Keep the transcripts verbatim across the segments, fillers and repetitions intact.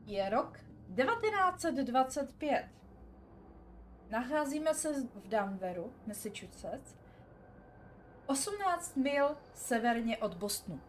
Je rok devatenáct set dvacet pět. Nacházíme se v Danveru, Massachusetts, osmnáct mil severně od Bostonu.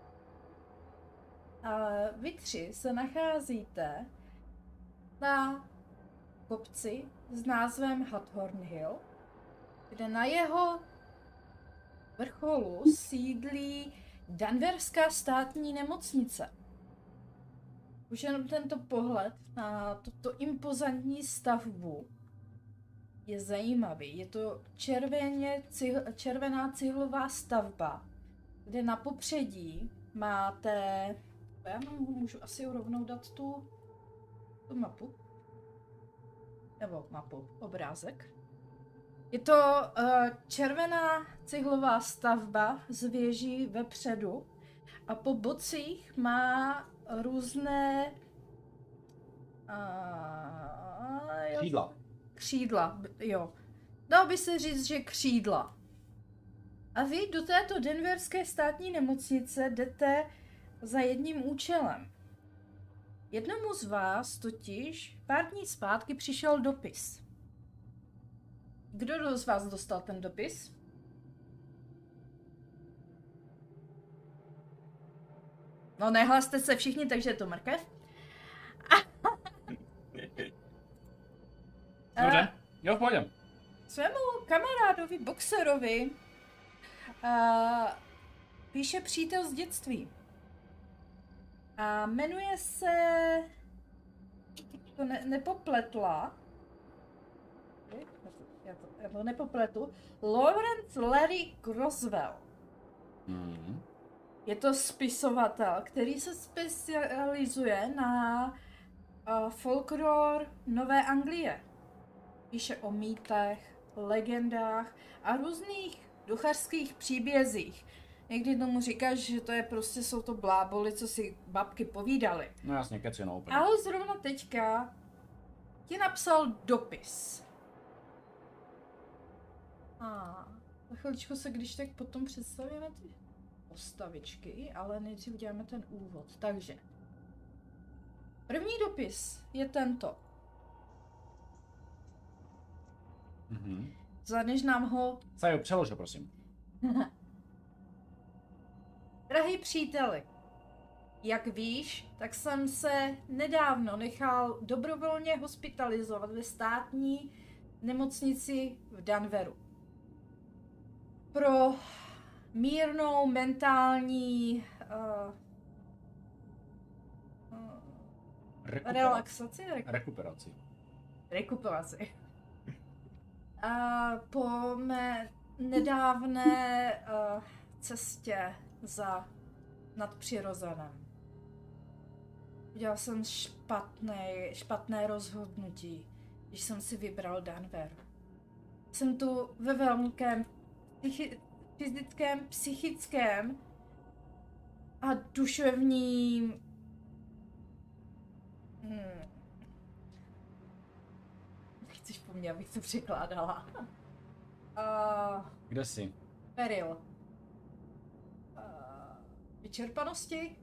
A vy tři se nacházíte na kopci s názvem Hawthorne Hill, kde na jeho vrcholu sídlí Danverská státní nemocnice. Už jenom tento pohled na tuto impozantní stavbu je zajímavý. Je to červeně, cihl, červená cihlová stavba, kde na popředí máte, já můžu asi rovnou dát tu, tu mapu, nebo mapu, obrázek. Je to uh, červená cihlová stavba s věží vepředu a po bocích má různé uh, křídla. Křídla, jo. Dalo by se říct, že křídla. A vy do této denverské státní nemocnice jdete za jedním účelem. Jednomu z vás totiž pár dní zpátky přišel dopis. Kdo z vás dostal ten dopis? No, nehlaste se všichni, takže je to mrkev. Dobře, jo, v pohodě. Svému kamarádovi, boxerovi, uh, píše přítel z dětství. A jmenuje se... To ne, nepopletla. Já to, já to nepopletu. Lawrence Larry Groswell. Mm. Je to spisovatel, který se specializuje na uh, folklor Nové Anglie. Píše o mýtech, legendách a různých duchařských příbězích. Někdy tomu říkáš, že to je prostě, jsou to bláboli, co si babky povídaly. No jasně, keci, no úplně. Ale zrovna teďka ti napsal dopis. A za chviličku se když tak potom představíme ty postavičky, ale nejdřív uděláme ten úvod. Takže první dopis je tento. Mhm. Zvládneš nám ho? Sajo, přelož ho, prosím. Drahý příteli, jak víš, tak jsem se nedávno nechal dobrovolně hospitalizovat ve státní nemocnici v Danveru. Pro mírnou mentální uh, uh, relaxaci? Reku- Rekuperaci. Rekuperaci. A po mé nedávné uh, cestě za nadpřirozeným. Udělal jsem špatné, špatné rozhodnutí, když jsem si vybral Danver. Jsem tu ve velkém psychi- fyzickém, psychickém a duševním hmm. Chceš po mně, abych to překládala. uh, Kde jsi? Peril. Uh, vyčerpanosti?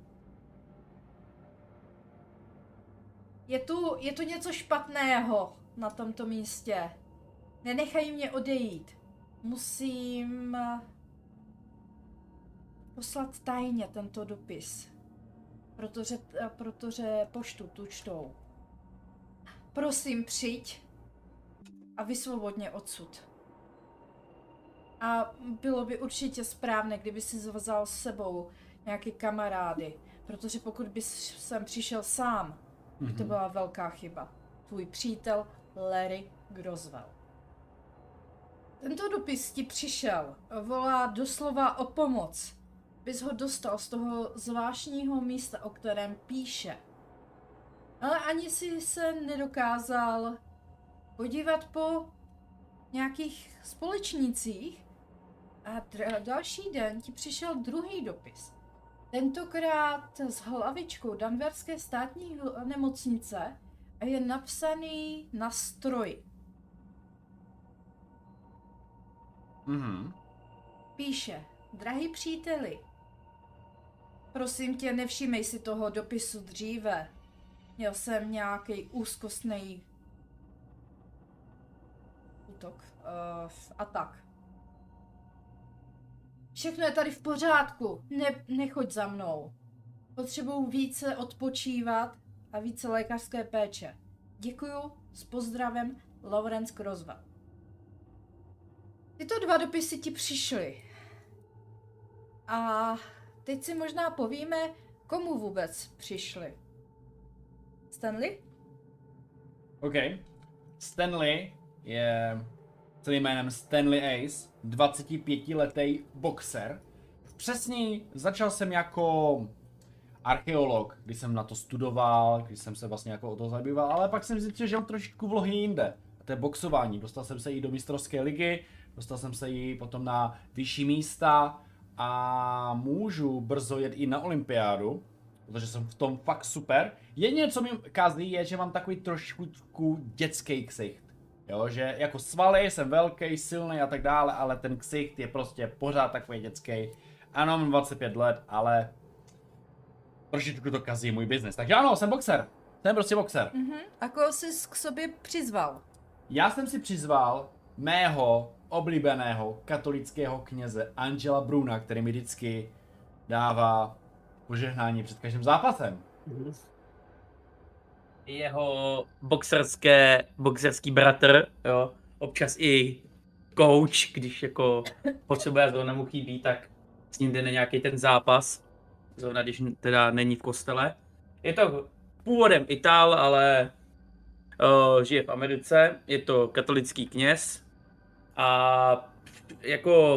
Je tu, je tu něco špatného na tomto místě. Nenechaj mě odejít. Musím poslat tajně tento dopis. Protože, protože poštu tu čtou. Prosím, přijď a vysvobod mě odsud. A bylo by určitě správné, kdyby si vzal s sebou nějaké kamarády, protože pokud bys sem přišel sám, mm-hmm. to byla velká chyba. Tvůj přítel Larry Groswell. Tento dopis ti přišel, volá doslova o pomoc, bys ho dostal z toho zvláštního místa, o kterém píše. Ale ani si se nedokázal podívat po nějakých společnících a dr- další den ti přišel druhý dopis. Tentokrát s hlavičkou Danverské státní nemocnice a je napsaný na stroji. Mhm. Píše, drahý příteli, prosím tě, nevšímej si toho dopisu dříve. Měl jsem nějaký úzkostný útok, uh, atak. Všechno je tady v pořádku, ne, nechoď za mnou. Potřebuju více odpočívat a více lékařské péče. Děkuju, s pozdravem, Lawrence Croswell. Tyto dva dopisy ti přišly. A teď si možná povíme, komu vůbec přišly. Stanley? OK. Stanley je celým jménem Stanley Ace, dvacetipětiletý boxer. Přesně začal jsem jako archeolog, když jsem na to studoval, když jsem se vlastně jako o to zabýval, ale pak jsem zjistil, že mám trošičku vlohy jinde. A to je boxování. Dostal jsem se i do mistrovské ligy, dostal jsem se i potom na vyšší místa a můžu brzo jet i na olympiádu, protože jsem v tom fakt super. Jediné, co mi kází, je, že mám takový trošku dětský ksicht. Jo, že jako svaly jsem velký, silný a tak dále, ale ten ksicht je prostě pořád takový dětský. Ano, mám dvacet pět let, ale trošičku to kazí můj biznes. Takže ano, jsem boxer. Jsem prostě boxer. Mhm. A koho jsi k sobě přizval? Já jsem si přizval mého oblíbeného katolického kněze Angela Bruna, který mi vždycky dává požehnání před každým zápasem. Jeho boxerské, boxerský bratr, jo, občas i coach, když jako potřebuje, zrovna mu chybí, tak s ním jde na nějaký ten zápas, zrovna když teda není v kostele. Je to původem Itál, ale uh, žije v Americe, je to katolický kněz a jako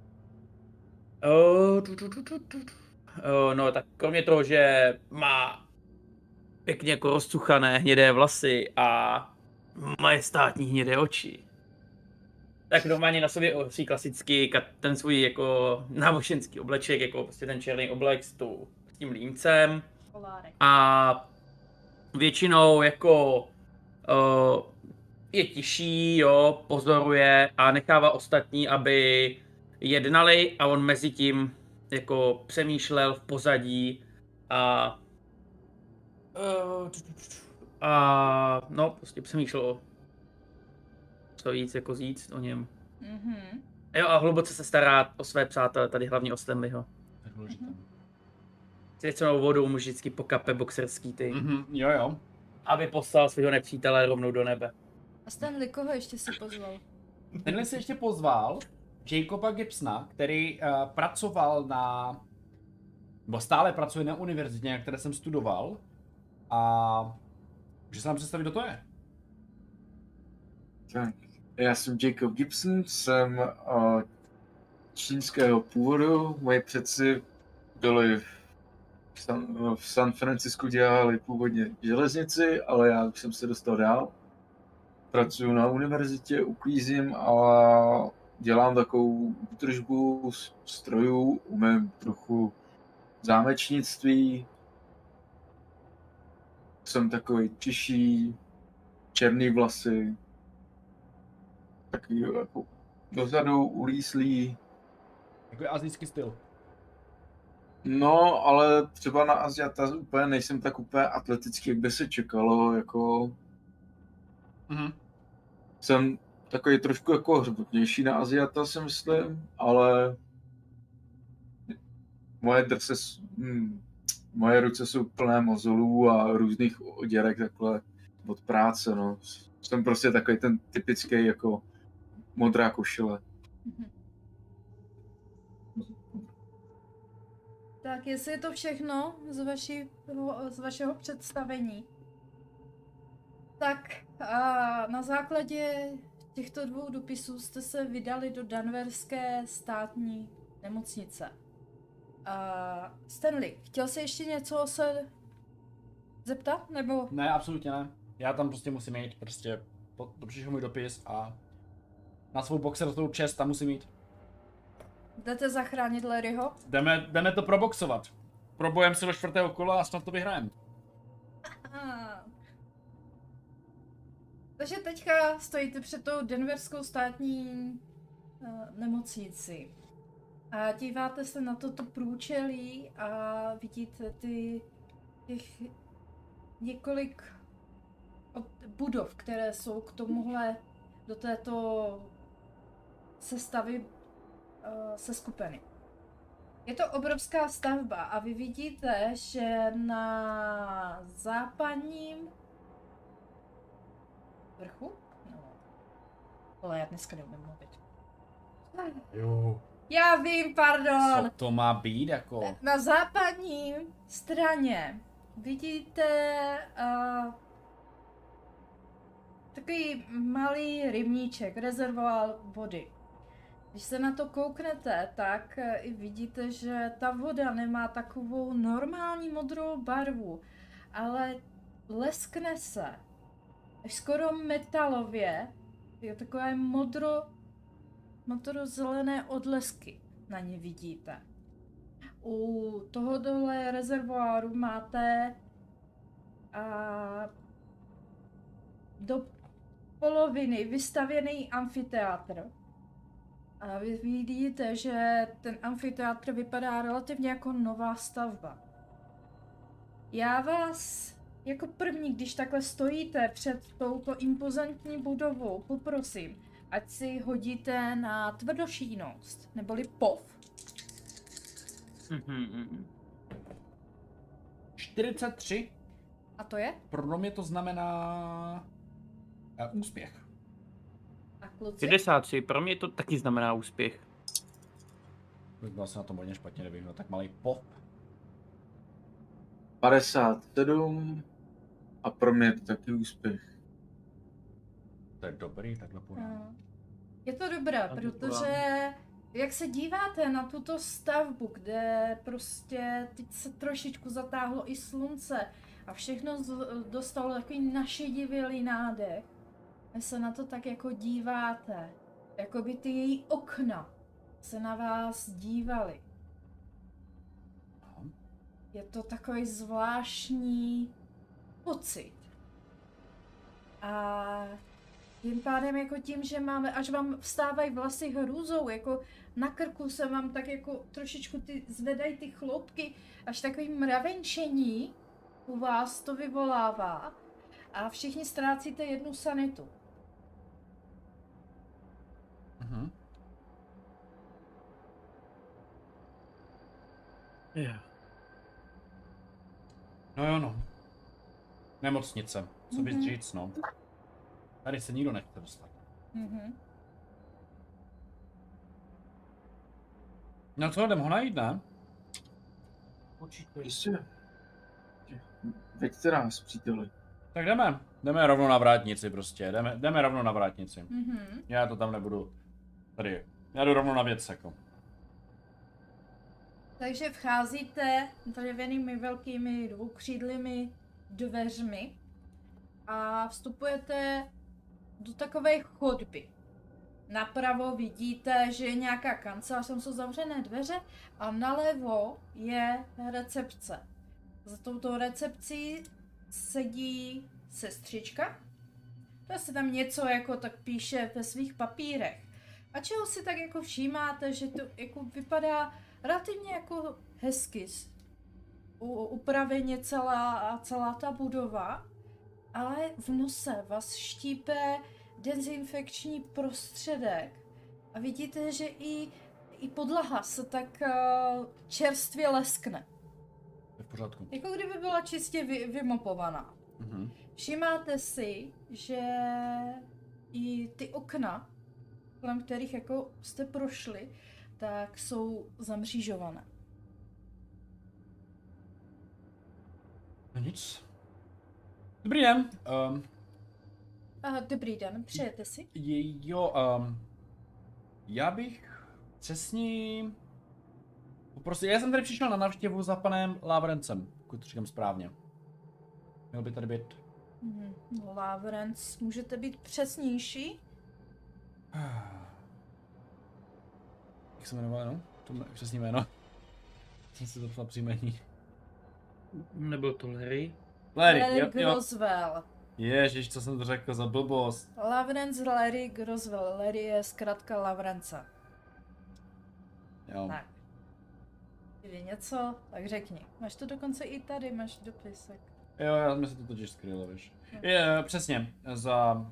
uh, tu, tu, tu, tu, tu. Uh, no tak kromě toho, že má pěkně jako rozcuchané hnědé vlasy a majestátní hnědé oči, tak normálně na sobě nosí klasicky ten svůj jako náboženský obleček, jako prostě ten černý oblek s, tu, s tím límcem. A většinou jako uh, je tiší, jo, pozoruje a nechává ostatní, aby jednali a on mezi tím jako přemýšlel v pozadí a uh, a no prostě přemýšlel co víc jako říct o něm. Mm-hmm. Jo, a hluboce se stará o své přátele, tady hlavně o Stanleyho. Mm-hmm. Svěcenou vodou mu vždycky pokape boxerský ty. Mm-hmm, jo jo. Aby poslal svého nepřítele rovnou do nebe. A Stanley, koho ještě si pozval? Tenhle si ještě pozval Jacoba Gibsona, který uh, pracoval na, nebo stále pracuje na univerzitě, na které jsem studoval. A může se nám představit, kdo to je? Tak, já jsem Jacob Gibson, jsem uh, čínského původu. Moji předci byli v San, v San Francisku, dělali původně železnici, ale já už jsem se dostal dál. Pracuji na univerzitě, uklízím a dělám takovou údržbu strojů, umím trochu zámečnictví. Jsem takový tiší, černý vlasy, takový jako dozadu ulíslý. Jako asijský styl. No, ale třeba na Asiata úplně nejsem tak úplně atletický, jak by se čekalo, jako... Mhm. Jsem takový trošku jako hřbotnější na Asiata, si myslím, ale... Moje drse, hm, moje ruce jsou plné mozolů a různých oděrek takhle od práce, no. Jsem prostě takový ten typický jako modrá košile. Mm-hmm. Tak jestli je to všechno z, vaši, z vašeho představení, tak a na základě těchto dvou dopisů jste se vydali do Danverské státní nemocnice. A Stanley, chtěl jsi ještě něco se zeptat, nebo? Ne, absolutně ne. Já tam prostě musím jít, prostě to přišel můj dopis a na svou boxerskou čest tam musím jít. Jdete zachránit Larryho? Jdeme, jdeme to proboxovat. Probojem si do čtvrtého kola a snad to vyhrajeme. Takže teďka stojíte před tou Denverskou státní uh, nemocnici. A díváte se na toto průčelí a vidíte ty těch několik od budov, které jsou k tomuhle, do této sestavy uh, seskupeny. Je to obrovská stavba a vy vidíte, že na západním vrchu? No. Ale já dneska neumím mluvit. Jo. Já vím, pardon. Co to má být jako? Na západní straně vidíte uh, takový malý rybníček, rezervoár vody. Když se na to kouknete, tak i vidíte, že ta voda nemá takovou normální modrou barvu, ale leskne se. Až skoro metalově, je takové modro, modrozelené odlesky na ně vidíte. U toho dole rezervoáru máte a, do poloviny vystavěný amfiteátr. A vy vidíte, že ten amfiteátr vypadá relativně jako nová stavba. Já vás jako první, když takhle stojíte před touto impozantní budovou, poprosím, ať si hodíte na tvrdošíjnost, neboli pov. čtyřicet tři. A to je? Pro mě to znamená uh, úspěch. A kluci? šedesát tři, pro mě to taky znamená úspěch. Byl jsem na tom hodně špatně, nevím, no tak malý pop. padesát sedm a pro mě je to taky úspěch. To je dobrý, takhle půjde. No. Je to dobré, A protože jak se díváte na tuto stavbu, kde prostě teď se trošičku zatáhlo i slunce a všechno z- dostalo takový našidivělý nádech, vy se na to tak jako díváte, jako by ty její okna se na vás dívaly. Aha. Je to takový zvláštní pocit. A tím pádem jako tím, že máme, až vám vstávají vlasy hrůzou, jako na krku se vám tak jako trošičku ty, zvedají ty chloupky, až takový mravenčení u vás to vyvolává a všichni ztrácíte jednu sanitu. Mhm. Yeah. No jo no. Nemocnice, co bys Mhm. říct no. Tady se nikdo nechce dostat. Mhm. No co, jdem ho najít, ne? Určitě. Jistě. Veďte nás, příteli. Tak jdeme. Jdeme rovnou na vrátnici prostě, jdeme, jdeme rovnou na vrátnici. Mhm. Já to tam nebudu, tady, já jdu rovnou na věc jako. Takže vcházíte dřevěnými velkými dvoukřídlými dveřmi a vstupujete do takové chodby. Napravo vidíte, že je nějaká kancelář, tam jsou zavřené dveře a nalevo je recepce. Za touto recepcí sedí sestřička. To se tam něco jako tak píše ve svých papírech. A čeho si tak jako všímáte, že to jako vypadá relativně jako hezky. U, upraveně celá, celá ta budova, ale v nose vás štípe dezinfekční prostředek a vidíte, že i, i podlaha se tak uh, čerstvě leskne. Je v pořádku. Jako kdyby byla čistě vy, vymopovaná. Mhm. Všimáte si, že i ty okna, kolem kterých jako jste prošli, tak jsou zamřížované. No nic. Dobrý den. Um, A dobrý den, přejete si? je, jo, um, já bych přesně poprosil, já jsem tady přišel na návštěvu za panem Lavrencem, pokud to říkám správně. Měl by tady být. Hmm, Lavrenc, můžete být přesnější? Jak se jmenoval, no? To je přesně jméno. Jsem si zapsal příjmení. Nebyl to Larry? Larry, Larry jo, jo. Groswell. Ježiš, co jsem to řekl za blbost. Lavrenc Larry Groswell. Larry je zkrátka Lavrence. Jo. Tak. Kdyby něco, tak řekni. Máš to dokonce i tady, máš dopisek. Jo, já mi se to totiž skrylo, víš. Je, přesně, za...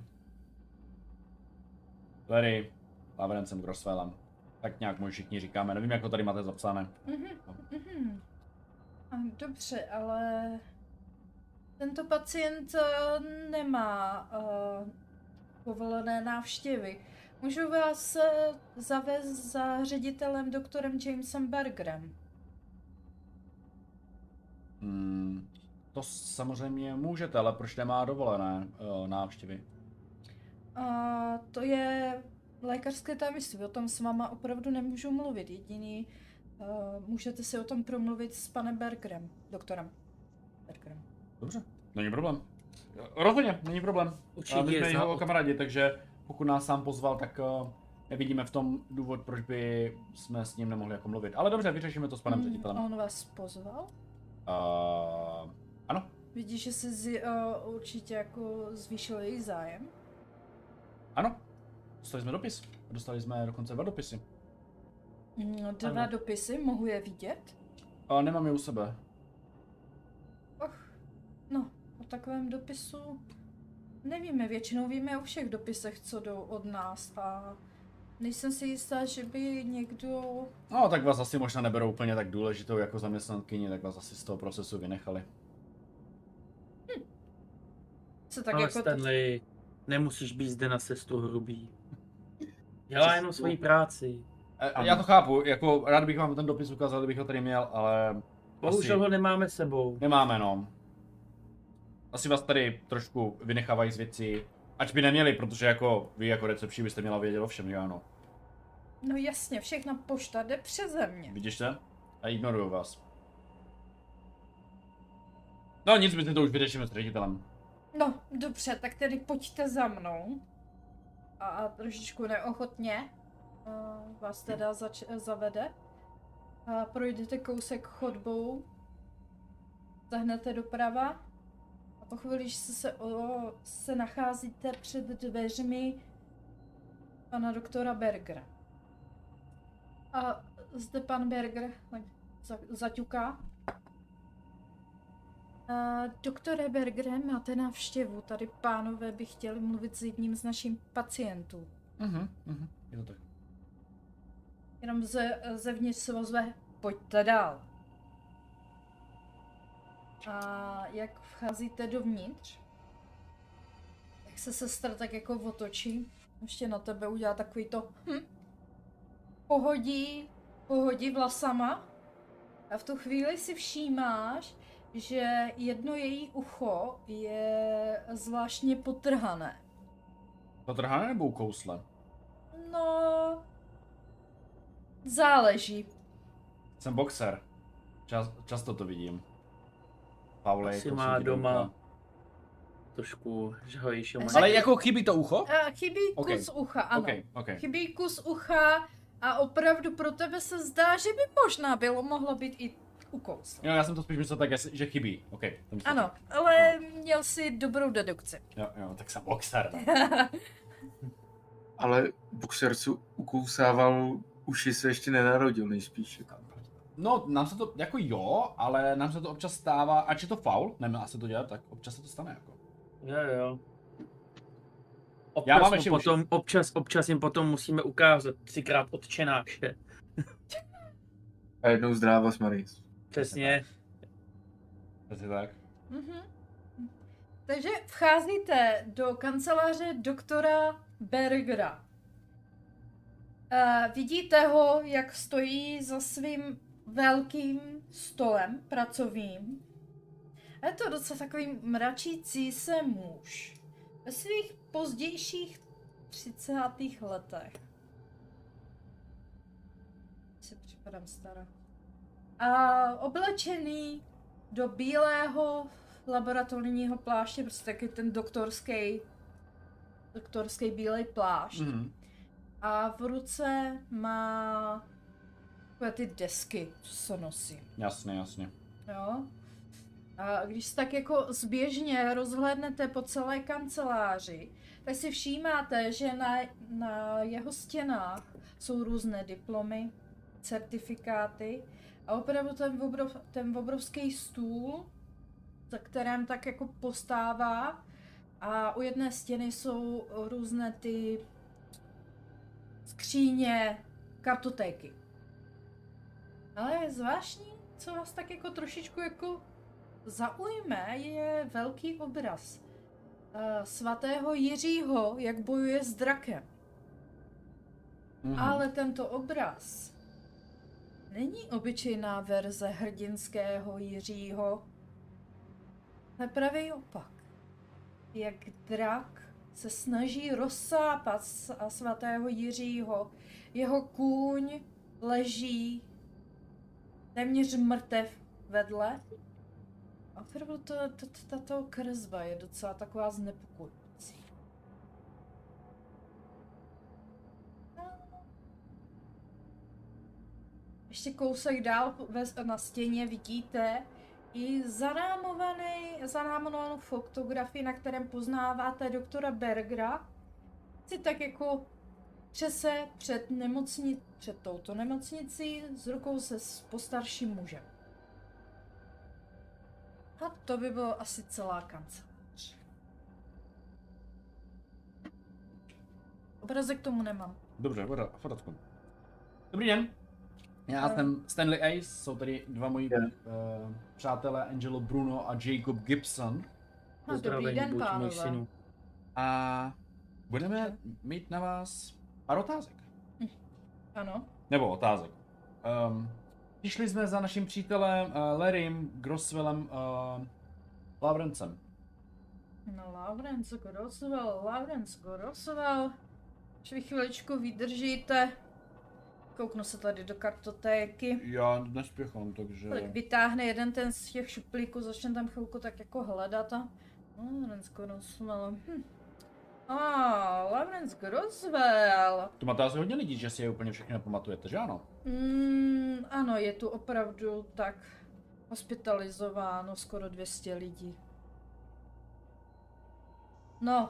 Larry, Laverencem, Grosswellem. Tak nějak mu všichni říkáme, nevím, jak to tady máte zapsané. Mhm, mhm. Dobře, ale tento pacient uh, nemá uh, povolené návštěvy. Můžu vás uh, zavést za ředitelem doktorem Jamesem Bergerem. Hmm, to samozřejmě můžete, ale proč nemá dovolené uh, návštěvy? Uh, to je lékařské tajemství, o tom s váma opravdu nemůžu mluvit. Jediný, uh, můžete si o tom promluvit s panem Bergerem, doktorem Bergerem. Dobře, není problém. Rozhodně, není problém. Určitě My jsme je jeho za- kamarádi, takže pokud nás sám pozval, tak uh, nevidíme v tom důvod, proč by jsme s ním nemohli jako mluvit. Ale dobře, vyřešíme to s panem Hmm, ředitelem. on vás pozval? Uh, ano, Vidíš, že si z, uh, určitě jako zvýšil její zájem? ano. Dostali jsme dopis. Dostali jsme dokonce dva dopisy. Mm, Dva Ano. dopisy, mohu je vidět? A nemám je u sebe. Och, no, o takovém dopisu nevíme, většinou víme o všech dopisech, co jdou od nás a nejsem si jistá, že by někdo... No, tak vás asi možná neberou úplně tak důležitou jako zaměstnankyni, tak vás asi z toho procesu vynechali. Se tak Ale jako... Stanley, nemusíš být zde na cestu hrubý. Dělá jenom svoji práci. E, Ano. já to chápu, jako rád bych vám ten dopis ukázal, kdybych ho tady měl, ale... Bohužel asi ho nemáme sebou. nemáme, no. Asi vás tady trošku vynechávají z věcí, ač by neměli, protože jako vy jako recepční byste měla vědět o všem, že ano. No jasně, všechna pošta jde přeze mě. Vidíš to? A ignoruju vás. No nic, my si to už vyřešíme s ředitelem. No, dobře, tak tedy pojďte za mnou. A, a trošičku neochotně uh, vás teda zač- zavede. A projdete kousek chodbou, zahnete doprava a po chvíli, když se, se, o, se nacházíte před dveřmi pana doktora Bergera. A zde pan Berger tak za, zaťuká. Uh, doktore Bergere, máte návštěvu. Tady pánové by chtěli mluvit s jedním z našich pacientů. Mhm, mhm, je to tak. Jenom ze, zevnitř se ozve, pojďte dál. A jak vcházíte dovnitř, jak se sestra tak jako otočí, ještě na tebe udělá takový to hm, pohodí, pohodí vlasama a v tu chvíli si všímáš, že jedno její ucho je zvláštně potrhané. Potrhané nebo ukousle? No, záleží. Jsem boxer. Čas, často to vidím. Paulej, Asi kousnutí má do doma ucha. trošku žhavější. Ale jako chybí to ucho? A chybí Ok. kus ucha, ano. Ok, ok. Chybí kus ucha a opravdu pro tebe se zdá, že by možná bylo mohlo být i ukousl. Jo, já jsem to spíš myslel tak, jestli- že chybí. Ok. to myslím. Ano, ale měl si dobrou dedukci. Jo, jo, tak jsem boxer. Ale boxer, co ukousával uši, se ještě nenarodil nejspíš. No, nám se to, jako jo, ale nám se to občas stává, ač je to faul, nemá se to dělat, tak občas se to stane jako. Jo, jo. Já Občas, mám mu ještě potom, občas, občas jim potom musíme ukázat třikrát odčenáše. A jednou zdráva s Maris. Přesně. Přesně tak. Mhm. Takže vcházíte do kanceláře doktora Bergera. Uh, vidíte ho, jak stojí za svým velkým stolem pracovním. A je to docela takový mračící se muž. Ve svých pozdějších třicátých letech. Si připadám stará. A oblečený do bílého laboratorního pláště, prostě taky ten doktorský, doktorský bílej plášť. Mhm. A v ruce má takové ty desky, co se nosí. Jasně, jasně. Jo? A když se tak jako zběžně rozhlédnete po celé kanceláři, tak si všímáte, že na, na jeho stěnách jsou různé diplomy, certifikáty a opravdu ten, obrov, ten obrovský stůl kterém tak jako postává. A u jedné stěny jsou různé ty skříně, kartotéky. Ale je zvláštní, co vás tak jako trošičku jako zaujme, je velký obraz uh, svatého Jiřího, jak bojuje s drakem. Mhm. Ale tento obraz není obyčejná verze hrdinského Jiřího. To je pravý opak. Jak drak se snaží rozsápat svatého Jiřího. Jeho kůň leží téměř mrtev vedle. A opravdu tato kresba je docela taková znepokojující. Ještě kousek dál na stěně vidíte i zarámovaný, zarámovanou fotografii, na kterém poznáváte doktora Bergera. Si tak jako třese před, nemocni, před touto nemocnicí s rukou se s postarším mužem. A to by bylo asi celá kancelář. Obrazek k tomu nemám. Dobře, v pořádku. Dobrý den. Já No. jsem Stanley Ace, jsou tady dva moji Den. uh, přátelé Angelo Bruno a Jacob Gibson. No, dobrý Pozdravení, den, buď můj pánové. synu. A budeme mít na vás pár otázek. Ano. Nebo otázek. Um, přišli jsme za naším přítelem uh, Larrym Grosswellem uh, Lawrencem. No, Lawrence Grosswell, Lawrence Grosswell. Když vy chviličku vydržíte, kouknu se tady do kartotéky. Já nespěchám, takže... Tak vytáhne jeden ten z těch šuplíků, začne tam chvilku tak jako hledat a... No, Lawrence Grosswell. Hm. A, Lawrence Grosswell. To máte asi hodně lidí, že si je úplně všechny nepamatujete, že ano? Mm, ano, je tu opravdu tak hospitalizováno skoro dvě stě lidí. No.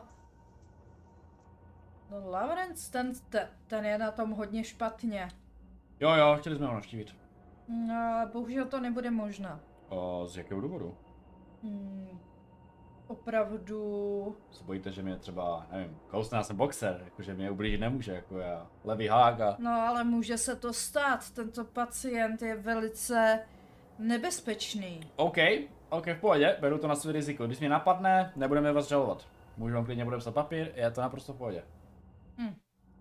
No, Lawrence, ten, ten, ten je na tom hodně špatně. Jo, jo, chtěli jsme ho navštívit. No, bohužel to nebude možné. A z jakého důvodu? Hmm, opravdu... Se bojíte, že mě třeba, nevím, kousne, já jsem boxer, jakože mě ublížit nemůže, jako já, levý hák a... No, ale může se to stát. Tento pacient je velice nebezpečný. OK, OK, v pohodě, beru to na své riziko. Když mě napadne, nebudeme vás žalovat. Můžu vám klidně podepsat papír, je to naprosto v pohodě. Hm.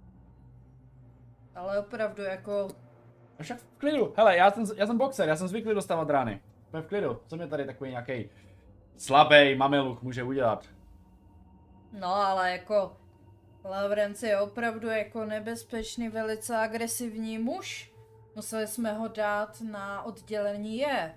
Ale opravdu jako... No však v klidu, hele, já jsem, já jsem boxer, já jsem zvyklý dostávat rány. Jsme v klidu, co mě tady takový nějaký slabý mameluch může udělat? No, ale jako... Lawrence je opravdu jako nebezpečný, velice agresivní muž. Museli jsme ho dát na oddělení je.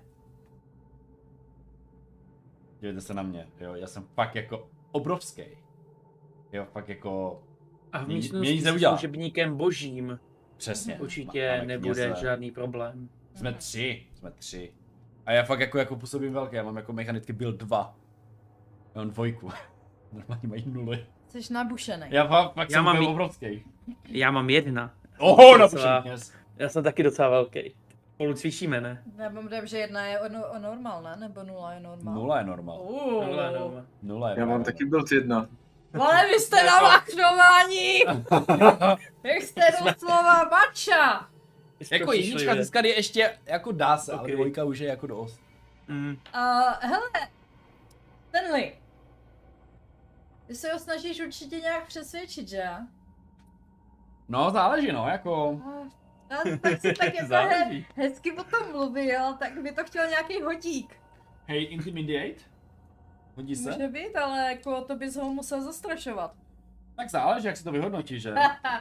Dívejte se na mě, jo, já jsem fakt jako obrovský. Jo, fakt jako... A v Mě- mě nic místnosti s neudělá. služebníkem božím Přesně. určitě Máme nebude kněze. žádný problém. Jsme tři, jsme tři. A já fakt jako, jako působím velký, já mám jako mechanicky byl dva. Já mám dvojku. Normálně mají nuly. Jsi nabušený. Já fakt, fakt Já jsem mám byl j- obrovský. Já mám jedna. Oho, Docela- nabušený, yes. Já jsem taky docela velký. Spolu cvičíme, ne? Nebo myslím, že jedna je ono, o normál, ne? Nebo nula je normál. Nula je normál. Uh. Tohle je doma. Nula je Já mám taky build jedna. Ale vy jste na machnování! Jak jste doslova bača! Jako jednička získat je ještě jako dá se, ale Ok. dvojka už je jako dost. Mm. Uh, hele, Stanley. Ty se ho snažíš určitě nějak přesvědčit, že? No záleží no, jako... A, a tak si tak jako Záleží. he, hezky o tom mluvil, tak by to chtěl nějaký hodík. Hej, intimidate? Hodí se? Může být, ale jako to bys ho musel zastrašovat. Tak záleží, jak se to vyhodnotí, že?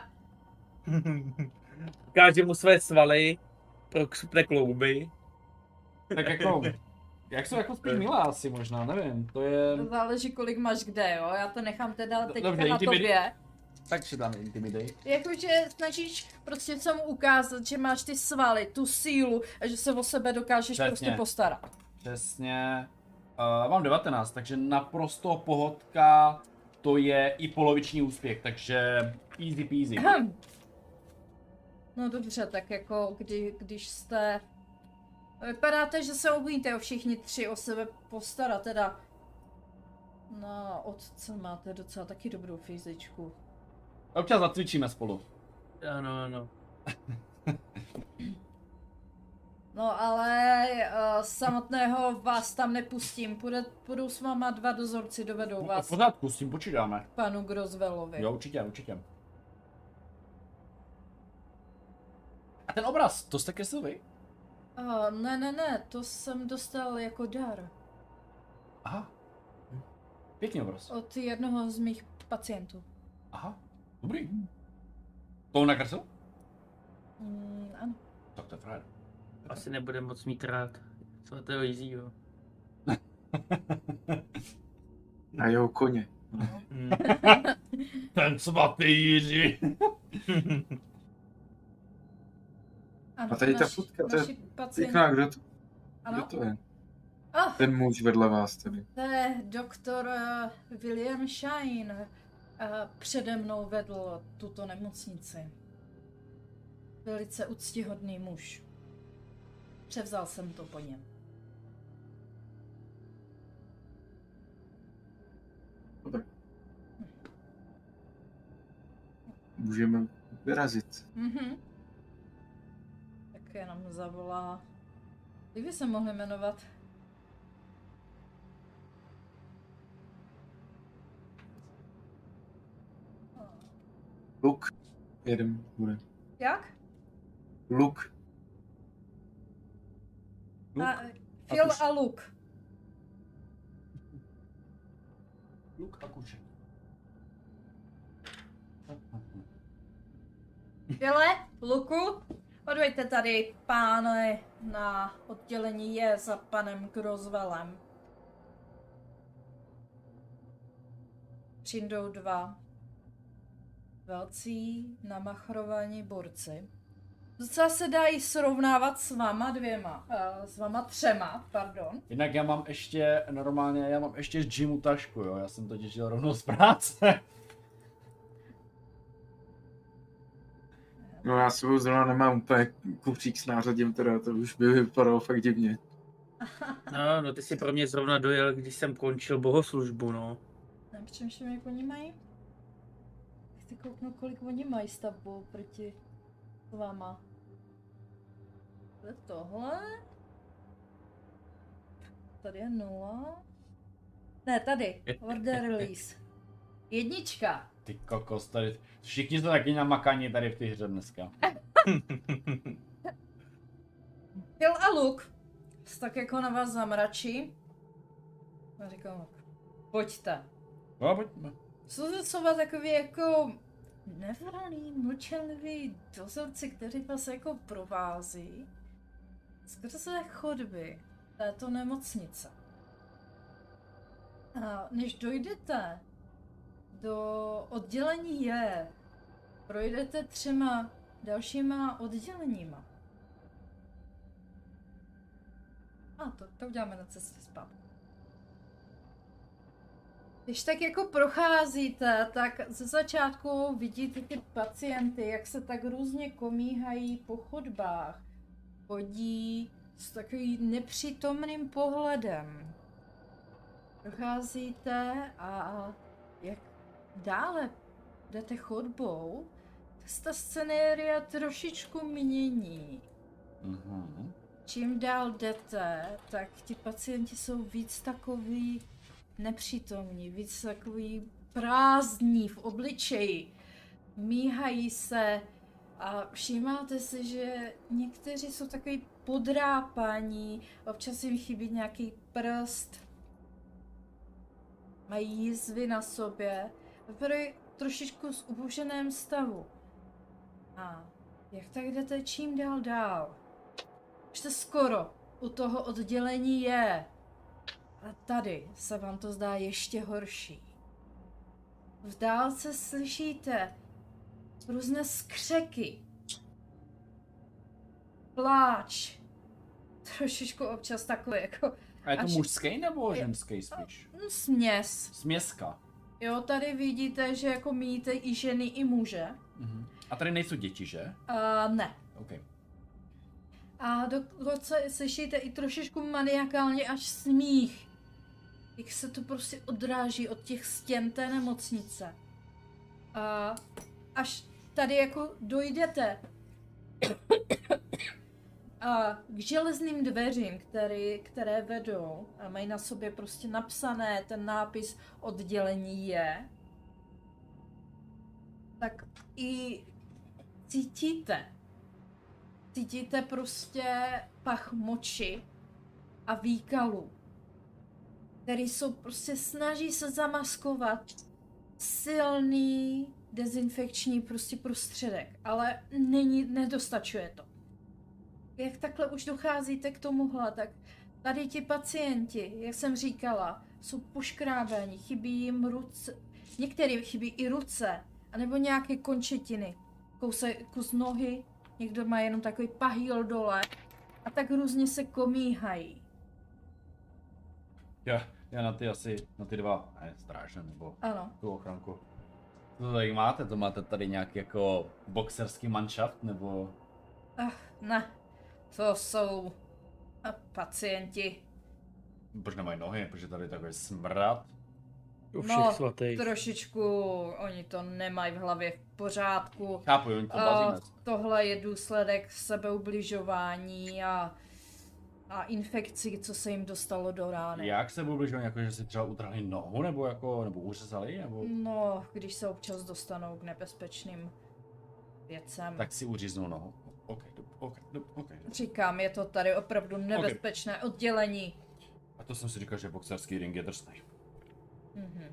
Ukáže mu své svaly, prokřupne klouby. Tak jako... Jak jsou jako spíš milá asi možná, nevím, to je... To záleží, kolik máš kde, jo? Já to nechám teda teďka Dobře, na intimidi- tobě. Tak si dáme intimidate. Jakože snažíš prostě se mu ukázat, že máš ty svaly, tu sílu a že se o sebe dokážeš Přesně. prostě postarat. Přesně. Uh, mám devatenáct, takže naprosto pohodka, to je i poloviční úspěch, takže easy peasy. Ahem. No dobře, tak jako kdy, když jste Vypadáte, že se umíte o všichni tři o sebe postarat, teda na otce máte docela taky dobrou fyzičku. Občas zacvičíme spolu. Ano, ano. No ale uh, samotného vás tam nepustím, Půjde, půjdou s váma dva dozorci, dovedou No, vás v pořádku, s tím počítáme. k panu Groswellovi. Jo, určitě, určitě. A ten obraz, to jste kreslil vy? Uh, ne, ne, ne, to jsem dostal jako dar Aha. Pěkný obraz. od jednoho z mých pacientů. Aha, dobrý. To on nakreslil? Mm, ano. Tak to je frajer. Asi nebude moc mít rád svatého Jiřího. A jeho koně. Hmm. Ten svatý Jiří. Ano, A tady ta naši- fotka, to je naši pacienti. Pěkná, kdo to, kdo Ano, to je? ah, Ten muž vedle vás tady. to je doktor uh, William Shine. Uh, přede mnou vedl tuto nemocnici. Velice úctyhodný muž. Převzal jsem to po něm. No tak. Můžeme vyrazit. Mhm. Tak jenom zavolá. Jak by se mohli jmenovat? Luk. Jeden bude. Jak? Luk. Luk A, Phil Kuš. a Luke. Luk a kuše. Phile, Luku, odveďte tady pány na oddělení je za panem Groswellem. Přijdou dva velcí namachrovaní borci. Docela se dají srovnávat s váma dvěma, uh, s váma třema, pardon. Jinak já mám ještě, normálně, já mám ještě z gymu tašku, jo, já jsem totiž jel rovnou z práce. No já sebou zrovna nemám úplně kufřík s nářadím, teda to už by vypadalo fakt divně. No, no ty si pro mě zrovna dojel, když jsem končil bohoslužbu, no. Nepřemýšlím, jak oni mají. Chci kouknout, kolik oni mají stavbu proti váma. To je tohle. Tady je nula. Ne, tady. Order release. Jednička. Ty kokos, tady, všichni jsme taky namakaní tady v té hře dneska. Phil a Luke tak jako na vás zamračí. A říkám, pojďte. No, pojďme. Jsou to třeba takový jako nevraný, mlčenlivý dozorci, kteří vás jako provází skrze chodby této nemocnice. A než dojdete do oddělení je, projdete třema dalšíma odděleníma. A to, to uděláme na cestě zpátky. Když tak jako procházíte, tak ze začátku vidíte ty pacienty, jak se tak různě komíhají po chodbách. Chodí s takovým nepřítomným pohledem. Procházíte a jak dále jdete chodbou, tak se ta scenéria trošičku mění. Mhm. Čím dál jdete, tak ti pacienti jsou víc takový nepřítomní, víc takový prázdní v obličeji. Míhají se a všímáte si, že někteří jsou takový podrápaní, občas jim chybí nějaký prst, mají jizvy na sobě, vypadají trošičku z uboženém stavu. A jak tak jdete čím dál dál? Už jste skoro u toho oddělení je. A tady se vám to zdá ještě horší. V dálce slyšíte různé skřeky, pláč, trošičku občas takový jako A je to Až- mužský nebo ženský spíš? mm, směs. Směska. Jo, tady vidíte, že jako míjíte i ženy, i muže. Mhm. A tady nejsou děti, že? Uh, ne. OK. A dokonce slyšíte i trošičku maniakálně až smích. Jak se to prostě odráží od těch stěn té nemocnice. A až tady jako dojdete a k železným dveřím, který, které vedou a mají na sobě prostě napsané ten nápis oddělení je, tak i cítíte. Cítíte prostě pach moči a výkalů, který jsou prostě snaží se zamaskovat silný dezinfekční prostě prostředek, ale není, nedostačuje to. Jak takhle už docházíte k tomuhle, tak tady ti pacienti, jak jsem říkala, jsou poškrábení, chybí jim ruce, některým chybí i ruce, anebo nějaké končetiny, kouse, kus nohy, někdo má jenom takový pahýl dole a tak různě se komíhají. Já, já na ty asi, na ty dva, ne, strážné, nebo Ano. tu ochranku. Co to tady máte? To máte tady nějaký jako boxerský manšaft, nebo? Ach, ne, to jsou pacienti. Proč nemají nohy? Protože tady je takový smrad. U všech No, svatých. trošičku, oni to nemají v hlavě v pořádku. Chápu, oni to A bazíme. tohle je důsledek sebeubližování a, a infekcí, co se jim dostalo do rány. Jak se ubližují, jako že si třeba utrhli nohu, nebo jako, nebo uřezali, nebo? No, když se občas dostanou k nebezpečným věcem. Tak si uříznou nohu. OK, OK, OK. Říkám, je to tady opravdu nebezpečné okay. oddělení. A to jsem si říkal, že boxerský ring je drsný. Mhm.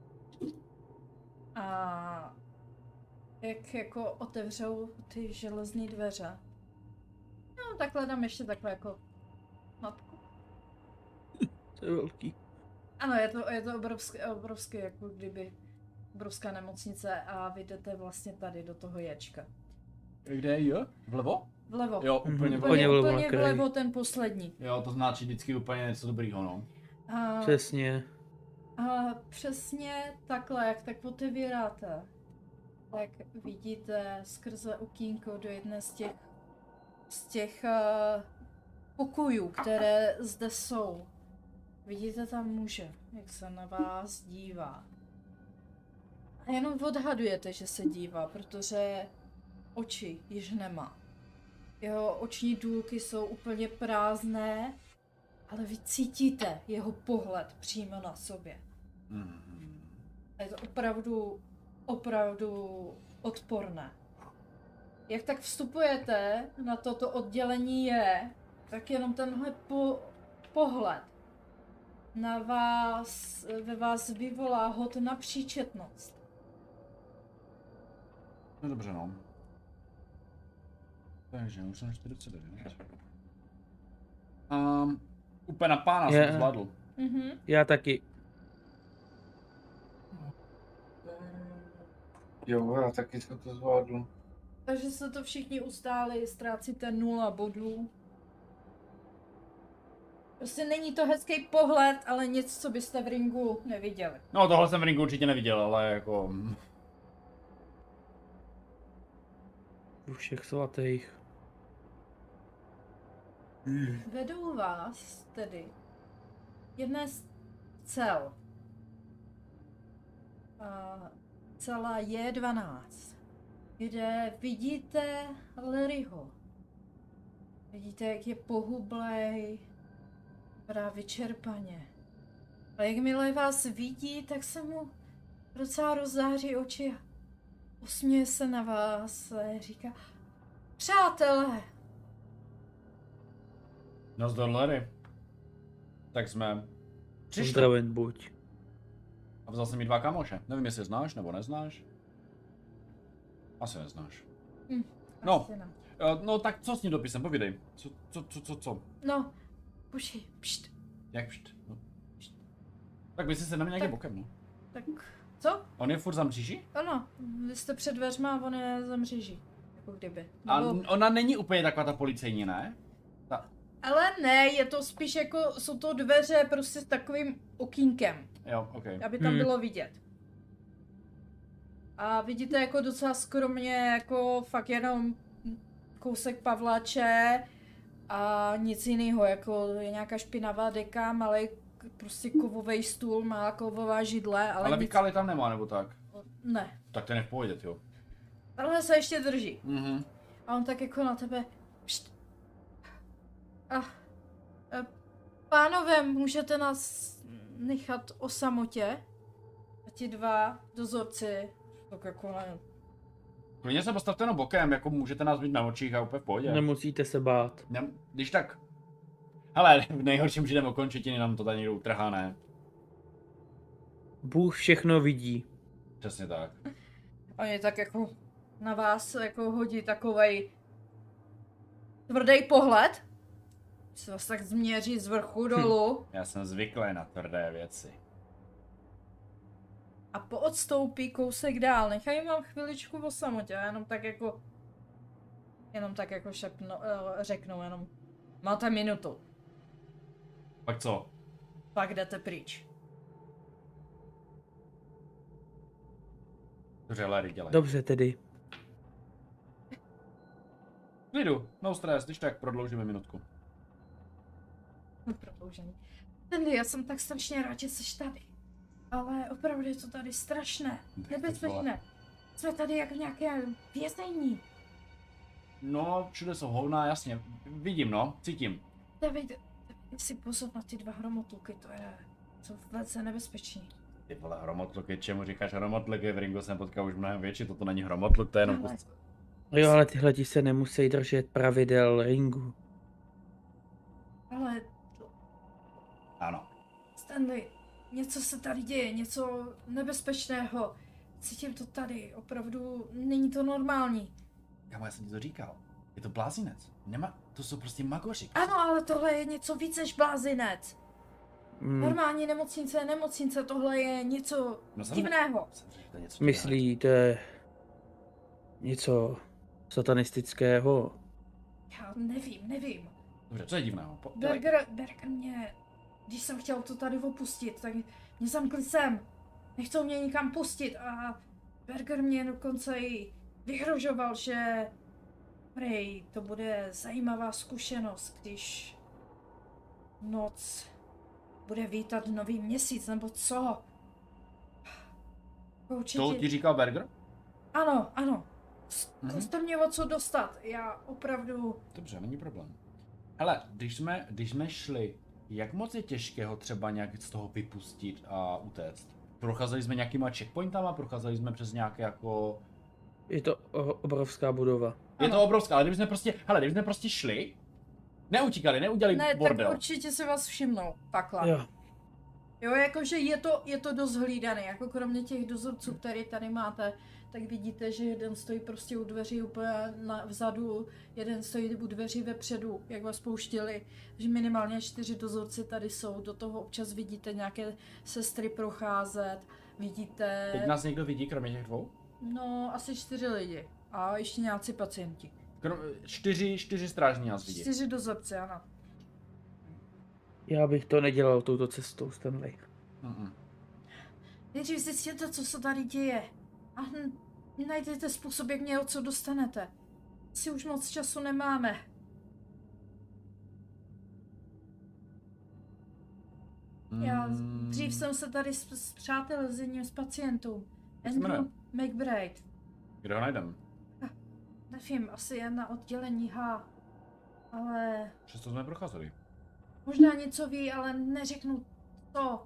A jak jako otevřou ty železné dveře. No, takhle dám ještě takhle jako mapku. To je velký. Ano, je to, je to obrovské, obrovské, jako kdyby obrovská nemocnice a vy jdete vlastně tady do toho ječka. Kde je? Vlevo? Vlevo. Jo, úplně Mhm. vlevo. Úplně, vlevo na úplně kraji. vlevo ten poslední. Jo, to značí vždycky úplně něco dobrýho, no. A, Přesně. a přesně takhle, jak tak otevíráte, tak vidíte skrze okýnko do jedné z těch, z těch uh, pokojů, které zde jsou. Vidíte tam muže, jak se na vás dívá. A jenom odhadujete, že se dívá, protože oči již nemá. Jeho oční důlky jsou úplně prázdné, ale vy cítíte jeho pohled přímo na sobě. Mm. A je to opravdu, opravdu odporné. Jak tak vstupujete na toto oddělení je, tak jenom tenhle po, pohled na vás, ve vás vyvolá hod na příčetnost. No dobře, no. Takže už jsem čtyřicet devět. Um, úplně na pána Je. jsem to zvládl. Mhm. Já taky. Jo, já taky jsem to zvládl. Takže se to všichni ustáli, ztrácíte nula bodů. Prostě není to hezký pohled, ale nic, co byste v ringu neviděli. No tohle jsem v ringu určitě neviděl, ale jako... U všech svatých. Vedou vás tedy jedné z cel. A cela J dvanáct, kde vidíte Larryho. Vidíte, jak je pohublej, vypadá vyčerpaně. A jakmile vás vidí, tak se mu docela rozzáří oči a usměje se na vás a říká: Přátelé! Nazdar, Larry. Tak jsme přišli. Zdraven buď. A vzal jsem mi dva kamoše. Nevím, jestli je znáš nebo neznáš. Asi neznáš. Hm, No. asi ne. Uh, no tak co s tím dopisem, povídej. Co, co, co, co, co? No, puši, pšt, Jak pšt? No. Pšt. Tak by si se na mě nějakým Tak. bokem, no. tak co? On je furt za mříží? Ano, vy jste před dveřma a on je za mříží. Jako kdyby. A Nebo... ona není úplně taková ta policejní, ne? Ta... Ale ne, je to spíš jako, jsou to dveře prostě s takovým okýnkem, Jo, ok. aby tam Hmm. bylo vidět. A vidíte jako docela skromně, jako fakt jenom kousek pavlače a nic jiného, jako je nějaká špinavá deka, malý prostě kovový stůl, má kovová židle, ale, Ale nic... vykály tam nemá, nebo tak? Ne. Tak ten je v pohodě, jo. Tohle se ještě drží. Mhm. A on tak jako na tebe... Pšt. A, a... Pánové, můžete nás nechat o samotě? A ti dva dozorci, tak jako ne... Klidně se postavte jenom bokem, jako můžete nás mít na očích a úplně v pohodě. Nemusíte se bát. Ne, když tak... Hele, v nejhorším, že jdeme o končetiny, nám to tady někdo utrhá, ne? Bůh všechno vidí. Přesně tak. Oni tak jako na vás jako hodí takovej tvrdý pohled. Se vás tak změří z vrchu dolů. Já jsem zvyklý na tvrdé věci. A poodstoupí kousek dál. Nechají vám chviličku o samotě, jenom tak jako... Jenom tak jako šepno, uh, řeknou, jenom... Máte minutu. Pak co? Pak jdete pryč. Dobře, Larry, dělej. Dobře tedy. Klidu, no stres, když tak prodloužíme minutku. No, prodloužení. Tendy, já jsem tak strašně rád, že jsi tady. Ale opravdu je to tady strašné. Nebezpečné. Jsme tady jak v nějaké vězení. No, všude jsou hovna, jasně. Vidím, no, cítím. David, David si pozor na ty dva hromotluky, to je... To velice nebezpečný. Ty vole, hromotluky, čemu říkáš hromotluky? V ringu jsem potkal už mnohem větší, toto není hromotluk, to je jenom... Ale- Pust... Jo, ale tyhle ti se nemusí držet pravidel ringu. Ale Ano. Stanley, něco se tady děje, něco nebezpečného. Cítím to tady, opravdu není to normální. Kámo, já jsem ti to říkal. Je to blázinec. Nemá, to jsou prostě magoři. Ano, ale tohle je něco víc než blázinec. Hmm, Normální nemocnice je nemocnice, tohle je něco No, samozřejmě- divného. Samozřejmě, to je něco myslíte něco satanistického? Já nevím, nevím. Dobře, co je divného? Po, dělej. Berger, Berger mě, když jsem chtěl to tady opustit, tak mě zamkli sem. Nechcou mě nikam pustit a Berger mě dokonce i vyhrožoval, že prej, to bude zajímavá zkušenost, když noc bude vítat nový měsíc, nebo co? Určitě... To ti říkal Berger? Ano, ano. Mhm. Zkuste mě o co dostat, já opravdu... Dobře, není problém. Hele, když jsme, když jsme šli, jak moc je těžké ho třeba nějak z toho vypustit a utéct? Procházeli jsme nějakýma checkpointama, procházeli jsme přes nějaké jako... Je to o- obrovská budova. Je Ano. to obrovská, ale kdybychom prostě, hele, kdybychom prostě šli, neutíkali, neudělali Ne, bordel. tak určitě si vás všimnou, takhle. Jo. Jo, jakože je to, je to dost hlídaný, jako kromě těch dozorců, který tady máte, tak vidíte, že jeden stojí prostě u dveří úplně na, vzadu, jeden stojí u dveří vepředu, jak vás pouštěli, že minimálně čtyři dozorci tady jsou, do toho občas vidíte nějaké sestry procházet, vidíte, Teď nás někdo vidí, kromě těch dvou? no asi čtyři lidi a ještě nějací pacienti. Krom, čtyři, čtyři strážní nás vidí. Čtyři dozorci, ano. Já bych to nedělal touto cestou, Stanley. Mm-mm. Nejdřív zjistěte, co se tady děje. A hm, najdete způsob, jak mě o co dostanete. Si už moc času nemáme. Já Mm. dřív jsem se tady s, s přáteli s jedním z pacientů. Jak se jmenuje? Andrew McBride. Kde ho najdem? Nevím, asi je na oddělení H. Ale Přesto jsme procházeli. možná něco ví, ale neřeknu to.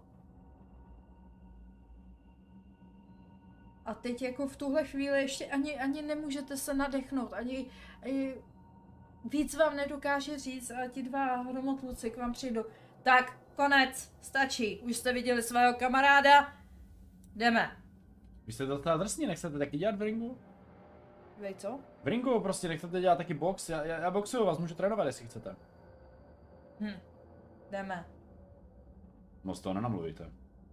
A teď jako v tuhle chvíli ještě ani, ani nemůžete se nadechnout, ani, ani víc vám nedokáže říct a ti dva hromotluci k vám přijdou. Tak, konec, stačí, už jste viděli svého kamaráda, jdeme. Vy jste docela drsní, nechcete taky dělat v ringu? Vej co? V ringu prostě nechcete dělat taky box, já, já, já boxuju, vás můžu trénovat, jestli chcete. Hm, jdeme. Moc toho nenamluvíte.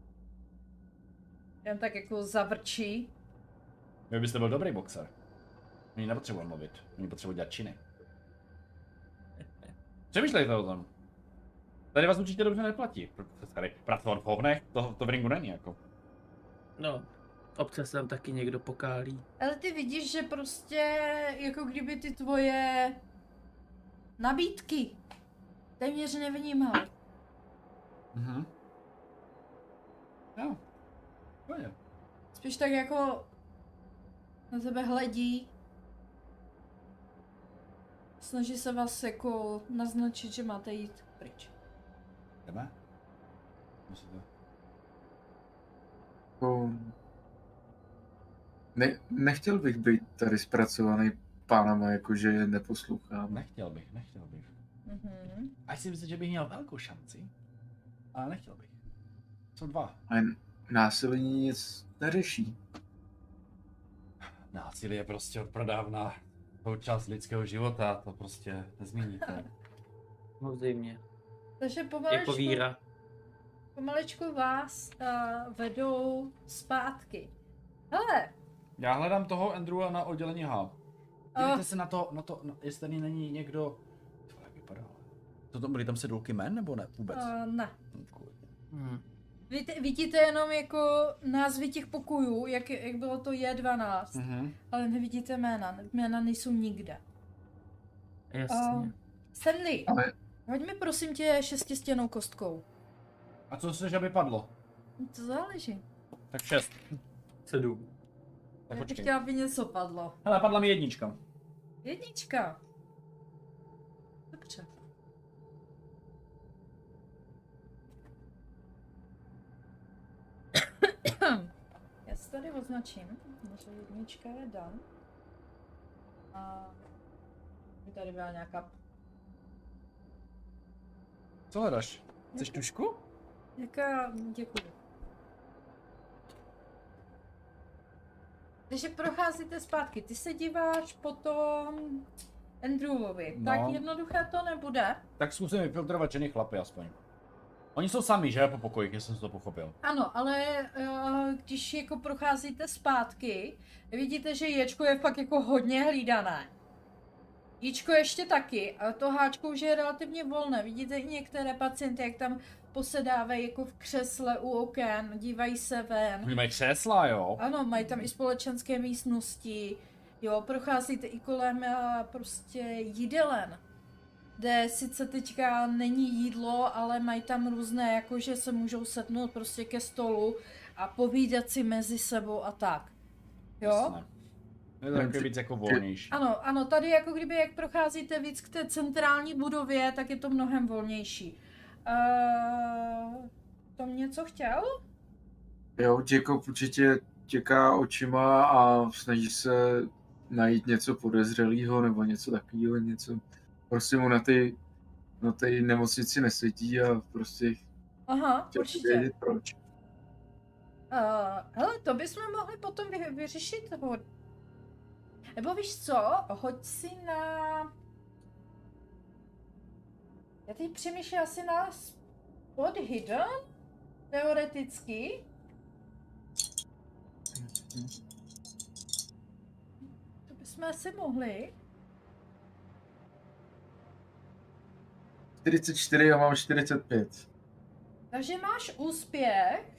Jen tak jako zavrčí. Vy byste byl dobrý boxer. Oni nepotřebují mluvit, oni potřebují dělat činy. Přemýšlejte o tom. Tady vás určitě dobře neplatí. Tady pracovat v hovnech, to, to v ringu není jako. No, občas tam taky někdo pokálí. Ale ty vidíš, že prostě jako kdyby ty tvoje nabídky téměř nevnímal. Mhm. Jo. Pojď. Spíš tak jako na tebe hledí. Snaží se vás jako naznačit, že máte jít pryč. Jdeme? Musíte. Jako... Ne, nechtěl bych být tady zpracovaný pánama, jakože je neposlouchám. Nechtěl bych, nechtěl bych. Mhm. A si myslím, že bych měl velkou šanci. Ale nechtěl bych. Jsou dva. A násilí nic neřeší. Násilí je prostě od prodávna součást lidského života, to prostě nezměníte. Samozřejmě. Takže Jako pomalečku, víra. pomalečku vás uh, vedou zpátky. Hele, Já hledám toho Andrewa na oddělení H. Dívejte A- se na to, na to, na, jestli tady není někdo... To jak vypadá? To tam byly tam sedulky men, nebo ne? Vůbec? uh, ne. Hm, cool. Hmm. Víte, vidíte jenom jako názvy těch pokojů, jak, jak bylo to J dvanáct, Mhm. ale nevidíte jména. Jména nejsou nikde. Jasně. Uh, Stanley, Ale hoď mi prosím tě šestistěnou kostkou. A co chceš, aby padlo? To záleží. Tak šest. Sedm. Tak Já bych počkej. chtěla, aby něco padlo. Hele, padla mi jednička. Jednička. Dobře. Já si tady označím, že jednička je dan. A by tady byla nějaká... Co hledáš? Chceš tušku? Nějaká... Děkuji. Takže procházíte zpátky. Ty se díváš potom Andrewovi. No. Tak jednoduché to nebude. Tak zkusím vyfiltrovat ženy chlapy aspoň. Oni jsou sami, že? Po pokojích, jestli jsem to pochopil. Ano, ale uh, když jako procházíte zpátky, vidíte, že Ječko je fakt jako hodně hlídané. Jíčko ještě taky, a to Háčko už je relativně volné. Vidíte i některé pacienty, jak tam posedávají jako v křesle u oken, dívají se ven. Oni mají křesla, jo? Ano, mají tam i společenské místnosti. Jo, procházíte i kolem uh, prostě jídelen, kde sice teďka není jídlo, ale mají tam různé, jakože se můžou setnout prostě ke stolu a povídat si mezi sebou a tak. Jo? Jasné. Je to takový víc jako volnější. Ano, ano, tady jako kdyby jak procházíte víc k té centrální budově, tak je to mnohem volnější. Uh, Tom něco chtěl? jo, Jacob určitě těká očima a snaží se najít něco podezřelého nebo něco takového, něco. Prostě mu na ty na té nemocnici nesedí a prostě Aha, chtěl určitě. vědět proč. Uh, hele, to bychom mohli potom vy, vyřešit. Ho... Nebo víš co, hoď si na... Já teď přemýšlím asi na spot hidden, teoreticky. To bychom asi mohli. čtyřicet čtyři a mám čtyřicet pět. Takže máš úspěch.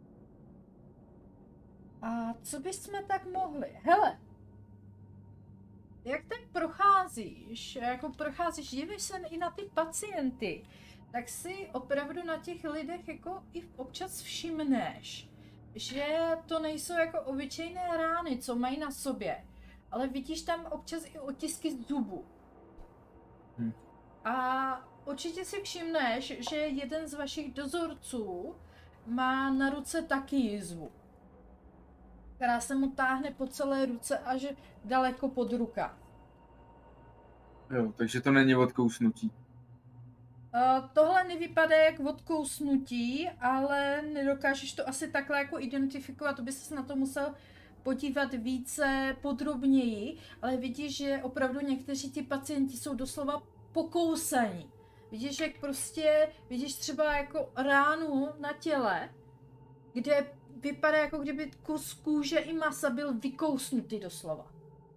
A co bychom tak mohli? Hele, jak tak procházíš, jako procházíš, díváš se i na ty pacienty, tak si opravdu na těch lidech jako i občas všimneš, že to nejsou jako obyčejné rány, co mají na sobě, ale vidíš tam občas i otisky z zubu. Hm. A určitě si všimneš, že jeden z vašich dozorců má na ruce taky jizvu, která se mu táhne po celé ruce až daleko pod ruka. Jo, takže to není odkousnutí. Uh, tohle nevypadá jak odkousnutí, ale nedokážeš to asi takhle jako identifikovat, to by ses na to musel podívat více podrobněji, ale vidíš, že opravdu někteří ti pacienti jsou doslova pokousaní. Vidíš, jak prostě, vidíš třeba jako ránu na těle, kde vypadá jako kdyby kus kůže i masa byl vykousnutý doslova.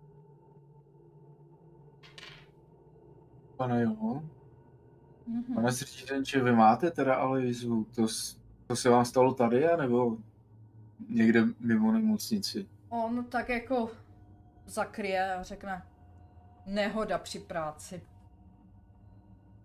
Pane jo. Mhm. Pane Zříženče, vy máte teda ale jizvu. To, s- to se vám stalo tady, anebo někde mimo nemocnici? On tak jako zakryje a řekne nehoda při práci.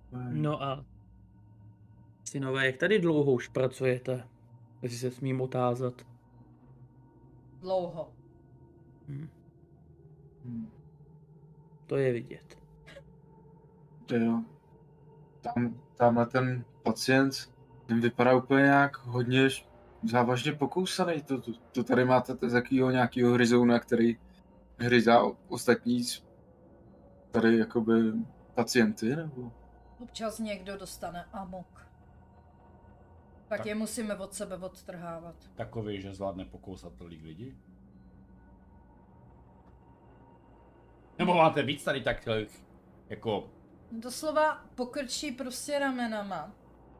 No a synové, jak tady dlouho už pracujete? Jestli se smím otázat. Dlouho. Hm. Hm. To je vidět. To jo. Tam, tamhle ten pacient, ten vypadá úplně nějak hodně závažně pokousaný. To, to, to tady máte z jakýho nějakýho hryzouna, který hryzá ostatní tady jakoby pacienty, nebo? Občas někdo dostane amok. Tak, Tak. je musíme od sebe odtrhávat. Takový, že zvládne pokousat tolik lidí? Nebo máte víc tady takových, jako... Doslova pokrčí prostě ramenama.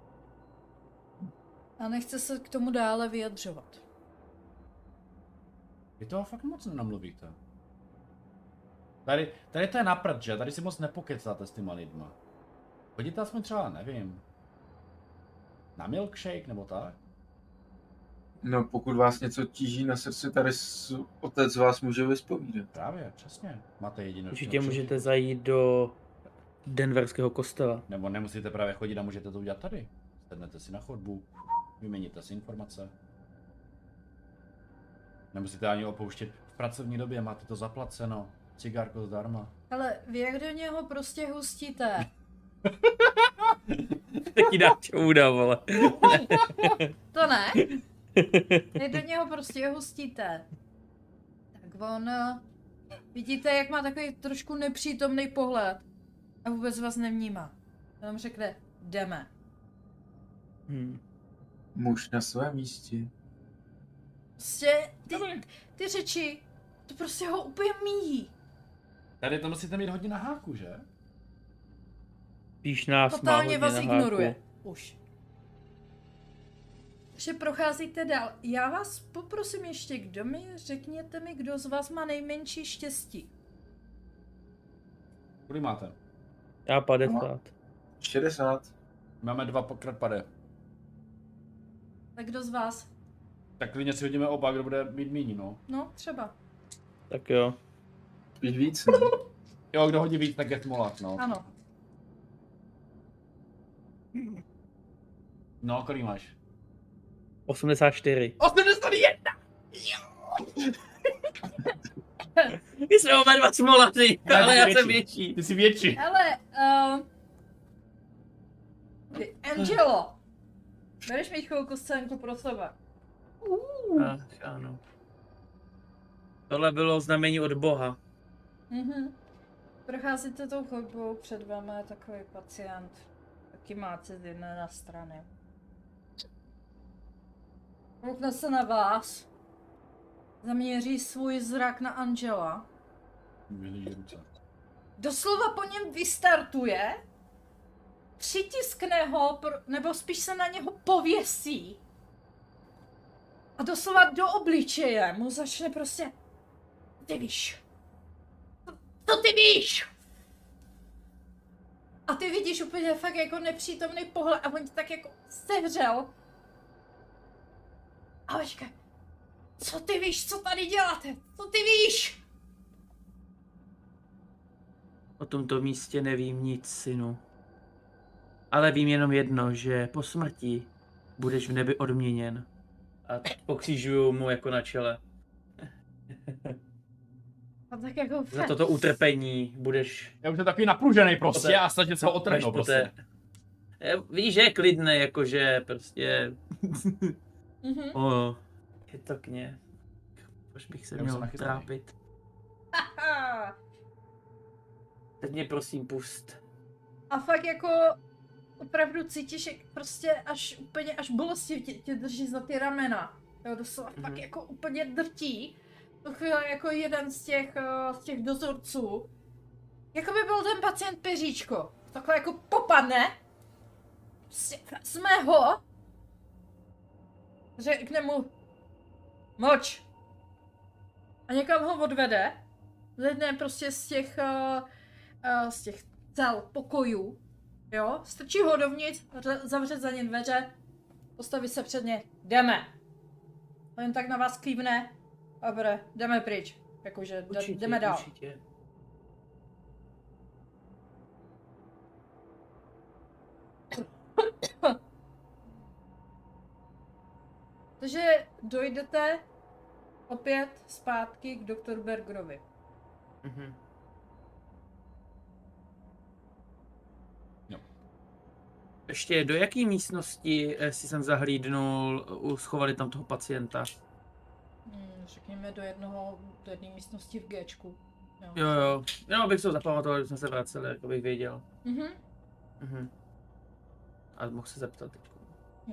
A nechce se k tomu dále vyjadřovat. Vy toho fakt moc nenamluvíte. Tady, tady to je na prd, že? Tady si moc nepokecáte s těma lidma. Chodíte aspoň třeba, nevím, na milkshake nebo tak? No, pokud vás něco tíží na srdci, tady s, otec vás může vyspovídat. Právě, přesně. Máte jedinou. Určitě můžete zajít do denverského kostela. Nebo nemusíte právě chodit a můžete to udělat tady. Sednete si na chodbu, vyměníte si informace. Nemusíte ani opouštět v pracovní době, máte to zaplaceno. Cigárko zdarma. Ale vy jak do něho prostě hustíte. Taky dáč úda, vole. To ne. Vy do něho prostě hustíte. Tak on... Vidíte, jak má takový trošku nepřítomný pohled. A vůbec vás nevnímá. On řekne, jdeme. Hmm. Muž na svém místě. Prostě ty, ty řeči, to prostě ho úplně míjí. Tady to musíte mít hodně na háku, že? Píš nás má Totálně hodně vás na ignoruje. háku. Už. Takže procházíte dál. Já vás poprosím ještě, kdo mi, řekněte mi, kdo z vás má nejmenší štěstí. Kolik máte? Já padesát. šedesát. Máme dva pokrát pade. Tak kdo z vás? Tak klidně si hodíme oba, kdo bude mít míní, no. No, třeba. Tak jo. Spíš víc, ne? Jo, kdo hodí víc, tak je smolat, no. Ano. No, kolik máš? osmdesát čtyři. osmdesát jedna! My jsme oba dva smolaři, Já ale já jsem jsem větší. větší. Ty jsi větší. Ale, uh, Angelo, budeš mít chvilku scénku pro sebe. Ach, ano. Tohle bylo znamení od Boha. Mhm. Procházíte tou chodbou, před vámi je takový pacient. Taky má ciziny na strany. Koukne se na vás. Zaměří svůj zrak na Angela. Vylíží ruce. Doslova po něm vystartuje. Přitiskne ho, pro- nebo spíš se na něho pověsí. A doslova do obličeje mu začne prostě... Ty víš. Co ty víš? A ty vidíš úplně fakt jako nepřítomný pohled a on ti tak jako sevřel. A on říká, co ty víš, co tady děláte? Co ty víš? O tomto místě nevím nic, synu. Ale vím jenom jedno, že po smrti budeš v nebi odměněn. A pokřižuju mu jako na čele. A tak jako Za toto utrpení budeš... Já už jsem takový napružený prostě Poté- a snažit se ho otrhnout prostě. Eh, Víš, že je klidné, jakože prostě... Mhm. O, je to kně. Proč bych se Já už jsem měl nachystaný. trápit? Aha. Teď mě prosím pust. A fakt jako opravdu cítíš, jak prostě až úplně až bolesti tě, tě drží za ty ramena. Jo, doslova mm-hmm. fakt Mhm. jako úplně drtí. To chvíli jako jeden z těch, uh, z těch dozorců. Jako by byl ten pacient peříčko. Takhle jako popadne. Jsme ho. Řekne mu moč. A někam ho odvede. Zjedne prostě z těch, uh, uh, z těch cel pokojů. Jo, strčí ho dovnitř, ře- zavře za ně dveře, postaví se před ně, jdeme. A jen tak na vás klívne a bude, jdeme pryč. Jakože d- Určitě, jdeme dál. určitě. Takže dojdete opět zpátky k doktoru Bergerovi. Mhm. Ještě do jaké místnosti eh, si jsem zahlídnul, uh, schovali tam toho pacienta? Hmm, řekněme do jednoho, do jedné místnosti v Gčku. Jo. Jo, jo. Jenom abych se to zapamatoval, že jsme se vraceli, jako bych věděl. Mhm. Mhm. A mohl se zeptat teď. Jo.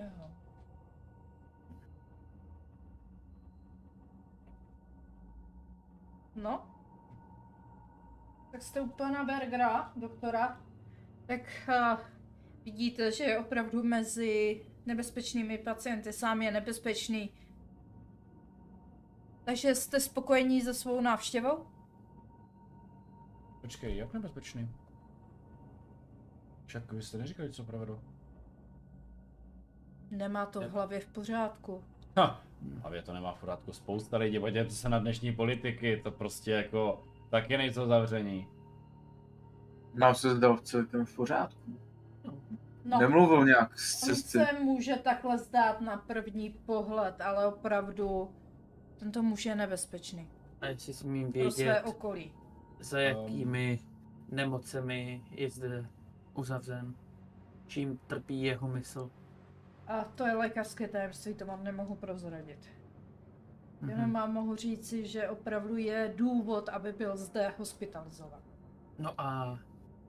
No. Tak jste u pana Bergera, doktora. Tak uh, vidíte, že je opravdu mezi nebezpečnými pacienty. Sám je nebezpečný. Takže jste spokojení se svou návštěvou? Počkej, jak nebezpečný? Však vy jste neříkali, co provedl. Nemá to v hlavě v pořádku. Ha, hlavě to nemá v pořádku. Spousta lidí, podívejte se na dnešní politiky, to prostě jako taky nejsou zavření. Nám se zdal celkem v pořádku. No, Nemluvil nějak z on cesty. se může takhle zdát na první pohled, ale opravdu tento muž je nebezpečný. A jestli smím Pro své vědět, okolí. za jakými nemocemi je zde uzavřen? Čím trpí jeho mysl? A to je lékařské tajemství, to vám nemohu prozradit. Mhm. Jenom vám mohu říci, že opravdu je důvod, aby byl zde hospitalizován. No a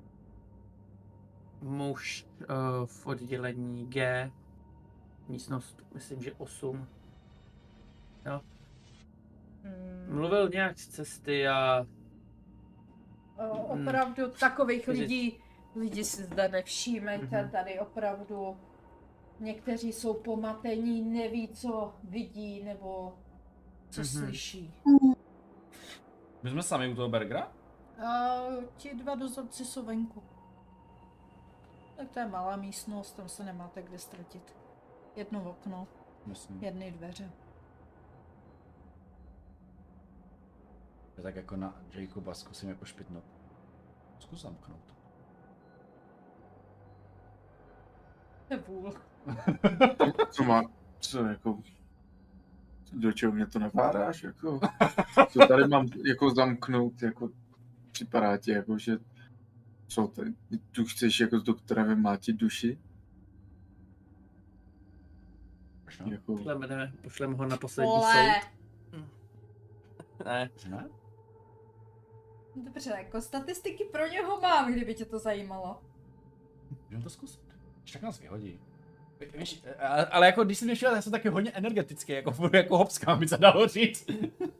muž uh, v oddělení G, místnost, myslím, že osm. Jo. Hmm, Mluvil nějak z cesty a o, opravdu takových Takže- lidí, lidi si zde nevšímejte, Mhm. tady opravdu někteří jsou pomatení, neví, co vidí nebo co Mhm. slyší. My jsme sami u toho Bergera? A ti dva dozorci jsou venku. Tak to je malá místnost, tam se nemáte kde ztratit. Jedno okno, Myslím. jedny dveře. Je tak jako na Jacoba zkusím jako špitnout. Zkus zamknout. To je vůl. Co má, co jako, do čeho mě to nabádáš, jako, co tady mám jako zamknout, jako, připadá ti, jako, že, co tady, tu chceš jako s doktorem vymlátit duši, Možná? jako, pošleme, pošleme ho na poslední Vole! soud. Ne. Že ne? Dobře, jako statistiky pro něho mám, kdyby tě to zajímalo. Můžeme to zkusit. Když tak nás vyhodí. Víš, ale, ale jako když jsem měšel, já jsem taky hodně energetický, jako, jako hopská, by se dalo říct.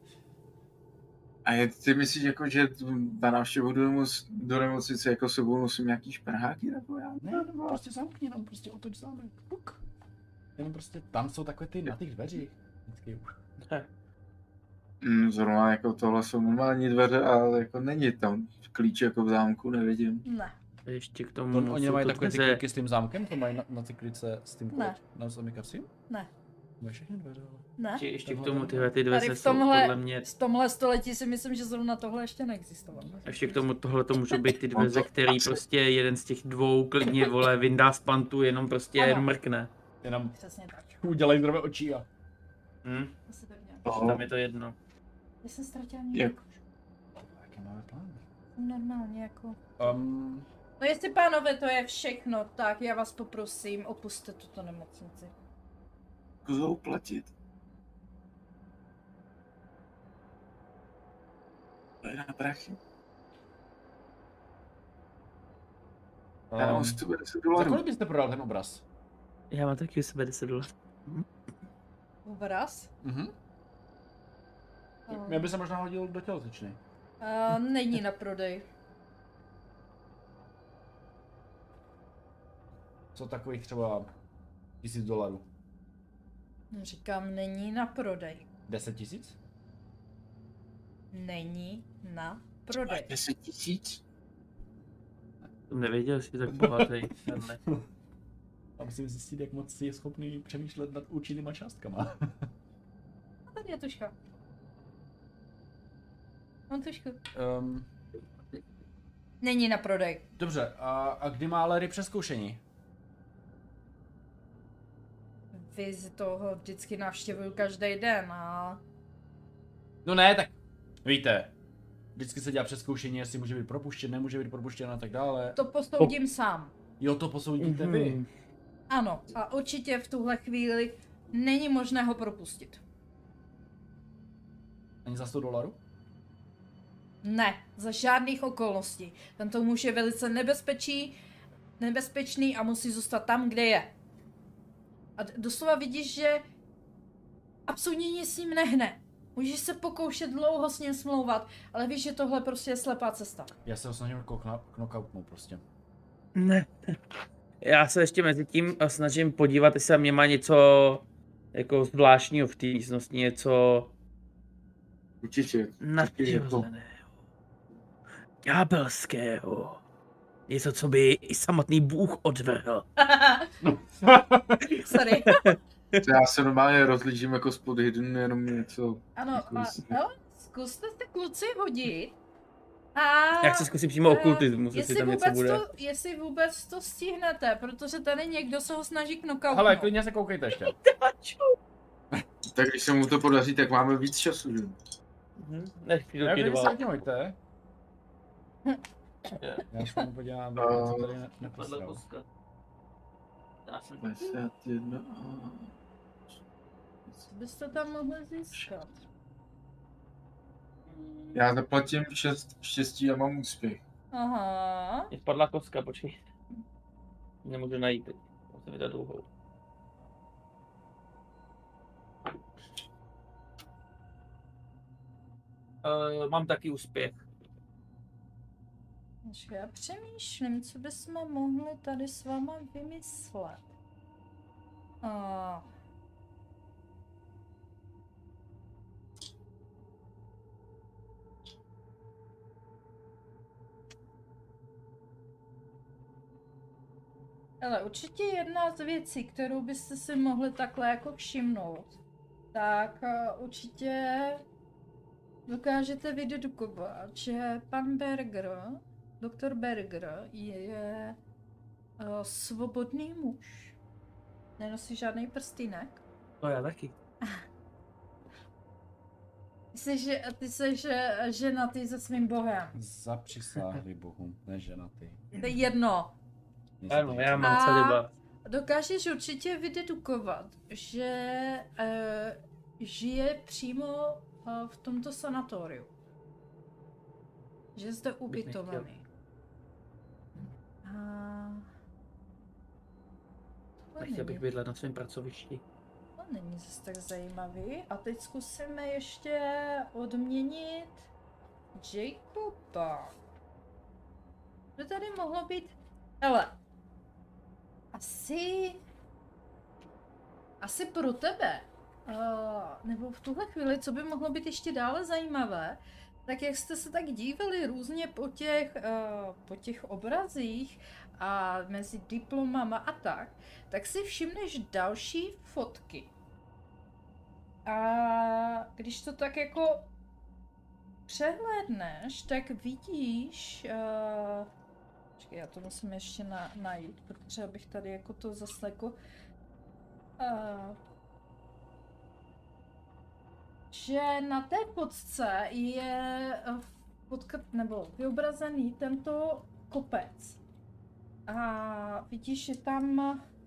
a je, ty myslíš, jako, že na návštěvu do, nemoc, do nemocnice jako sebou nosím nějaký šperháky, nebo já? Ne, nebo prostě zamkni, jenom prostě otoč zámek. Puk. Jenom prostě tam jsou takové ty na těch dveřích. Vždycky. Mm, zrovna jako tohle jsou normální dveře, ale jako není tam klíč jako v zámku, nevidím. Ne. A ještě k To, tomu oni jsou mají to takové ty dveře- kliky s tím zámkem, to mají na, na ty klice s tím Ne. na zamykacím? Ne. Mají všechny dveře, ale. Ne. Ještě, ještě k Tohle tomu to- tyhle ty Tady dveře v jsou tomhle, podle mě. v tomhle století si myslím, že zrovna tohle ještě neexistovalo. Ještě k tomu tohle to můžou být ty dveře, On to který asi- prostě jeden z těch dvou klidně vole vyndá z pantu, jenom prostě Ano. jen mrkne. Jenom Přesně tak. udělají zdravé oči a... Hm? Asi tak nějak. No, Tam je to jedno. Já jsem ztratila Jak? nějak. Jaký máme plán? Normálně jako. Um, No jestli pánové to je všechno, tak já vás poprosím, opuste tuto nemocnici. Kozou platit. To je na prachy. Já mám um, sto deset za dolarů. kolik byste prodal ten obraz? Já mám taky u sebe deset dolarů. Obraz? Mhm. Mě by se možná hodil do tělocvičny. Uh, není na prodej. Co takových třeba tisíc dolarů? Říkám, není na prodej. Deset tisíc? Není na prodej. deset tisíc? Jsem nevěděl, že jsi tak bohatý. Tenhle. A musím zjistit, jak moc je schopný přemýšlet nad určitýma částkama. A tady je tuška. Mám tušku. um, Není na prodej. dobře, a, a kdy má Larry přezkoušení? vy z toho vždycky navštěvuju každý den a... No ne, tak víte, vždycky se dělá přezkoušení, jestli může být propuštěn, nemůže být propuštěn a tak dále. To posoudím oh. sám. Jo, to posoudíte mm-hmm. vy. Ano, a určitě v tuhle chvíli není možné ho propustit. Ani za sto dolarů? Ne, za žádných okolností. Tento muž je velice nebezpečí, nebezpečný a musí zůstat tam, kde je. A doslova vidíš, že absolutně nic s ním nehne. Můžeš se pokoušet dlouho s ním smlouvat, ale víš, že tohle prostě je slepá cesta. Já se ho snažím knockoutnout prostě. Ne. Já se ještě mezi tím snažím podívat, jestli tam mě má něco jako zvláštního v té místnosti, něco Určitě. nadpřirozeného, ďábelského. Něco, co by i samotný Bůh odvrhl. Sorry. Já se normálně rozlížím jako spod hidden, jenom něco. Ano, jako a, si- hele, zkuste se kluci hodit. A Jak se zkusím přímo okultismus, jestli jestli tam něco vůbec, bude. to, jestli vůbec to stihnete, protože tady někdo se ho snaží knockoutnout. Hele, klidně se koukejte ještě. Tak když se mu to podaří, tak máme víc času, že? Nech přijdu Já ti klidně dva. se hodňujte. Já se mu podívám, A- co tady ne- neposral. padesát jedna. Co byste tam mohli získat? Já zaplatím šest štěstí a mám úspěch. Aha. Mě spadla kostka, počkej. Nemůžu najít teď. Musím vydat dlouhou. Uh, mám taky úspěch. Počkej, já přemýšlím, co bychom mohli tady s váma vymyslet. A... Ale určitě jedna z věcí, kterou byste si mohli takhle jako všimnout, tak uh, určitě dokážete vydedukovat, že pan Berger, doktor Berger, je uh, svobodný muž. Nenosí žádný prstýnek. No já taky. Ty jsi, že, ty jsi že, ženatý se svým bohem. Zapřisáhli Bohu, ne ženatý. To je jedno. Něco Ano, tady. já mám A- celibat. Dokážeš určitě vydedukovat, že uh, žije přímo uh, v tomto sanatoriu. Že je zde ubytovaný. A... To Nechtěl bych není, bydlet na svém pracovišti. to není zase tak zajímavý. A teď zkusíme ještě odměnit Jacoba. By tady mohlo být... Hele. Asi... Asi pro tebe. Uh, nebo v tuhle chvíli, co by mohlo být ještě dále zajímavé, tak jak jste se tak dívali různě po těch, uh, po těch obrazích a mezi diplomama a tak, tak si všimneš další fotky. A když to tak jako přehlédneš, tak vidíš... Uh, počkej, já to musím ještě na, najít, protože abych tady jako to zase jako... Uh, že na té fotce je uh, fotka, nebo vyobrazený tento kopec. A vidíš, že tam...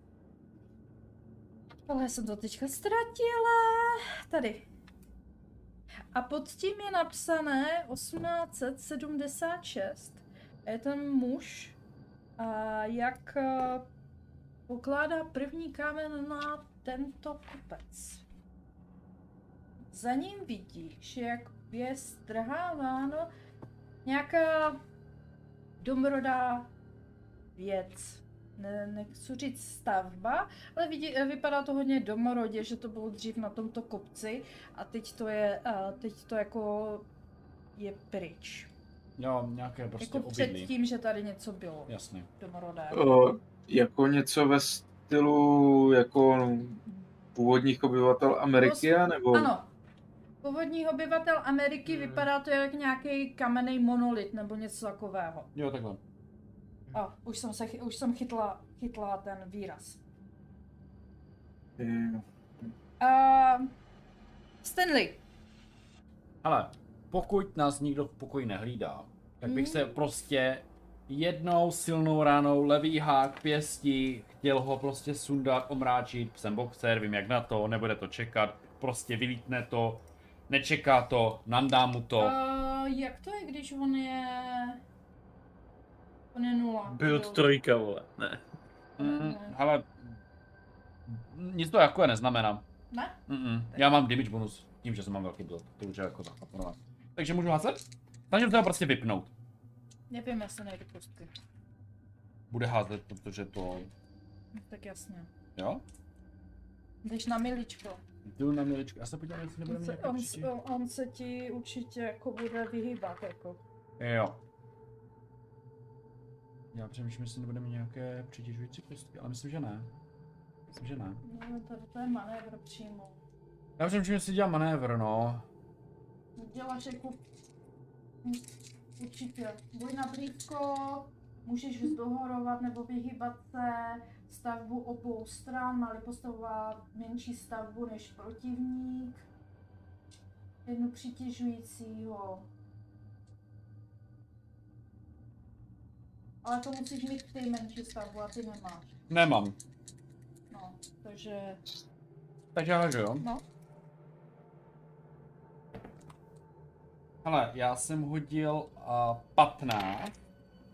Ale já jsem to teďka ztratila. Tady. A pod tím je napsané osmnáct set sedmdesát šest. A je ten muž, a jak uh, pokládá první kámen na tento kopec. Za ním vidíš, jak je strháváno nějaká domorodá věc. Ne, nechci říct stavba, ale vidí, vypadá to hodně domorodě, že to bylo dřív na tomto kopci a teď to je, uh, teď to jako je pryč. Jo, nějaké prostě Jako obydlí. předtím, že tady něco bylo Jasně. domorodé. O, jako něco ve stylu jako původních obyvatel Ameriky, nebo? Ano. Původní obyvatel Ameriky Hmm. vypadá to jak nějaký kamenný monolit nebo něco takového. Jo, takhle. A už jsem se chy- už jsem chytla, chytla ten výraz. Jo. Uh, Stanley. Ale pokud nás nikdo v pokoji nehlídá, tak bych se prostě jednou silnou ránou levý hák pěstí, chtěl ho prostě sundat, omráčit, jsem boxer, vím jak na to, nebude to čekat, prostě vylítne to, nečeká to, nandá mu to. Uh, jak to je, když on je... On je nula. Build Jo. trojka, vole, ne. Mm, ale nic to jako neznamená. Ne? Mm-mm. Já mám damage bonus tím, že jsem mám velký build, to už je jako zachaponovat. Takže můžu házet? Snažím se ho prostě vypnout. Nevím, jestli nejde kostky. Bude házet, protože to... Tak jasně. Jo? Jdeš na miličko. Jdu na miličku, já se podívám, jestli nebude On mít se, nějaký on, příští. on, on se ti určitě jako bude vyhýbat, jako. Jo. Já přemýšlím, jestli nebudeme nějaké přitěžující kostky, ale myslím, že ne. Myslím, že ne. No, to, to je manévr přímo. Já přemýšlím, jestli dělám manévr, no. Děláš jako... Hm, určitě. Boj na blízko, můžeš vzdohorovat nebo vyhýbat se stavbu obou stran, má-li postavovat menší stavbu než protivník. Jednu přitěžujícího. Ale to musíš mít ty menší stavbu a ty nemáš. Nemám. No, takže... Takže ale že jo. No. Hele, já jsem hodil uh, patnáct.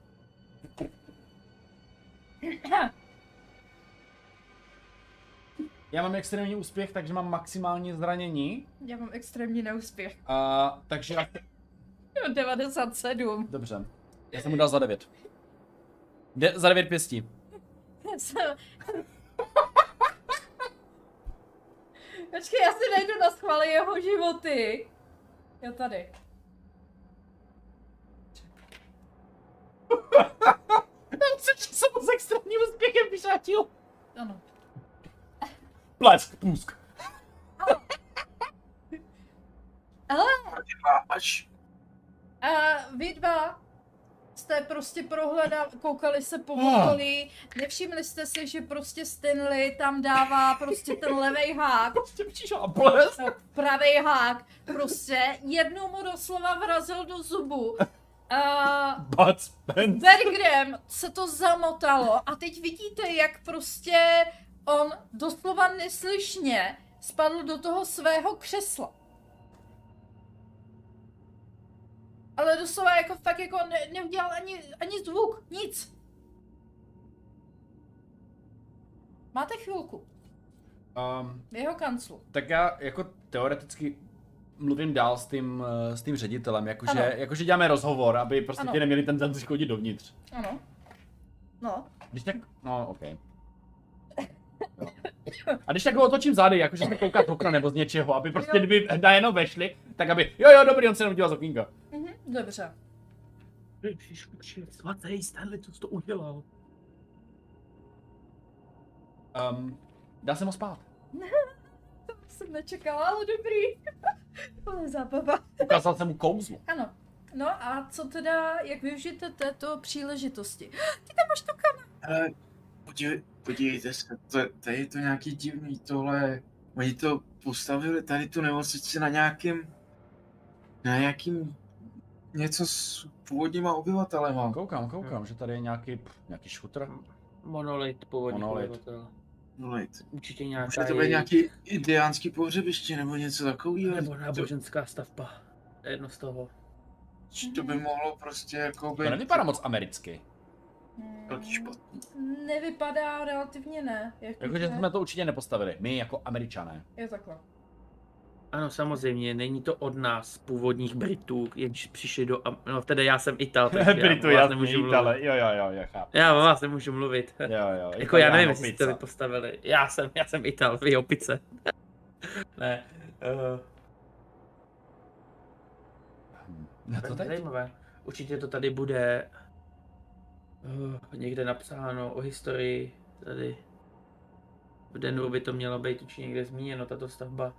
Já mám extrémní úspěch, takže mám maximální zranění. Já mám extrémní neúspěch. Uh, takže já... devadesát sedm. Dobře. Já jsem mu dal za devět. De- za devět pěstí. Počkej, já si najdu na schvál jeho životy. Jo, tady. Což jsem s extrémním úspěchem vyšátil. Ano. Plesk, půsk. Ale Až. a vy dva jste prostě prohledali, koukali se po Ah. okolí, nevšimli jste si, že prostě Stanley tam dává prostě ten levej hák, Prostě přišel a plesk. no, pravej hák, prostě jednou mu doslova vrazil do zubu. A Bud Spencer. Bergrem se to zamotalo a teď vidíte, jak prostě on doslova neslyšně spadl do toho svého křesla. Ale doslova jako fakt jako ne, neudělal ani, ani zvuk, nic. Máte chvilku Um, v jeho kanclu. tak já jako teoreticky mluvím dál s tím, eh, s tím ředitelem, jakože, Ano. jakože děláme rozhovor, aby prostě Ano. ti neměli ten ten chodit dovnitř. Ano. No. Když tak, no ok. Jo. A když tak ho otočím zády, jakože jsme koukat z okna nebo z něčeho, aby prostě Jo. kdyby najednou vešli, tak aby, jo jo dobrý, on se jenom díval z okýnka. Mhm, dobře. Ježiši, svatý Stanley, co jsi to udělal? Um, dá se mu spát. To jsem nečekala, ale dobrý. Ale zábava. Ukázal jsem mu kouzlo. Ano. No a co teda, jak využijete této příležitosti? Ty tam máš tu kameru. Ale podívej, podívejte se, to, tady je to nějaký divný tohle. Oni to postavili tady tu nemocnici na nějakým, na nějakým něco s původníma obyvatelema. Koukám, koukám, že tady je nějaký, pff, nějaký šutr. Monolit, původní Monolit. obyvatel. No, lejt. Určitě nějaká Může to být její- nějaký indiánský pohřebiště nebo něco takového. Nebo náboženská stavba. Jedno z toho. To by mohlo prostě jako být To nevypadá moc americky. velký špatný. Nevypadá, relativně ne. Jak Jakože jsme to určitě nepostavili, my jako Američané. Je takhle. Ano, samozřejmě, není to od nás, původních Britů, jenž přišli do... Am- No tedy já jsem Ital, takže Britu, já o vás já nemůžu nemůžu mluvit. ale jo, jo, jo, já chápu. Já o vás nemůžu mluvit. Jo, jo. Jako já nevím, Italiano jestli jste to pizza. postavili. Já jsem, já jsem Ital, vy opice. Ne. Uh, No to teď? zajímavé. Určitě to tady bude uh, někde napsáno o historii. Tady v Denveru by to mělo být určitě někde zmíněno, tato stavba.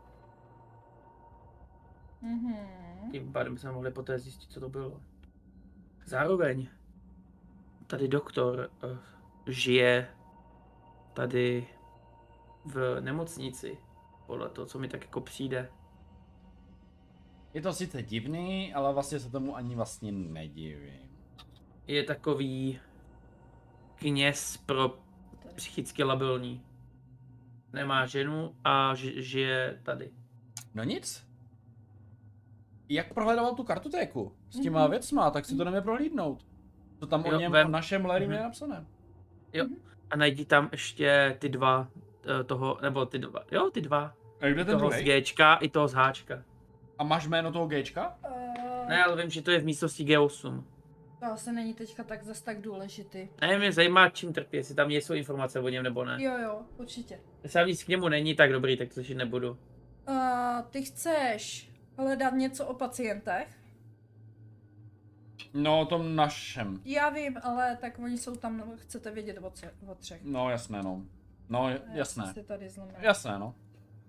Mhm. Tím pádem jsme mohli poté zjistit, co to bylo. Zároveň tady doktor uh, žije tady v nemocnici. Podle toho, co mi tak jako přijde. Je to sice divný, ale vlastně se tomu ani vlastně nedivím. Je takový kněz pro psychicky labilní. Nemá ženu a ži- žije tady. No nic. Jak prohledoval tu kartotéku s těma Mhm. věcma, tak si to jdeme prohlídnout. To tam o Jo, něm, vem. o našem Larrym je Mhm. napsané. Jo. A najdi tam ještě ty dva eh, toho, nebo ty dva, jo, ty dva. A kde ten Toho z druhý? Gčka i toho z Háčka. A máš jméno toho Gčka? Uh, Ne, ale vím, že to je v místnosti G osm. To asi není teďka tak zas tak důležitý. Ne, mě zajímá, čím trpí, jestli tam jsou informace o něm nebo ne. Jo, jo, určitě. Jestli tam nic k němu není, tak dobrý, tak to slyšet nebudu. Uh, ty chceš hledat něco o pacientech? No, o tom našem. Já vím, ale tak oni jsou tam, no, chcete vědět o, tře- o třech. No, jasné, no. No, Já jsem jasné. si tady zlomila. Jasné, no.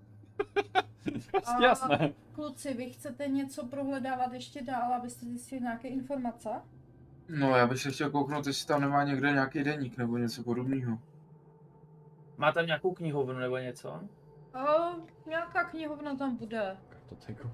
A- Jasné. Kluci, vy chcete něco prohledávat ještě dál, abyste zjistili nějaké informace? No, já bych se chtěl kouknout, jestli tam nemá někde nějaký deník nebo něco podobného. Má tam nějakou knihovnu nebo něco? Uh, nějaká knihovna tam bude. Kartotéku.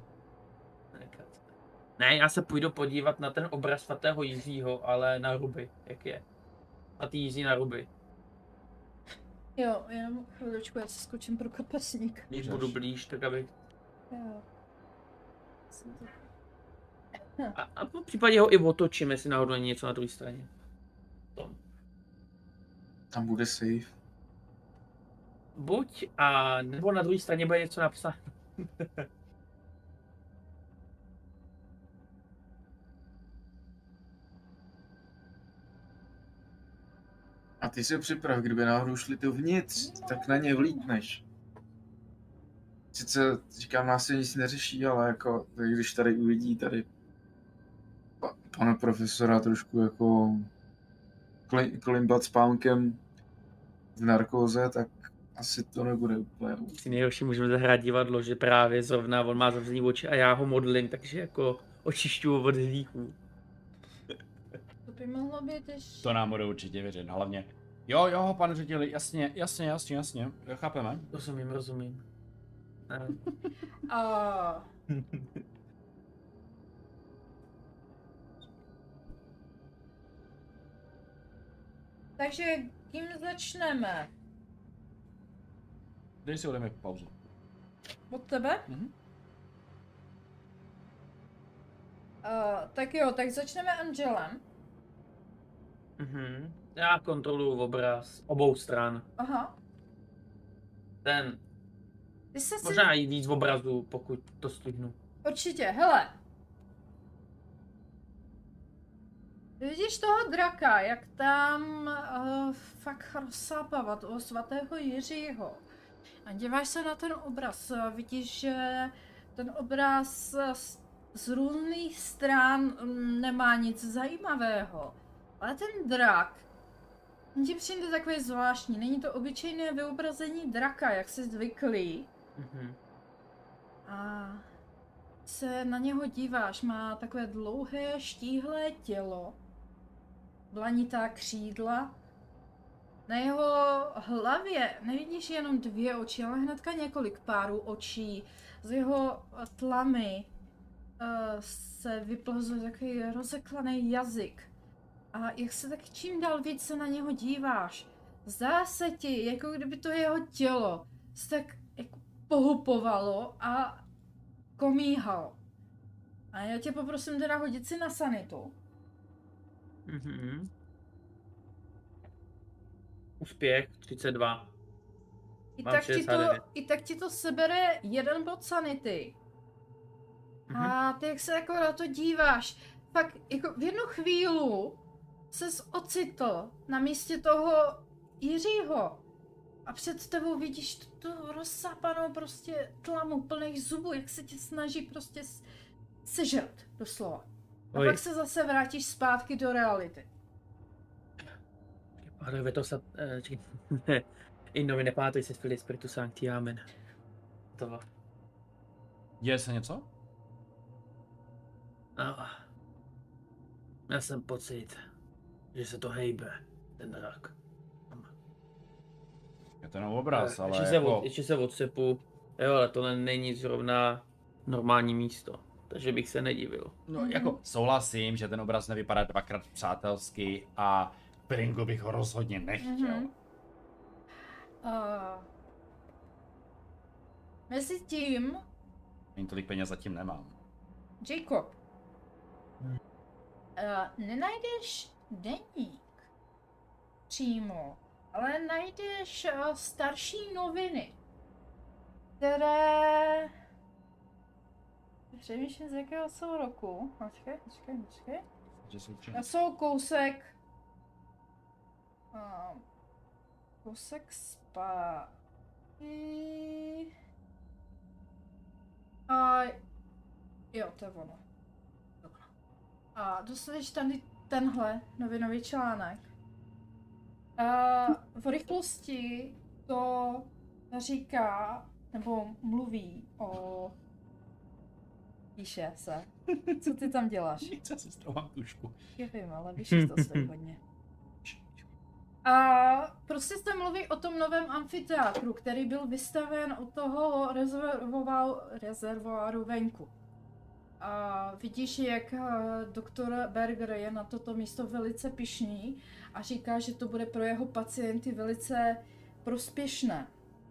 Ne, já se půjdu podívat na ten obraz svatého Jiřího, ale na ruby, jak je. A ty Jiří na ruby. Jo, jenom chviličku, já se skočím pro kapesník. Když Můžeš. budu blíž, tak aby... Jo. Jsem to- A, a v případě ho i otočím, jestli náhodou není něco na druhé straně. Tom. Tam bude safe. Buď a nebo na druhé straně bude něco napsáno. A ty se připrav, kdyby náhodou šli dovnitř, tak na ně vlítneš. Sice říkám, nás se nic neřeší, ale jako, tak když tady uvidí tady pa, pana profesora trošku jako kli- klimbat s pánkem v narkóze, tak asi to nebude úplně. Si nejhorší můžeme zahrát divadlo, že právě zrovna on má zavřený oči a já ho modlím, takže jako očišťuju od hříchů. To by mohlo být ještě... To nám bude určitě věřit, hlavně. Jo, jo, pane řediteli, jasně, jasně, jasně, jasně, chápeme. Rozumím, rozumím. Ne. A... Takže kým začneme? Dej si ode mě pauzu. Od tebe? Mhm. Uh, tak jo, tak začneme Angelem. Mhm. Já kontroluju obraz obou stran. Aha. Ten, Ty se si... možná i víc obrazů, pokud to stihnu. Určitě, hele. Vidíš toho draka, jak tam uh, fakt rozsápává toho svatého Jiřího. A díváš se na ten obraz, uh, vidíš, že ten obraz uh, z, z různých stran um, nemá nic zajímavého. Ale ten drak, on ti přijde takový zvláštní, není to obyčejné vyobrazení draka, jak jsi zvyklý. Mhm. A se na něho díváš, má takové dlouhé, štíhlé tělo, blanitá křídla. Na jeho hlavě nevidíš jenom dvě oči, ale hnedka několik párů očí. Z jeho tlamy uh, se vyplazuje takový rozeklaný jazyk. A jak se tak čím dál víc se na něho díváš, zdá se ti, jako kdyby to jeho tělo se tak jako pohupovalo a komíhalo. A já tě poprosím teda hodit si na sanitu. Mhm. Úspěch třicet dva. I Mám tak, ti to, šedesát devět. I tak ti to sebere jeden bod sanity. Mhm. A ty jak se jako na to díváš, fakt jako v jednu chvíli ses ocitl na místě toho Jiřího. A před tebou vidíš tu, tu rozsápanou prostě tlamu plných zubů, jak se tě snaží prostě s- sežrat, doslova. A Oj. pak se zase vrátíš zpátky do reality. Padre veto eh, in nomine Patris et Filii et Spiritus Sancti. Amen. To. Děje se něco? No. Já jsem pocit, že se to hejbe, ten drak. Je to jenom obraz, ale ještě, se jako... od, ještě se odsepu. Jo, ale tohle není zrovna normální místo. Takže bych se nedivil. No Mhm. jako souhlasím, že ten obraz nevypadá dvakrát přátelsky a Pringu bych ho rozhodně nechtěl. Mhm. Uh, mezi tím, Ani tolik peněz zatím nemám. Jacob, Hmm. uh, nenajdeš deník přímo, ale najdeš uh, starší noviny, které... Přemýšlím, z jakého jsou roku. Počkej, počkej, počkej. Že jsou A jsou kousek... Uh, kousek zpátky... A... Jo, to je ono. Dobro. A dostaneš tady tenhle novinový článek. A v rychlosti to říká, nebo mluví o... Píše se. Co ty tam děláš? Nic, já si strouhám tušku. Já vím, ale víš, že to stojí hodně. A prostě se mluví o tom novém amfiteátru, který byl vystaven od toho rezervoáru, rezervoáru venku. A vidíš, jak doktor Berger je na toto místo velice pyšný a říká, že to bude pro jeho pacienty velice prospěšné.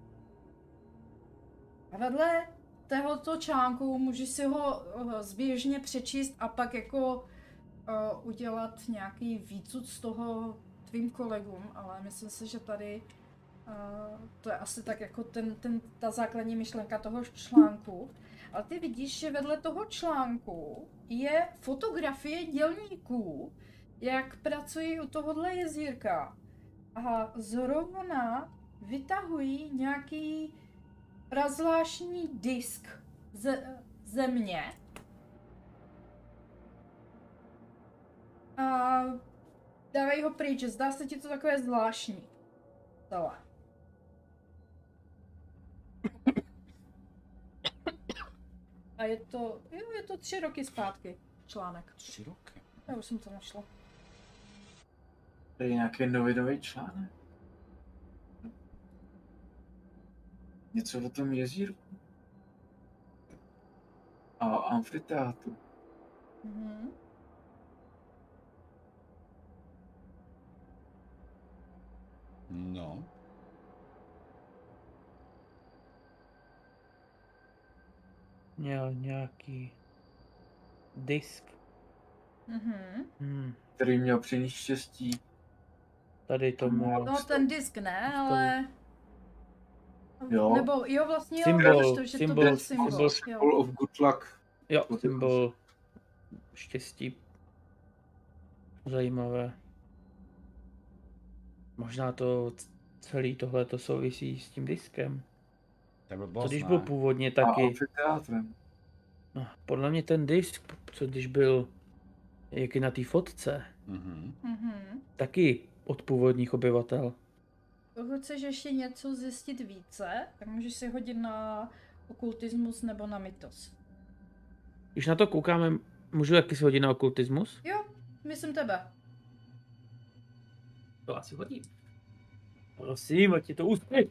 A vedle tohoto článku můžeš si ho zběžně přečíst a pak jako uh, udělat nějaký výcud z toho tvým kolegům, ale myslím si, že tady uh, to je asi tak jako ten, ten, ta základní myšlenka toho článku. Ale ty vidíš, že vedle toho článku je fotografie dělníků, jak pracují u tohohle jezírka. A zrovna vytahují nějaký prazvláštní disk ze, země. A dávají ho pryč, zdá se ti to takové zvláštní. Tohle. A je to, jo, je to tři roky zpátky článek. Tři roky. Já už jsem to našla. Tady je nějaký novinový článek. Něco o tom jezírku. A amfiteátru. Mhm. No. Měl nějaký disk. Mhm. Hmm. Který měl přinést štěstí. Tady tomu. No ten disk ne, ale... Jo. Nebo jo, vlastně jo, Symbol, vidíš to, že symbol, to byl symbol. symbol. Jo. Symbol of good luck. Jo, symbol štěstí. Zajímavé. Možná to c- celý tohle to souvisí s tím diskem. To byl Co boss, když ne? byl původně A taky. amfiteátrem. No, podle mě ten disk, co když byl jak je na té fotce, Mhm. Mhm. taky od původních obyvatel. Pokud chceš ještě něco zjistit více, tak můžeš si hodit na okultismus nebo na mytos. Když na to koukáme, můžu taky si hodit na okultismus? Jo, myslím tebe. To asi hodím. Prosím, ať je to úspěch.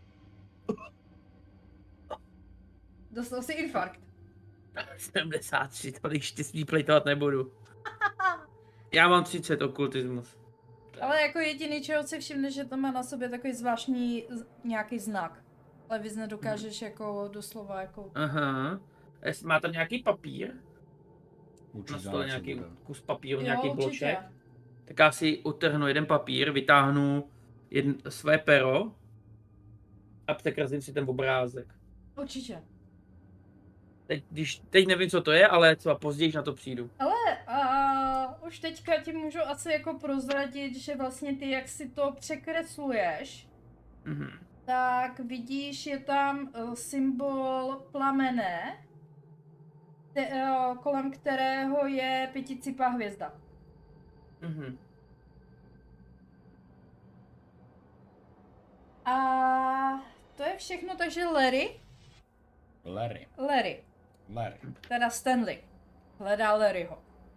Dostal si infarkt. sedmdesát tři, tolik štěstí plejtovat nebudu. Já mám třicet okultismus. Ale jako jediný, čeho si všimneš, že to má na sobě takový zvláštní z- nějaký znak. Ale víc nedokážeš jako doslova jako... Aha. Es- Má tam nějaký papír? Na Určitě stole něco nějaký bude. kus papíru, Jo, nějaký určitě. bloček. Tak já si utrhnu jeden papír, vytáhnu jedn, své pero a překreslím si ten obrázek. Určitě. Teď, když, teď nevím, co to je, ale třeba později na to přijdu. Ale a už teďka ti můžu asi jako prozradit, že vlastně ty, jak si to překresluješ, Mhm. tak vidíš, je tam uh, symbol plamene, te, uh, kolem kterého je pěticipá hvězda. Mhm. A to je všechno, takže Larry, Larry. Larry, Larry. teda Stanley, hledá Larryho.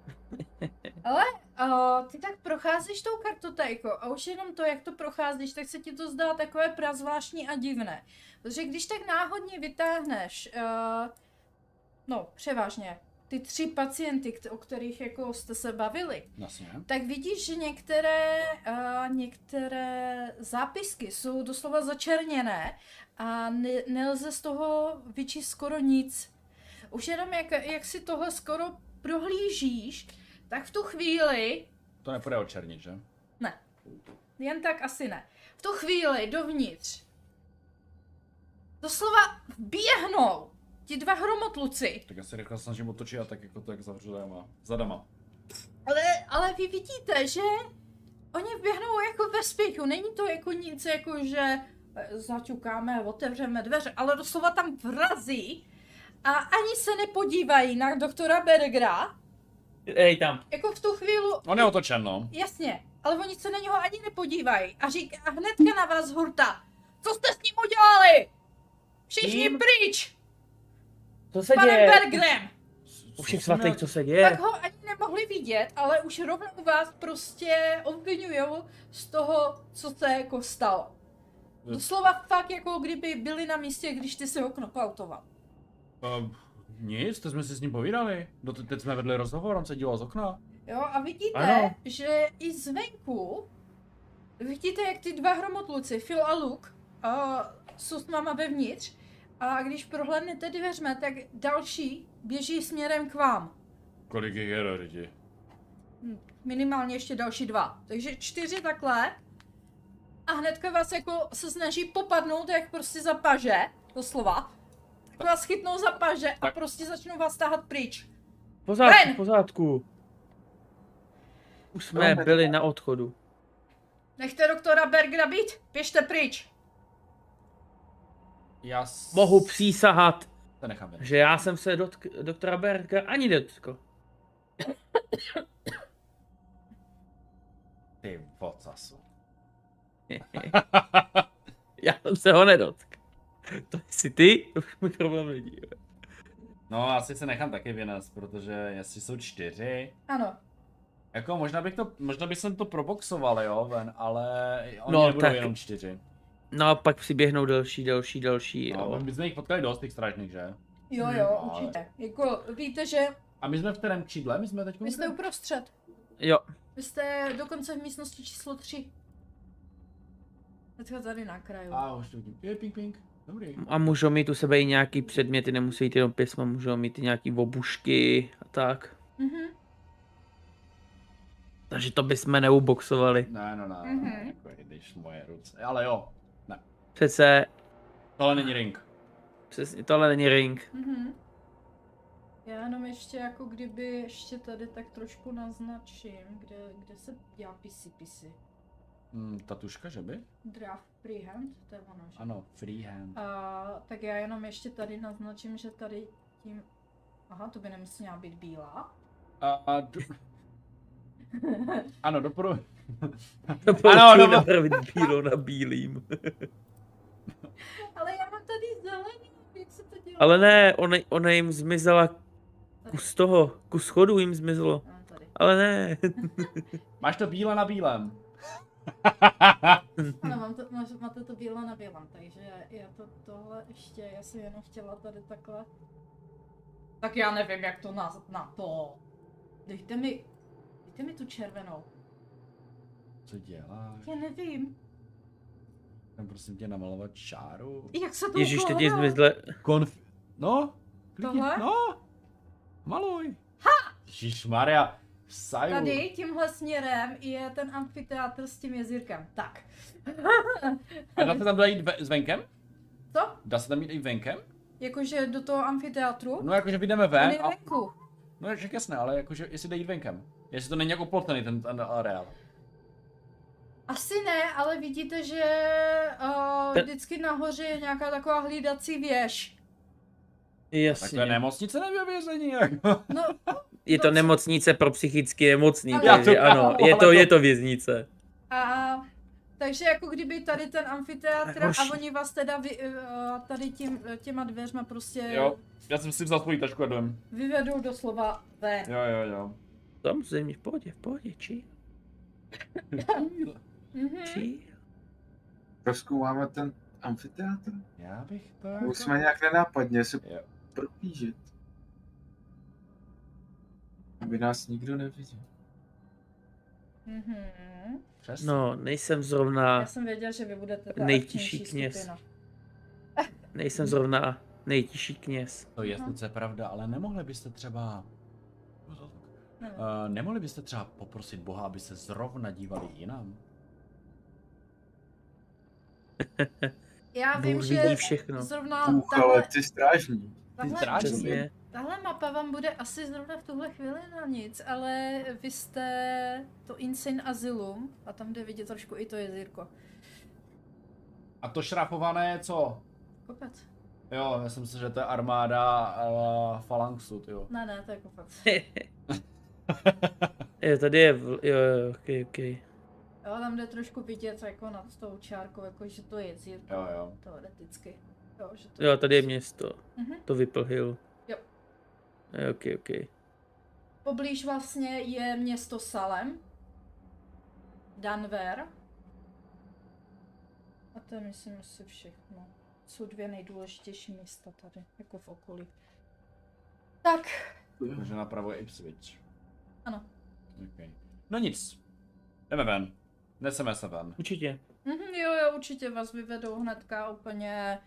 Ale uh, ty tak procházíš tou kartotékou a už jenom to, jak to procházíš, tak se ti to zdá takové prazvláštní a divné. Protože když tak náhodně vytáhneš, uh, no převážně, ty tři pacienty, o kterých jako jste se bavili, Jasně. tak vidíš, že některé, uh, některé zápisky jsou doslova začerněné a ne, nelze z toho vyčíst skoro nic. Už jenom jak, jak si tohle skoro prohlížíš, tak v tu chvíli, To nepůjde odčernit, že? ne, jen tak asi ne, v tu chvíli dovnitř doslova běhnou ti dva hromotluci. Tak já se rychle snažím otočit a tak jako to jak zavřu dama. Zadama. Ale, ale vy vidíte, že oni běhnou jako ve spěchu, není to jako nic, jako že zaťukáme, otevřeme dveře, ale doslova tam vrazí a ani se nepodívají na doktora Bergera. Ej tam. Jako v tu chvíli, On je otočen, no. jasně, ale oni se na něho ani nepodívají a říká a hnedka na vás hurta. Co jste s ním udělali? Všichni Kým? pryč! Co se Panem děje? Bergerem! U všech svatých, co se děje? Tak ho ani nemohli vidět, ale už rovnou vás prostě obvinujou z toho, co se jako stalo. Doslova fakt jako kdyby byli na místě, když ty se ho knockoutoval. Uh, nic, to jsme si s ním povídali. Do teď jsme vedli rozhovor, on se díval z okna. Jo, a vidíte, Ano. že i zvenku, vidíte, jak ty dva hromotluci, Phil a Luke, a jsou s váma vevnitř, a když prohlédnete dveřme, tak další běží směrem k vám. Kolik jich je, lidi? Hm, Minimálně ještě další dva. Takže čtyři takhle. A hnedka vás jako se snaží popadnout, jak prostě za paže, doslova. Tak vás chytnou za paže a Tak. prostě začnou vás tahat pryč. V pořádku, Ven! v pořádku. Už jsme No, byli na odchodu. Nechte doktora Bergera být, běžte pryč. Já s... Mohu přísahat, To nechám ven. že já jsem se dotk doktora Berga ani nedotkl. Ty vocasu. Já jsem se ho nedotkl. To jsi ty, to už mi problém není. No, asi se nechám taky vynést, protože jestli jsou čtyři, Ano. jako možná bych to, možná bych jsem to proboxoval, jo, ven, ale oni No, nebudou tak- jenom čtyři. No a pak přiběhnou další, další, další. No, Jo. my jsme jich potkali dost, těch strážných, že? Jo, Hmm, jo, ale- určitě. Jako víte, že A my jsme v kterém křídle? My jsme teď vy jste uprostřed. jo. Vy jste dokonce v místnosti číslo tři. Teďka tady na kraju. A už to vidím. Je, ping, ping. Dobrý. A můžou mít u sebe i nějaký předměty, nemusí jít jenom písma, můžou mít i nějaký obušky a tak. Mhm. Takže to bychom neuboxovali. Ne, no, ne, Mhm. mm-hmm. jako když moje ruce. Ale jo, ne. Přece, Tohle není ring. přesně, tohle není ring. Mhm. Já jenom ještě jako kdyby ještě tady tak trošku naznačím, kde, kde se dělá pisy pisy. Hmm, tatuška, že by? Draft freehand, to je ono, že? Ano, freehand. A, tak já jenom ještě tady naznačím, že tady tím... Aha, to by nemusela být bílá. A, a do... ano, doporu... Doporučuji Ano, no, no. napravit bílou na bílým. Ale já mám tady zelený, jak se to dělá? Ale ne, ona, ona jim zmizela kus toho, kus schodu jim zmizelo. A, tady. Ale ne. Máš to bíle na bílém. Ano, mám to, máš, máte to bílé na bílém, takže já to tohle ještě, já jsem jenom chtěla tady takhle. Tak já nevím, jak to na, na to. Dejte mi, dejte mi tu červenou. Co děláš? Já nevím. Tam prosím tě namalovat čáru. Jak se to Ježíš, teď ukládá? je zmizle. Konf... No, klikni, Tohle? no, maluj. Ha! Ježišmarja, saju. Tady tímhle směrem je ten amfiteátr s tím jezírkem. Tak. A dá se tam jít ve- zvenkem? Co? Dá se tam jít i venkem? Jakože do toho amfiteátru? No jakože vyjdeme On ven je a... venku. No však jasné, ale jakože jestli jde jít venkem. Jestli to není jako plotný ten, ten areál. Asi ne, ale vidíte, že uh, Ten- vždycky nahoře je nějaká taková hlídací věž. Tak to je Jasně. nemocnice nebo vězení jako. No, Je to nemocnice pro psychicky nemocný, Ale- takže Já to- ano, je to, ale to- je to věznice. a takže jako kdyby tady ten amfiteátr a Hoši. oni vás teda vy, uh, tady tím, těma dveřma prostě Jo, já jsem si vzal svoji tašku a jdem. vyvedou doslova ven. Jo, jo, jo. Samozřejmě, v pohodě, v pohodě, či? Mhm. Či? Prozkoumáme ten amfiteátr? Já bych to jako... Musíme nějak nenápadně se Jo. proplížit. Aby nás nikdo neviděl. Mhm. Přesně. No, nejsem zrovna, Já jsem věděl, že vy budete ta Nejtižší akčnější kněz. skupina. nejsem zrovna nejtižší kněz. To je sice pravda, ale nemohli byste třeba... Nevím. Uh, nemohli byste třeba poprosit Boha, aby se zrovna dívali jinam? Já vím, Bůh že vidí všechno. zrovna Bůh, ale tahle, ty strážní. tahle, strážní. Přesně. tahle mapa vám bude asi zrovna v tuhle chvíli na nic, ale vy jste to Insane Asylum a tam jde vidět trošku i to jezírko. A to šrafované je co? Kopec. Jo, já jsem si, že to je armáda uh, Phalanxu, jo. Ne, ne, to je kopec. Jo, tady je, v... jo, jo, ok, ok. Jo, tam jde trošku vidět jako nad tou čárkou, jako že to je jezírko. Jo, jo. Teoreticky. Jo, že to Jo, tady je město. Mhm. To Whipple Hill. Jo. Jo, ok, ok. Poblíž vlastně je město Salem. Danver. A to je, myslím, asi všechno. Jsou dvě nejdůležitější místa tady, jako v okolí. Tak, Takže napravo je Ipswich. ano. Okay. No nic. Jdeme ven. Neseme se ven. Určitě. Mhm, jo, jo, určitě vás vyvedou hnedka úplně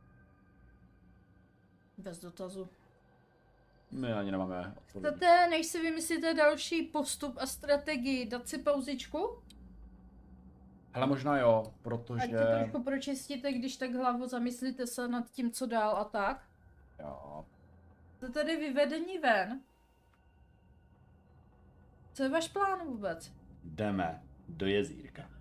bez dotazu. My ani nemáme odpovědi. Chcete, než si vymyslíte další postup a strategii, dát si pauzičku? Ale možná jo, Ať protože... to trošku pročistíte, když tak hlavu zamyslíte se nad tím, co dál a tak. Jo. Jste tady vyvedení ven. Co je váš plán vůbec? Jdeme do jezírka.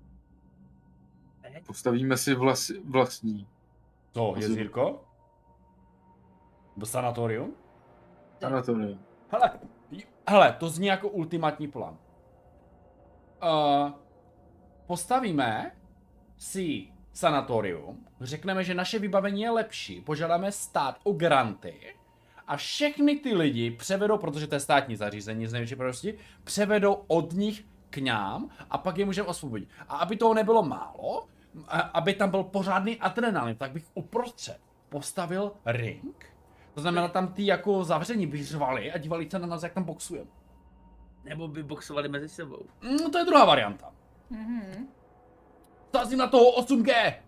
Postavíme si vlas, vlastní. To jezírko? Do sanatorium? Sanatorium. Hele, j- hele, to zní jako ultimátní plán. Uh, postavíme si sanatorium, řekneme, že naše vybavení je lepší, požádáme stát o granty a všechny ty lidi převedou, protože to je státní zařízení z největší pravděpodobností, převedou od nich k nám a pak je můžeme osvobodit. A aby toho nebylo málo, a- aby tam byl pořádný adrenalin, tak bych uprostřed postavil ring. To znamená, tam ty jako zavření by řvali a dívali se na nás, jak tam boxujeme. Nebo by boxovali mezi sebou. Mm, to je druhá varianta. Mhm. Sázím na toho osm G.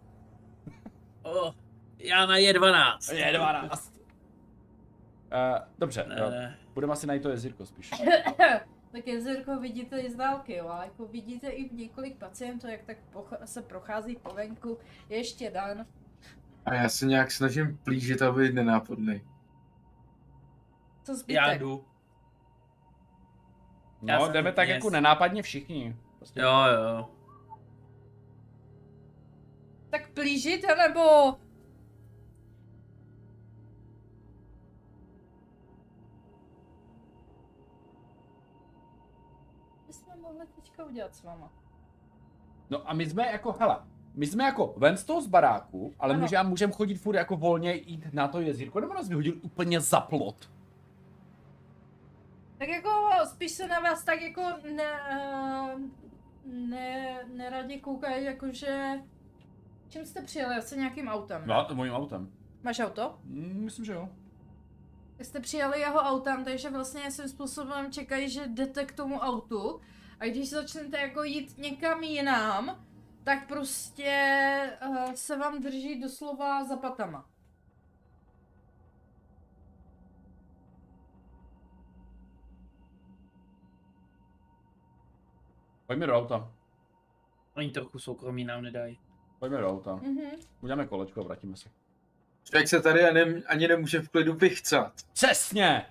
O, já na je dvanáct. Je dvanáct. Uh, dobře, Ne, jo. ne. Budeme asi najít to jezírko spíš. Tak jezírko vidíte i z dálky, jo, a jako vidíte i několik pacientů, jak tak poch- se prochází po venku, je ještě dan. A já se nějak snažím plížit a být nenápadný. Co zbytek? Já jdu. Já No, jsem jdeme tak kněz. jako nenápadně všichni. Prostě. Jo, jo. Tak plížit, nebo... Co jsme mohli teďka udělat s váma? No a my jsme jako, hele, my jsme jako ven z toho z baráku, ale Ano. můžeme můžem chodit furt jako volně jít na to jezírko, nebo nás vyhodili úplně za plot. Tak jako spíš se na vás tak jako ne, eh, ne, neradě koukají, jakože... Čím jste přijeli? Asi nějakým autem, ne? No, to mojím autem. Máš auto? Mm, myslím, že jo. Vy jste přijeli jeho autem, takže vlastně svým způsobem čekají, že jdete k tomu autu. A když začnete jako jít někam jinam, tak prostě uh, se vám drží doslova za patama. Pojďme do auta. Oni trochu soukromí nám nedají. Pojďme do auta. Mhm. Uděláme kolečko a vrátíme se. Člověk se tady ani, ani nemůže v klidu vychcat. Přesně!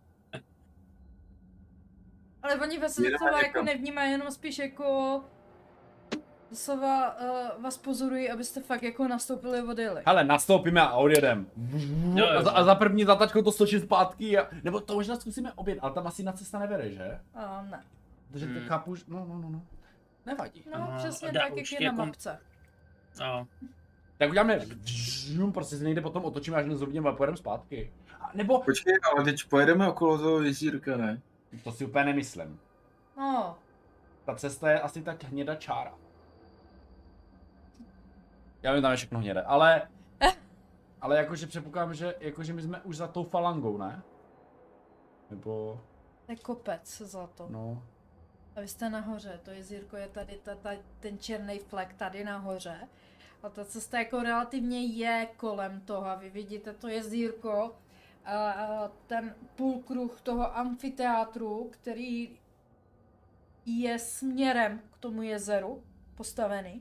Ale oni vás Jedeme docela jako někam. nevnímají, jenom spíš jako... Doslova uh, vás pozorují, abyste fakt jako nastoupili a odjeli. Hele, nastoupíme a odjedem. Jo, jo. A za, a za první zatačkou to stočím zpátky a... Nebo to možná zkusíme obět, ale tam asi na cesta nevede, že? A ne. Takže ty Hmm. chápu, že... No, no, no, no. Nevadí. No A přesně dá tak, jak určitě je na jako- mapce. No. Tak uděláme... Prostě se někde potom otočíme, až nezrovníme a pojedeme zpátky. A nebo... Počkej, ale teď pojedeme okolo toho jezírka, ne? To si úplně nemyslím. No, Ta cesta je asi tak hněda čára. Já vím, tam je všechno hnědé, ale... Ale jakože předpokládám, že jakože my jsme už za tou falangou, ne? Nebo... to je kopec za to. No... A vy jste nahoře, to jezírko je tady, ta, ta, ten černý flek tady nahoře. A ta cesta jako relativně je kolem toho a vy vidíte to jezírko, a, a ten půlkruh toho amfiteátru, který je směrem k tomu jezeru postavený.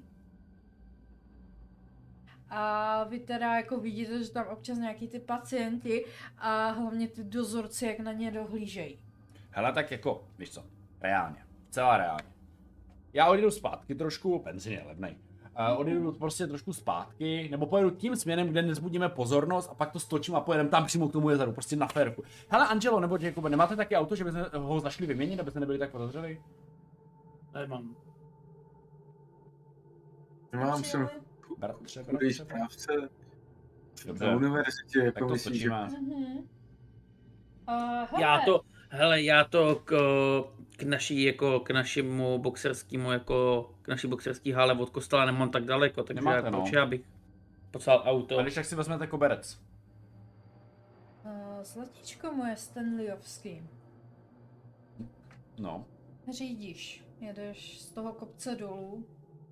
A vy teda jako vidíte, že tam občas nějaký ty pacienti a hlavně ty dozorci, jak na ně dohlížejí. Hele, tak jako, víš co, reálně, celá reálně. Já odjedu zpátky trošku, benzín je levnej. Uh, odjedu prostě trošku zpátky, nebo pojedu tím směrem, kde nezbudíme pozornost a pak to stočím a pojedeme tam přímo k tomu jezeru, prostě na férku. Hele, Angelo, nebo Jacob, nemáte taky auto, že byste ho zašli vyměnit, abyste nebyli tak podezřelí? Nemám. Mám jsem Bratře, chudý bratře, správce Dobře. na univerzitě, Tak jako to myslím, že... stočíme. Mhm. Uh, Já to, hele, já to k, k naší, jako, k našemu boxerskému, jako, k naší boxerský hale od kostela nemám tak daleko, takže Nemáte, jako, no. proč já bych poslal auto. A když tak si vezmete koberec. Uh, zlatíčko moje Stanleyovský. No. Řídíš, jedeš z toho kopce dolů.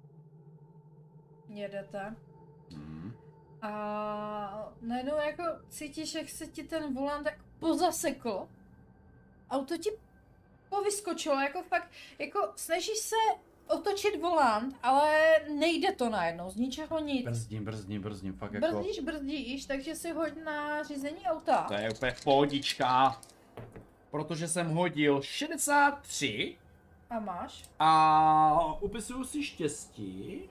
Jedete. Hmm. A najednou jako cítíš, jak se ti ten volant tak pozasekl. Auto ti povyskočilo, jako fakt, jako snažíš se otočit volant, ale nejde to najednou, z ničeho nic. Brzdím, brzdím, brzdím, fakt jako... Brzdíš, brzdíš, takže si hoď na řízení auta. To je úplně pohodička. Protože jsem hodil šedesát tři A máš? a upisuju si štěstí.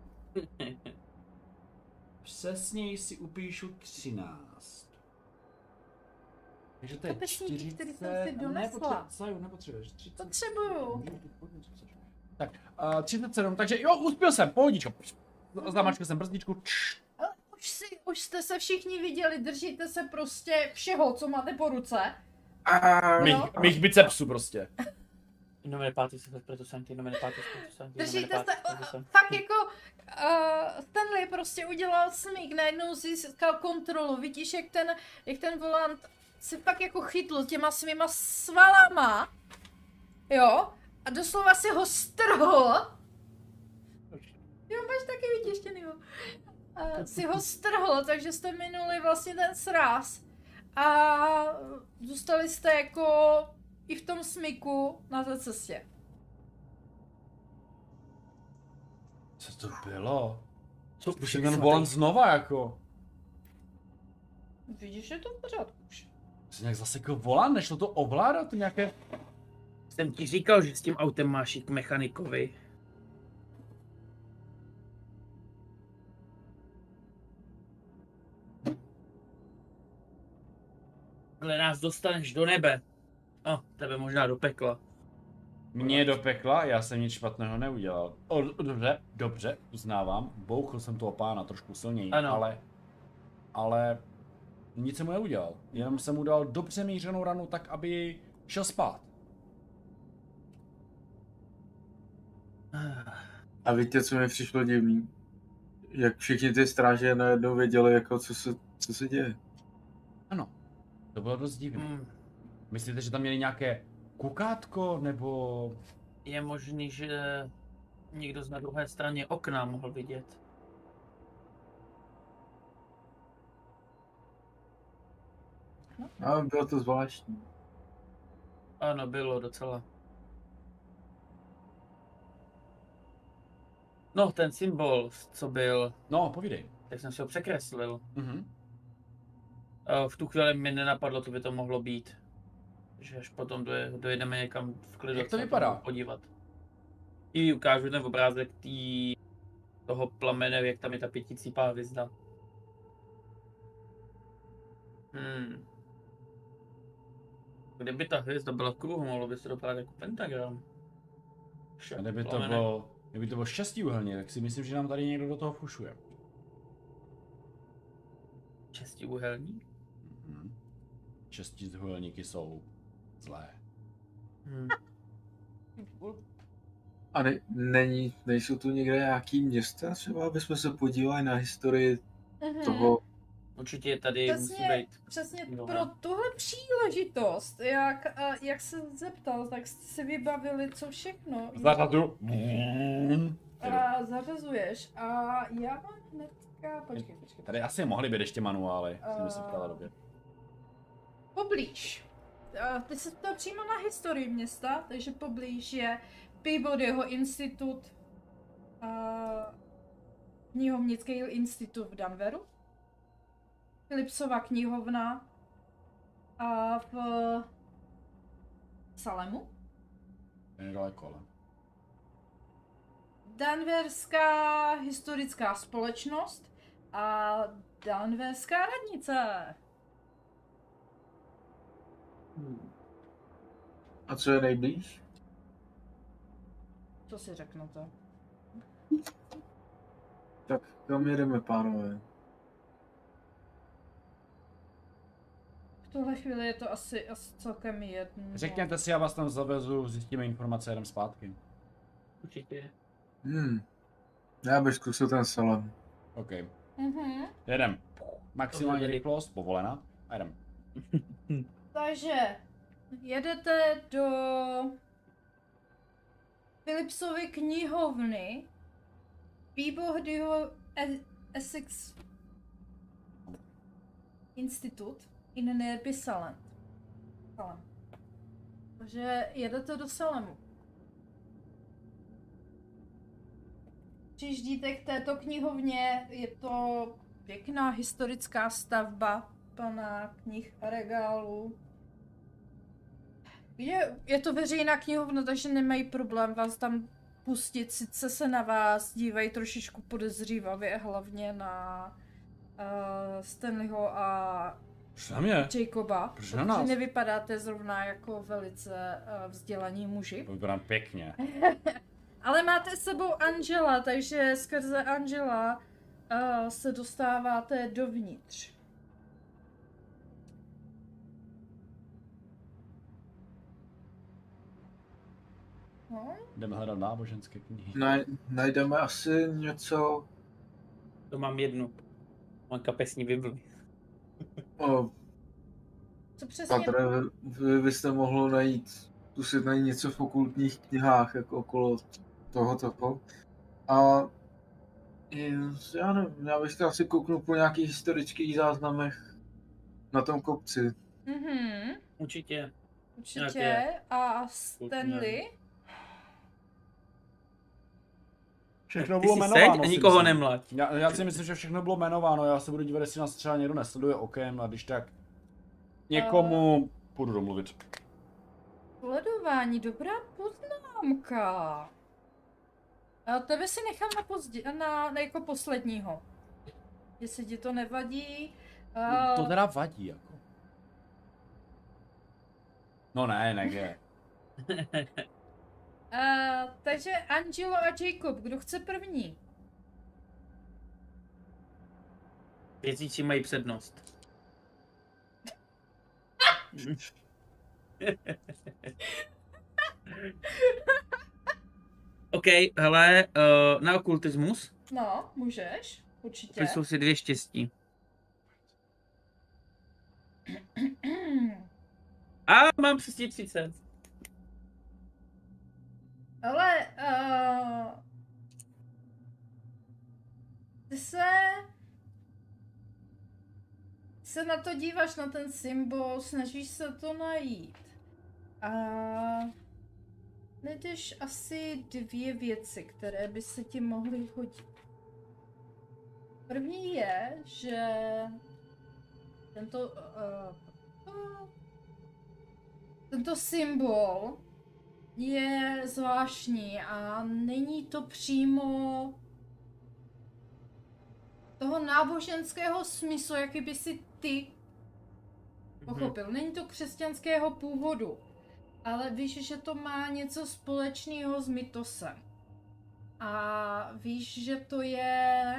Přesněji si upíšu třináct. Takže to je Kapesníky, který jsem si čtyřicet... donesla. Nepotřebuješ, nepotřebuješ. třicet. Potřebuju. Tak, uh, třicet sedm, takže jo, uspěl jsem, pohodička. Zamačkal jsem brzdičku. Čš. Ale už, si, už jste se všichni viděli, držíte se prostě všeho, co máte po ruce. A Mých, No. mých bicepsů prostě. Nomine patis spiritu sancti, nomine patis spiritu sancti, nomine Držíte se, patis spiritu sancti. fakt jako uh, Stanley prostě udělal smík, najednou získal kontrolu, vidíš, jak ten, jak ten volant si fakt jako chytl těma svýma svalama, jo, a doslova si ho strhl. Jo, máš taky vytěštěnýho. Uh, si ho strhl, takže jste minuli vlastně ten sráz a zůstali jste jako i v tom smyku na té cestě. Co to bylo? Co, Už je ten volant znova jako. Vidíš, že to v pořádku už. Jsi nějak zasekl volant, nešlo to ovládat nějaké... Jsem ti říkal, že s tím autem máš jít k mechanikovi. Ale nás dostaneš do nebe. No, tebe možná do pekla. Mě do pekla, já jsem nic špatného neudělal. O, dobře, dobře, uznávám, bouchl jsem toho pána trošku silněji, Ano. ale... Ale... Nic jsem mu neudělal, jenom jsem mu dal dobře mířenou ranu tak, aby šel spát. A víte, co mi přišlo divný? Jak všichni ty stráže najednou věděli, jako co se, co se děje. Ano, to bylo dost divné. Hmm. Myslíte, že tam měli nějaké kukátko, nebo... Je možný, že někdo z na druhé straně okna mohl vidět. A bylo to zvláštní. Ano, bylo docela. No, ten symbol, co byl, No, povídej. tak jsem si ho překreslil. Mhm. A v tu chvíli mi nenapadlo, co by to mohlo být. Že až potom doje, dojedeme někam v klidu. Jak to se na vypadá? mohu podívat. I ukážu ten obrázek tý, toho plamene, jak tam je ta pěticípá hvězda. Hmm. Kdyby ta hvězda byla kruhu, mohlo by se dopadat jako pentagram. A kdyby to Plamene. bylo, kdyby to bylo šestiúhelně, tak si myslím, že nám tady někdo do toho fušuje. Šestiúhelník? Mhm. Šestiúhelníky jsou zlé. Hmm. A ne, není, nejsou tu někde nějaký města třeba, aby jsme se podívali na historii Mhm. toho. Určitě tady musí Přesně, být. přesně No. pro tuhle příležitost, jak, a, jak se zeptal, tak jste si vybavili, co všechno Zařadu. a zařazuješ. A já mám hnedka, počkej, počkej. Tady asi mohly být ještě manuály, jsem Uh, si ptala době. Poblíž. A ty se ptal přímo na historii města, takže poblíž je Peabodyho institut, a knihovnický institut v Danveru, Philipsova knihovna a v Salemu, Je nedaleko, ale. Danverská historická společnost a Danverská radnice. Hmm. A co je nejblíž? Co si řeknete? Tak kam jedeme, pánové? V tuhle chvíli je to asi, asi celkem jedno. Řekněte si, já vás tam zavezu, zjistíme informace a jdem zpátky. Určitě. Hmm. Já bych zkusil ten Salem. OK. Mhm. Jedem. Maximální Tohle rychlost, povolena. A jdem. Takže jedete do Philipsovy knihovny Peabodyho E- Essex Institute in nearby Salem. Salem. Takže jedete do Salemu. Přijíždíte k této knihovně, je to pěkná historická stavba, plná knih a regálů. Je, je to veřejná knihovna, takže nemají problém vás tam pustit, sice se na vás dívají trošičku podezřívavě, hlavně na uh, Stanleyho a Proč na mě? Jacoba, Proč na protože nás? nevypadáte zrovna jako velice uh, vzdělaní muži. To vypadám pěkně. Ale máte s sebou Angela, takže skrze Angela uh, se dostáváte dovnitř. No? Jdeme hledat náboženské knihy. Naj, najdeme asi něco. To mám jednu. Mám kapesní bibli. O, Co přesně? Padre, vy byste mohlo najít, zkusit najít něco v okultních knihách, jako okolo toho toho. A já nevím, já bych to asi kouknul po nějakých historických záznamech na tom kopci. Mhm, Určitě. určitě. Nějaké- A Stanley? Všechno Ty bylo si jmenováno. seď a si nikoho myslím. nemlať. Já, já si myslím, že všechno bylo jmenováno, já se budu dívat, jestli nás třeba někdo nesleduje okem a když tak někomu půjdu domluvit. Sledování, dobrá poznámka. A tebe si nechám na, pozdě, na, na jako posledního. Jestli ti to nevadí. Uh, To teda vadí, jako. No ne, ne, uh, takže Angelo a Jacob, kdo chce první? Věřící mají přednost. OK, hele, uh, na okultismus. No, můžeš, určitě. To jsou si dvě štěstí. A mám přesně třicet. Ale uh, ty se se na to díváš, na ten symbol, snažíš se to najít. A najdeš asi dvě věci, které by se ti mohly hodit. První je, že tento uh, tento symbol je zvláštní a není to přímo toho náboženského smyslu, jaký by si ty pochopil. Není to křesťanského původu, ale víš, že to má něco společného s mytosem. A víš, že to je...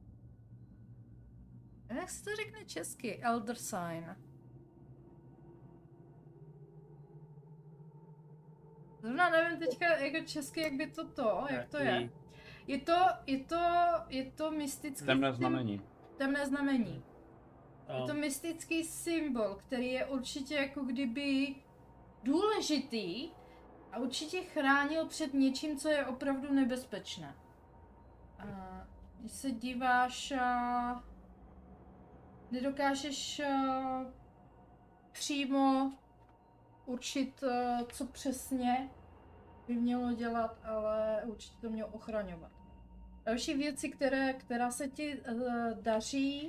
Jak se to řekne česky? Elder sign. Zrovna nevím teďka jako česky, jak by to to, jak to je. Je to, je to, je to mystický... Temné znamení. Temné znamení. Je to mystický symbol, který je určitě jako kdyby důležitý a určitě chránil před něčím, co je opravdu nebezpečné. A když se díváš, a nedokážeš a přímo určit, a co přesně by mělo dělat, ale určitě to mělo ochraňovat. Další věci, které, která se ti uh, daří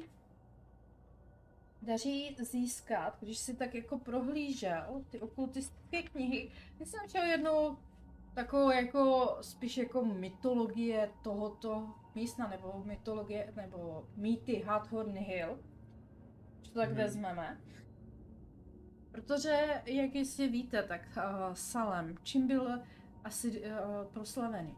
daří získat, když si tak jako prohlížel ty okultistické knihy, když jsem našel jednou takovou jako spíš jako mytologie tohoto místa, nebo mytologie, nebo mýty Hathorn Hill, že to tak mm. vezmeme. Protože, jak jistě víte, tak uh, Salem, čím byl asi uh, proslavený?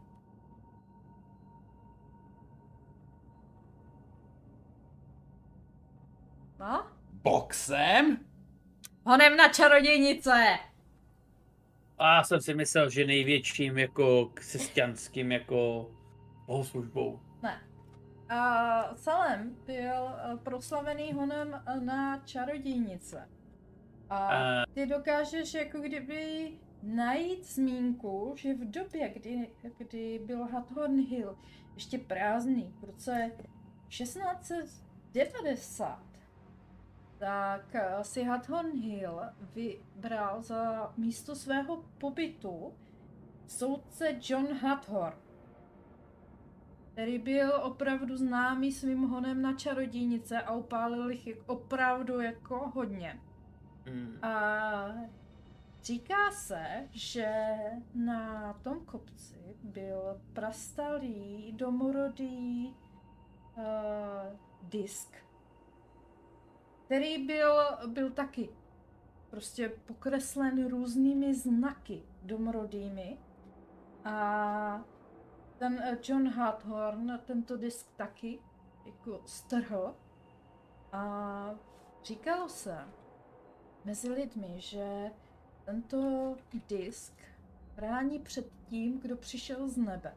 No? Boxem? Honem na čarodějnice! A já jsem si myslel, že největším jako křesťanským jako bohoslužbou. Ne. Uh, Salem byl uh, proslavený honem na čarodějnice. A ty dokážeš jako kdyby najít zmínku, že v době, kdy, kdy byl Hathorn Hill ještě prázdný, v roce šestnáct set devadesát, tak si Hathorn Hill vybral za místo svého pobytu soudce John Hathorn, který byl opravdu známý svým honem na čarodějnice a upálil jich opravdu jako hodně. Mm. A říká se, že na tom kopci byl prastarý domorodý uh, disk, který byl, byl taky prostě pokreslen různými znaky domorodými. A ten John Hathorn tento disk taky jako strhl. A říkalo se mezi lidmi, že tento disk chrání před tím, kdo přišel z nebe.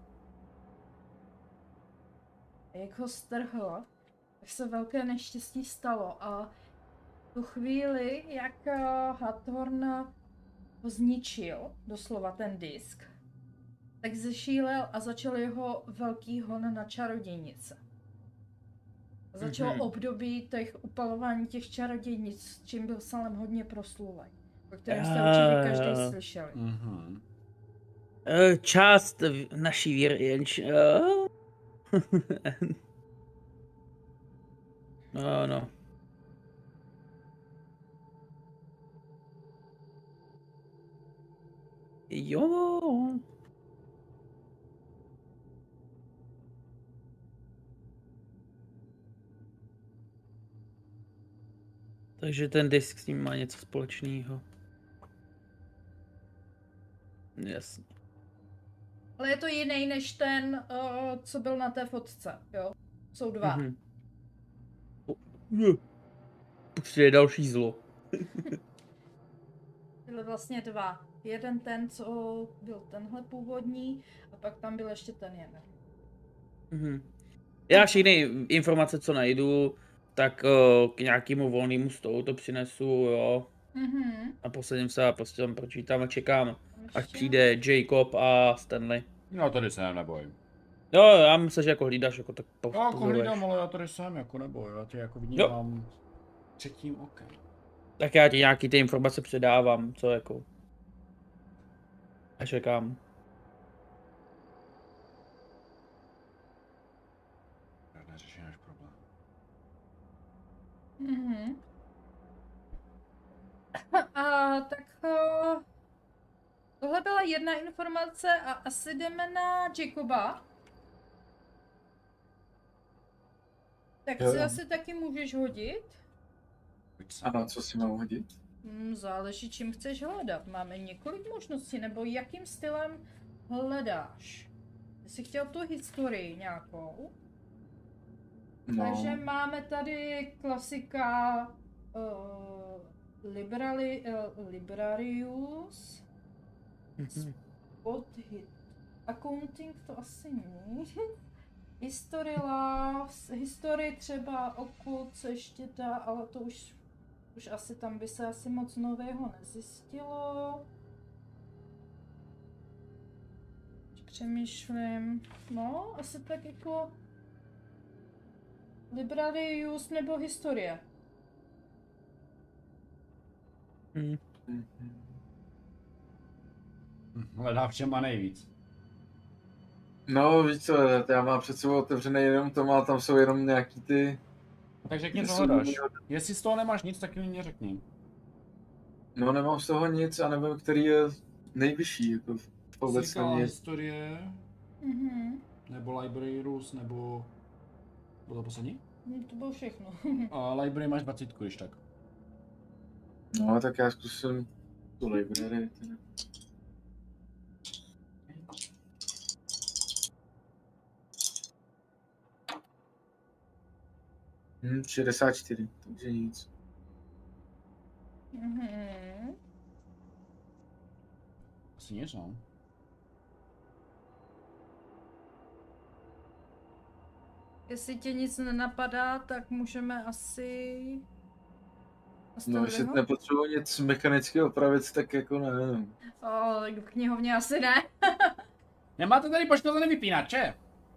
A jak ho strhl, tak se velké neštěstí stalo a v tu chvíli, jak Hathorn ho zničil, doslova ten disk, tak zešílel a začal jeho velký hon na čarodějnice. A začalo mm-hmm. období těch upalování těch čarodějnic, čím byl Salem hodně proslulý, o kterém jste určitě každý slyšeli. Mm-hmm. Část naší víry, jenž... No, no. Jo. Takže ten disk s ním má něco společného. Jasně. Ale je to jiný než ten, uh, co byl na té fotce, jo? Jsou dva. Mm-hmm. Prostě je další zlo. Byly vlastně dva. Jeden ten, co byl tenhle původní, a pak tam byl ještě ten jeden. Mm-hmm. Já všechny informace, co najdu, tak uh, k nějakému volnému stolu to přinesu, jo. Mm-hmm. A posadím se a prostě tam pročítám a čekám, ještě? Až přijde Jacob a Stanley. No tady jsem, neboj. Jo, já myslím, že jako hlídáš, jako tak po, no, jako hlídám, ale já tady jsem, jako neboj, já tě jako vnímám třetím okem. Tak já ti nějaký ty informace předávám, co jako. A čekám. Neřeším náš problém. Mhm. A tak uh, tohle byla jedna informace a asi jdeme na Jacoba. Tak jo. Si asi taky můžeš hodit. Ano, co si mám hodit? Hmm, záleží, čím chceš hledat. Máme několik možností, nebo jakým stylem hledáš. Jsi chtěl tu historii nějakou. No. Takže máme tady klasika uh, Liberali, uh, Librarius, mm-hmm. Odhit. Accounting to asi nic. History Labs, historii třeba okult se ještě dá, ale to už, už asi tam by se asi moc nového nezjistilo. Přemýšlím, no asi tak jako Library use nebo historie. Hmm. Hledá v čem má nejvíc. No víš co, já mám před sebou otevřený jenom to, má tam jsou jenom nějaký ty... Tak řekni, co hledáš. Jestli z toho nemáš nic, tak mi řekni. No nemám z toho nic a nevím, který je nejvyšší, jako vůbec Říká není. historie, Mhm. nebo library rules, nebo... Bylo to poslední? No, to bylo všechno. A library máš dvacet, když tak. No tak já zkusím tu library. Teda. Hm, šedesát čtyři, takže nic. Mhm. Asi nic, no. Jestli tě nic nenapadá, tak můžeme asi... No, jestli nepotřebuji nic mechanicky opravit, tak jako nevím. O, v knihovně asi ne. Nemáte tady poškozené vypínače?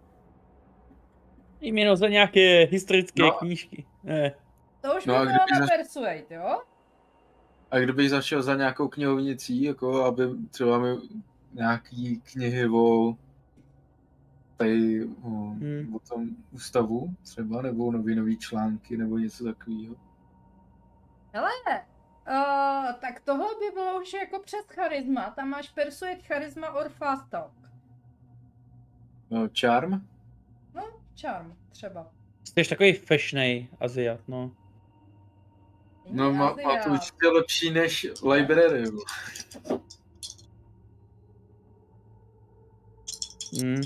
Jméno za nějaké historické No. knížky. Ne. To už No by a bylo kdyby na zaš- Persuade, jo? A kdybych zašel za nějakou knihovnicí, jako aby třeba mi nějaký knihy o tady o, Hmm. o tom ústavu třeba, nebo novinový články, nebo něco takového. Uh, tak tohle by bylo už jako přes charisma. Tam máš Persuade, charisma or fast talk. No, Charm? No, charm třeba. Jsi takový fashionej Aziat, no. No, má, má to určitě lepší než library. Jo. Hmm.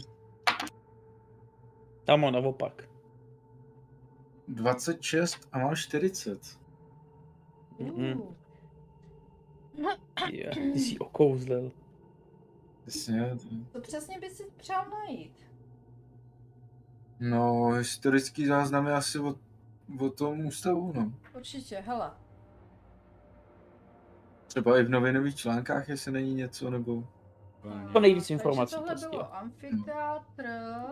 Tam on naopak. dvacet šest a mám čtyřicet. Mm-mm. Yeah. Ty jsi okouzlil. Jasně. To přesně by si přál najít. No, historický záznam je asi o, o tom ústavu, no. Určitě, hele. Třeba i v novinových článkách, jestli není něco, nebo... To nejvíc Takže informací tohle prostě. bylo amfiteátr.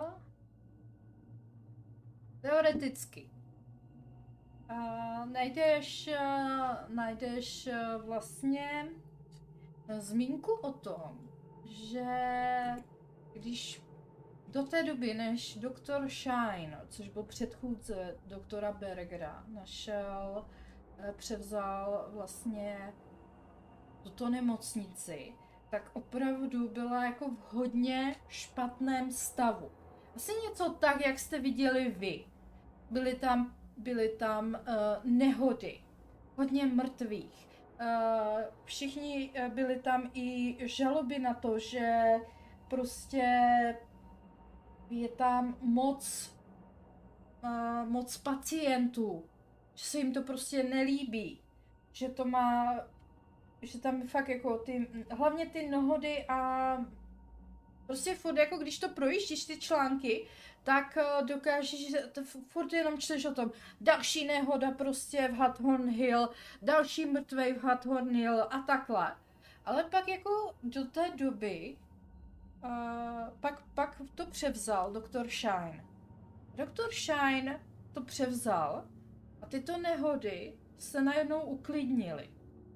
Teoreticky. Uh, najdeš, uh, najdeš uh, vlastně zmínku o tom, že když do té doby, než doktor Shine, což byl předchůdce doktora Bergera, našel, uh, převzal vlastně tuto nemocnici, tak opravdu byla jako v hodně špatném stavu. Asi něco tak, jak jste viděli vy. Byly tam, byly tam uh, nehody, hodně mrtvých. Uh, všichni uh, byly tam i žaloby na to, že prostě je tam moc, uh, moc pacientů, že se jim to prostě nelíbí, že to má, že tam fakt jako ty, hlavně ty nehody a prostě furt jako když to projíždíš ty články, tak uh, dokážeš, to furt jenom čteš o tom, další nehoda prostě v Hathorn Hill, další mrtvej v Hathorn Hill a takhle. Ale pak jako do té doby, uh, pak, pak to převzal doktor Shine. doktor Shine to převzal a tyto nehody se najednou uklidnily.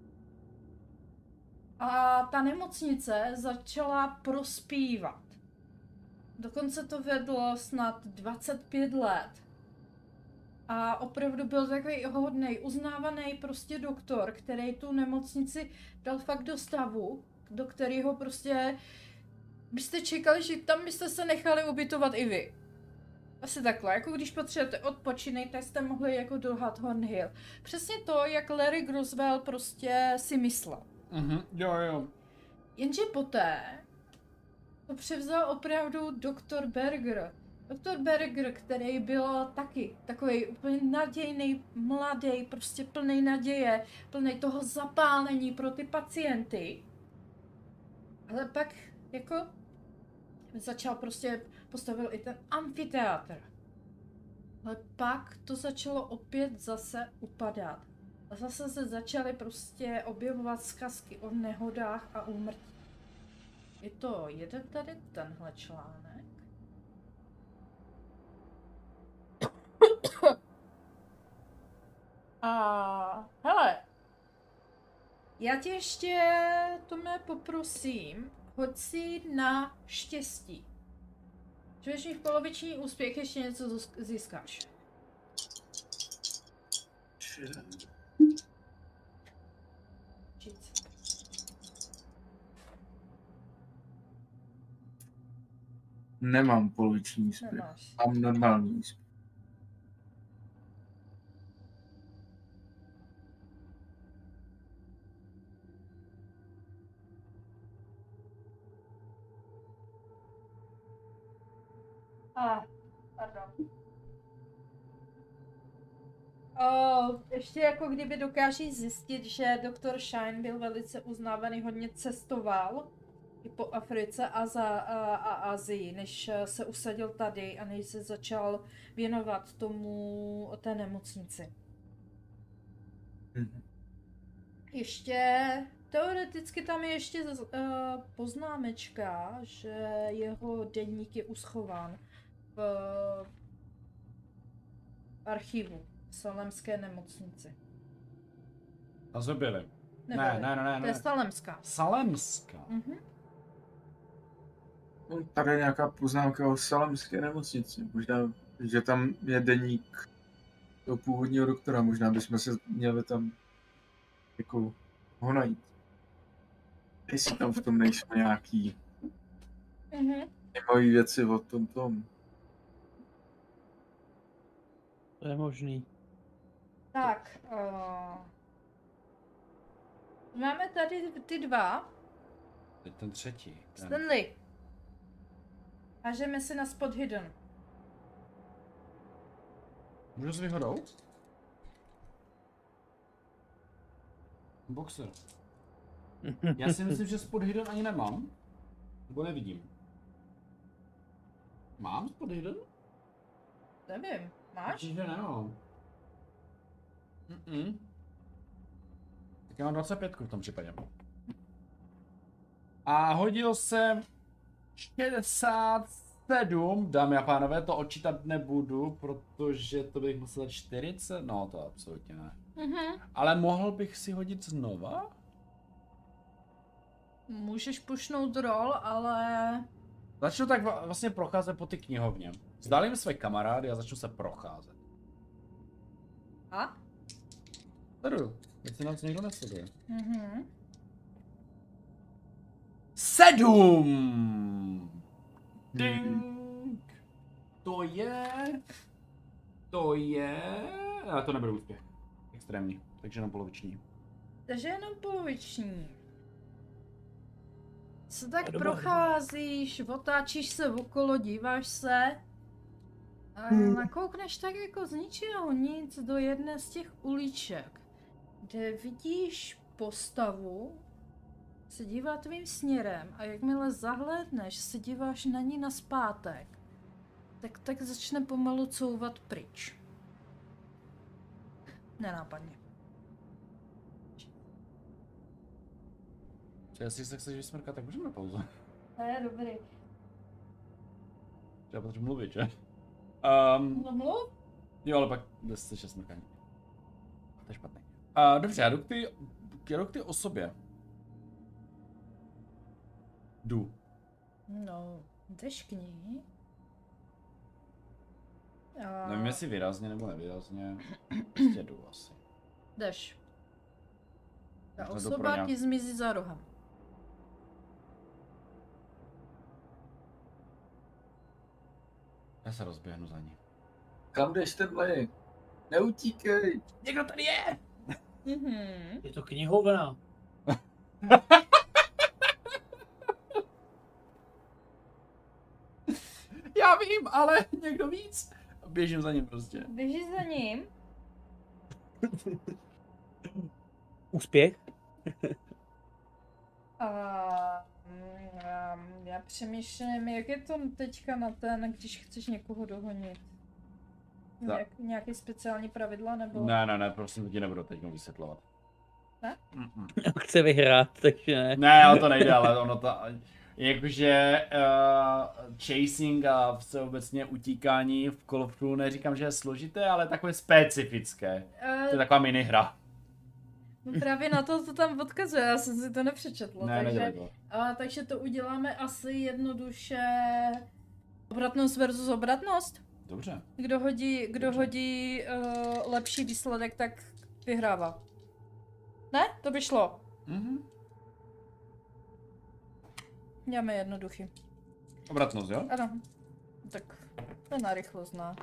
A ta nemocnice začala prospívat. Dokonce to vedlo snad dvacet pět let. A opravdu byl takový hodnej, uznávaný prostě doktor, který tu nemocnici dal fakt do stavu, do kterého prostě byste čekali, že tam byste se nechali ubytovat i vy. Asi takhle, jako když potřebujete odpočinek, tak jste mohli jako do Hathorn Hill. Přesně to, jak Larry Griswold prostě si myslel. Mhm, jo jo. Jenže poté to převzal opravdu doktor Berger. doktor Berger, který byl taky takový úplně nadějný, mladý, prostě plný naděje, plný toho zapálení pro ty pacienty. Ale pak jako začal prostě, postavil i ten amfiteátr. Ale pak to začalo opět zase upadat. A zase se začaly prostě objevovat zkazky o nehodách a úmrtí. Je to jeden tady tenhle článek. A hele, já tě ještě, Tome, poprosím, hoď si na štěstí. Že budeš mít poloviční úspěch, ještě něco zos- získáš. Říct. Nemám poloviční úspěch. Nemáš. Mám normální úspěch. A, pardon. O, ještě jako kdyby dokáží zjistit, že doktor Shine byl velice uznávaný, hodně cestoval i po Africe a, za, a, a Asii, než se usadil tady a než se začal věnovat tomu té nemocnici. Mhm. Ještě, teoreticky tam je ještě uh, poznámečka, že jeho deník je uschován v archivu v Salemské nemocnici. A zobili. Ne, Nebyli. ne, ne, ne, To je ne. Salemská. Salemská. Mhm. No, tady je nějaká poznámka o salemské nemocnici. Možná, že tam je deník toho původního doktora. Možná bychom se měli tam jako ho najít. Jestli tam v tom nejsou nějaký Mhm. zajímavé věci o tom tom. To je možný. Tak, uh, máme tady ty dva. Teď ten třetí. Ten. Stanley. Hážeme si na spot hidden. Můžu s výhodou? Boxer. Já si myslím, že spot hidden ani nemám. Nebo nevidím. Mám spot hidden? Nevím, máš? Myslím, že nemám. Mm-mm. Tak já mám dvacet pět v tom případě. A hodil jsem šedesát sedm, dámy a pánové, to odčítat nebudu, protože to bych musel čtyřicet, no to absolutně ne. Mhm. Ale mohl bych si hodit znova? Můžeš pušnout roll, ale... Začnu tak va- vlastně procházet po ty knihovně. Zdálím své kamarády a začnu se procházet. A? Sleduju, teď se nás někdo nesleduje. Mhm. Sedm! Ding! To je... To je... Ale to nebude úspěch. Extrémní, takže jenom poloviční. Takže jenom poloviční. Co tak Dobrá, procházíš, otáčíš se okolo, díváš se a nakoukneš tak jako z ničeho nic do jedné z těch uliček, kde vidíš postavu, se dívá tvým směrem a jakmile zahlédneš, se díváš na ní nazpátek, tak tak začne pomalu couvat pryč. Nenápadně. Čiže jestli se chceš vysmrkat, tak můžeme na pauzu. To je dobrý. Já potřebuji mluvit, že? Um, No mluv? jo, ale pak jde se smrkání. To je špatný. Uh, dobře, já jdu k ty, já jdu k ty osobě. Jdu. No, jdeš k ní. A... Nevím, jestli výrazně nebo nevýrazně. Prostě jdu asi. Jdeš. Ta To jdu pro osoba nějak- ti zmizí za rohem. Já se rozběhnu za ní. Kam jdeš tenhle? Neutíkej! Někdo tady je! Mhm. Je to knihovna. Já vím, ale někdo víc. Běžím za ním prostě. Běžíš za ním. Úspěch? A... mm, Já přemýšlím, jak je to teďka na ten, když chceš někoho dohonit. Nějak, nějaký speciální pravidla nebo? Ne, ne, ne, prosím, ti nebudu teď vysvětlovat. Ne? On chce vyhrát, takže ne. Ne, o to nejde, ale ono to... Jakože uh, chasing a všeobecně utíkání v Call of Duty neříkám, že je složité, ale takové specifické. Uh, To je taková minihra. no právě na to to tam odkazuje, já jsem si to nepřečetla. Ne, takže, nedělej to. a, takže to uděláme asi jednoduše obratnost versus obratnost. Dobře. Kdo hodí, kdo Dobře. hodí uh, lepší výsledek, tak vyhrává. Ne? To by šlo. Mhm. Děláme jednoduchý. Obratnost, jo? Ano. Tak to na rychlost zná.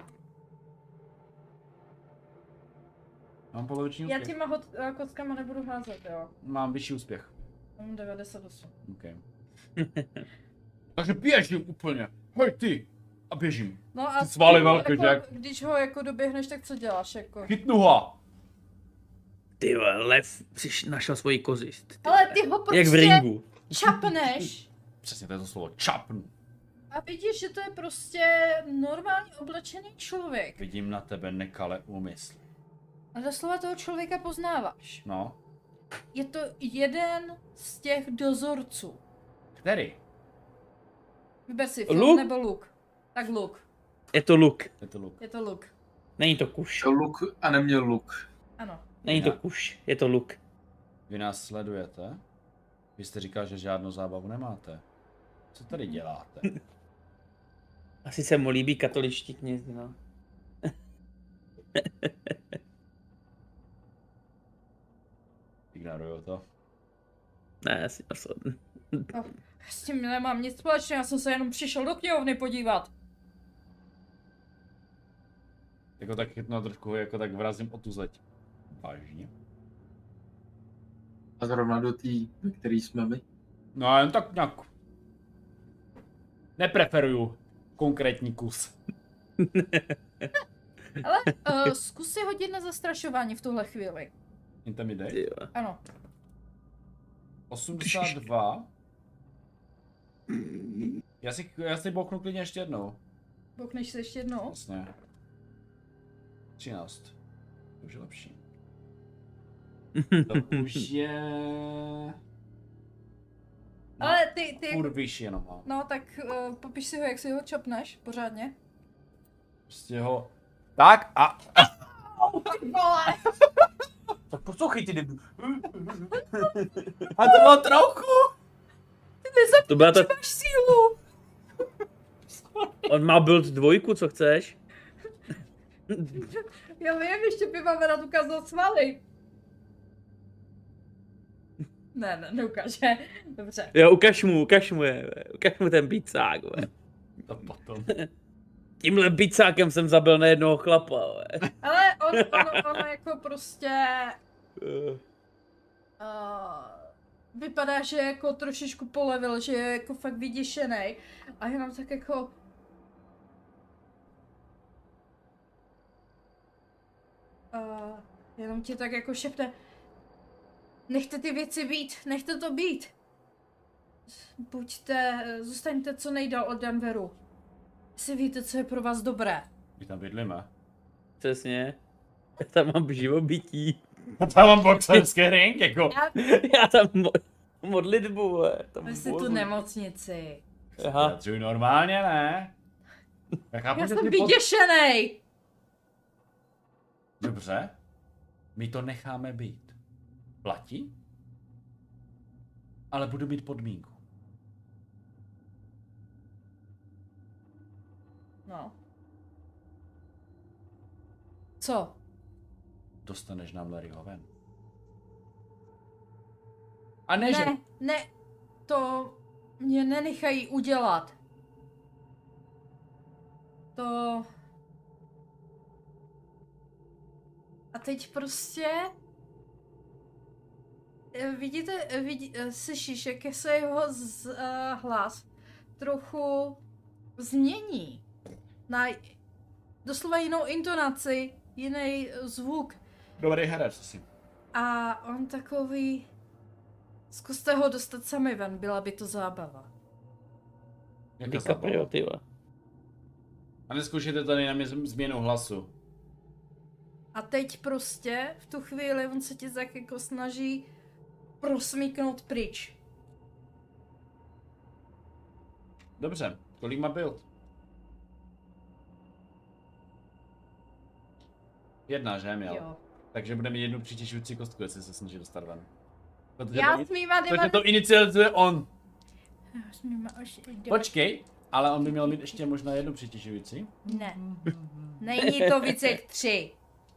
Mám poloviční Já úspěch. těma hod, uh, kockama nebudu házet, jo. Mám vyšší úspěch. Mám devadesát osm. Okay. Takže běžím úplně. Hej ty! A běžím. No a Ty svaly ty, velký, jako, Jack. když ho jako doběhneš, tak co děláš jako? Chytnu ho! Ty vole, lev přiš, našel svoji kořist. Ty Ale vole. ty ho Jak v prostě ringu. čapneš Přesně to je to slovo. Čapnu. a vidíš, že to je prostě normálně oblečený člověk. Vidím na tebe nekalé úmysly. A doslova toho člověka poznáváš. No. Je to jeden z těch dozorců. Který? Vyber si film Luke? nebo Luke. Tak Luke. Je to luk. Je to luk. Je to Luke. Není to kuš. To luk a neměl luk. Ano. Není to Já. kuš. Je to luk. Vy nás sledujete? Vy jste říkal, že žádnou zábavu nemáte. Co tady děláte? Asi se mu líbí katoličtí knězi, no. Ignoruju to. Ne, asi to Oh, s tím nemám nic společného, já jsem se jenom přišel do knihovny podívat. Jako tak chytnu a trošku ho jako tak vrazím o tu zeď. Vážně? A zrovna do té, ve který jsme my. No jen tak nějak. Nepreferuju konkrétní kus. Ale uh, zkus si hodit na zastrašování v tuhle chvíli. Intimidate. Ty vole. Ano. osmdesát dva. Já si, já si bouchnu klidně ještě jednou. Boukneš se ještě jednou? Jasně. třináct. To už je lepší. To už je... No, Ale ty, ty, furt vyšší jenom mám. no tak uh, popiš si ho, jak si ho čapneš pořádně. Prostě ho... Tak a... Ty vole! Tak poslouchej ty debil. A to bylo trochu! Ty nezapomíš, To byla ta... že máš sílu! On má build dvojku, co chceš? Já vím, ještě by vám rád ukázal svaly. Ne, ne, neukáže. Dobře. Jo, ukaž mu, ukaž mu je, ukaž mu ten bicák, ve. To potom. Tímhle bicákem jsem zabil na jednoho chlapa, ve. Ale on, on, on jako prostě... Eh, Uh, vypadá, že jako trošičku polevil, že je jako fakt vyděšený. A jenom tak jako... Uh, jenom ti tak jako šepne. Nechte ty věci být, nechte to být. Buďte, zůstaňte co nejdál od Denveru. Si víte, co je pro vás dobré. My tam bydlíme. Přesně. Já tam mám živobytí. A tam mám boxerský ring, jako. Já Já tam mo modlitbu, ve. Tam vy si tu bohu. nemocnici. Aha. Vyjadřuji normálně, ne? Já chápu, Já že jsem ty pod- vyděšenej. Dobře. My to necháme být. Platí? Ale budu mít podmínku. No. Co? Dostaneš nám Larryho ven. A ne, že... Ne, ne, to mě nenechají udělat. To... A teď prostě... eh, Vidíte, eh, vidí, eh, slyšíš, jak se jeho z, uh, hlas trochu změní. Na doslova jinou intonaci, jiný zvuk. Dobrý herec asi. A on takový... Zkuste ho dostat sami ven, byla by to zábava. Jaká DiCaprio, zábava? ty vole. A neskoušejte tady na mě z- změnu hlasu. A teď prostě v tu chvíli on se ti tak jako snaží prosmíknout pryč. Dobře, kolik má build? Jedna, že měl? Jo. Takže bude mít jednu přitěšující kostku, jestli se snaží dostat ven. Protože Já to, s mýma protože dvěma... to inicializuje on. Já s mýma už... Počkej, ale on by měl mít ještě možná jednu přitěšující. Ne. Není to více jak tři.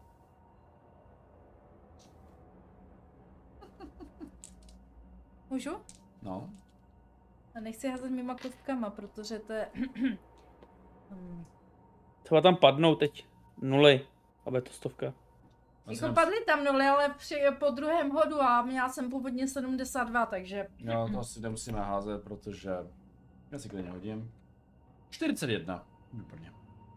Můžu? No. A nechci házet mýma kostkama, protože to je... Hmm. Třeba tam padnou teď nuly, aby to stovka. Jako padly tam nuly, ale při, po druhém hodu a měla jsem původně sedmdesát dva, takže... Jo, to asi nemusíme házet, protože... Já si klidně hodím. čtyřicet jedna. Výborně.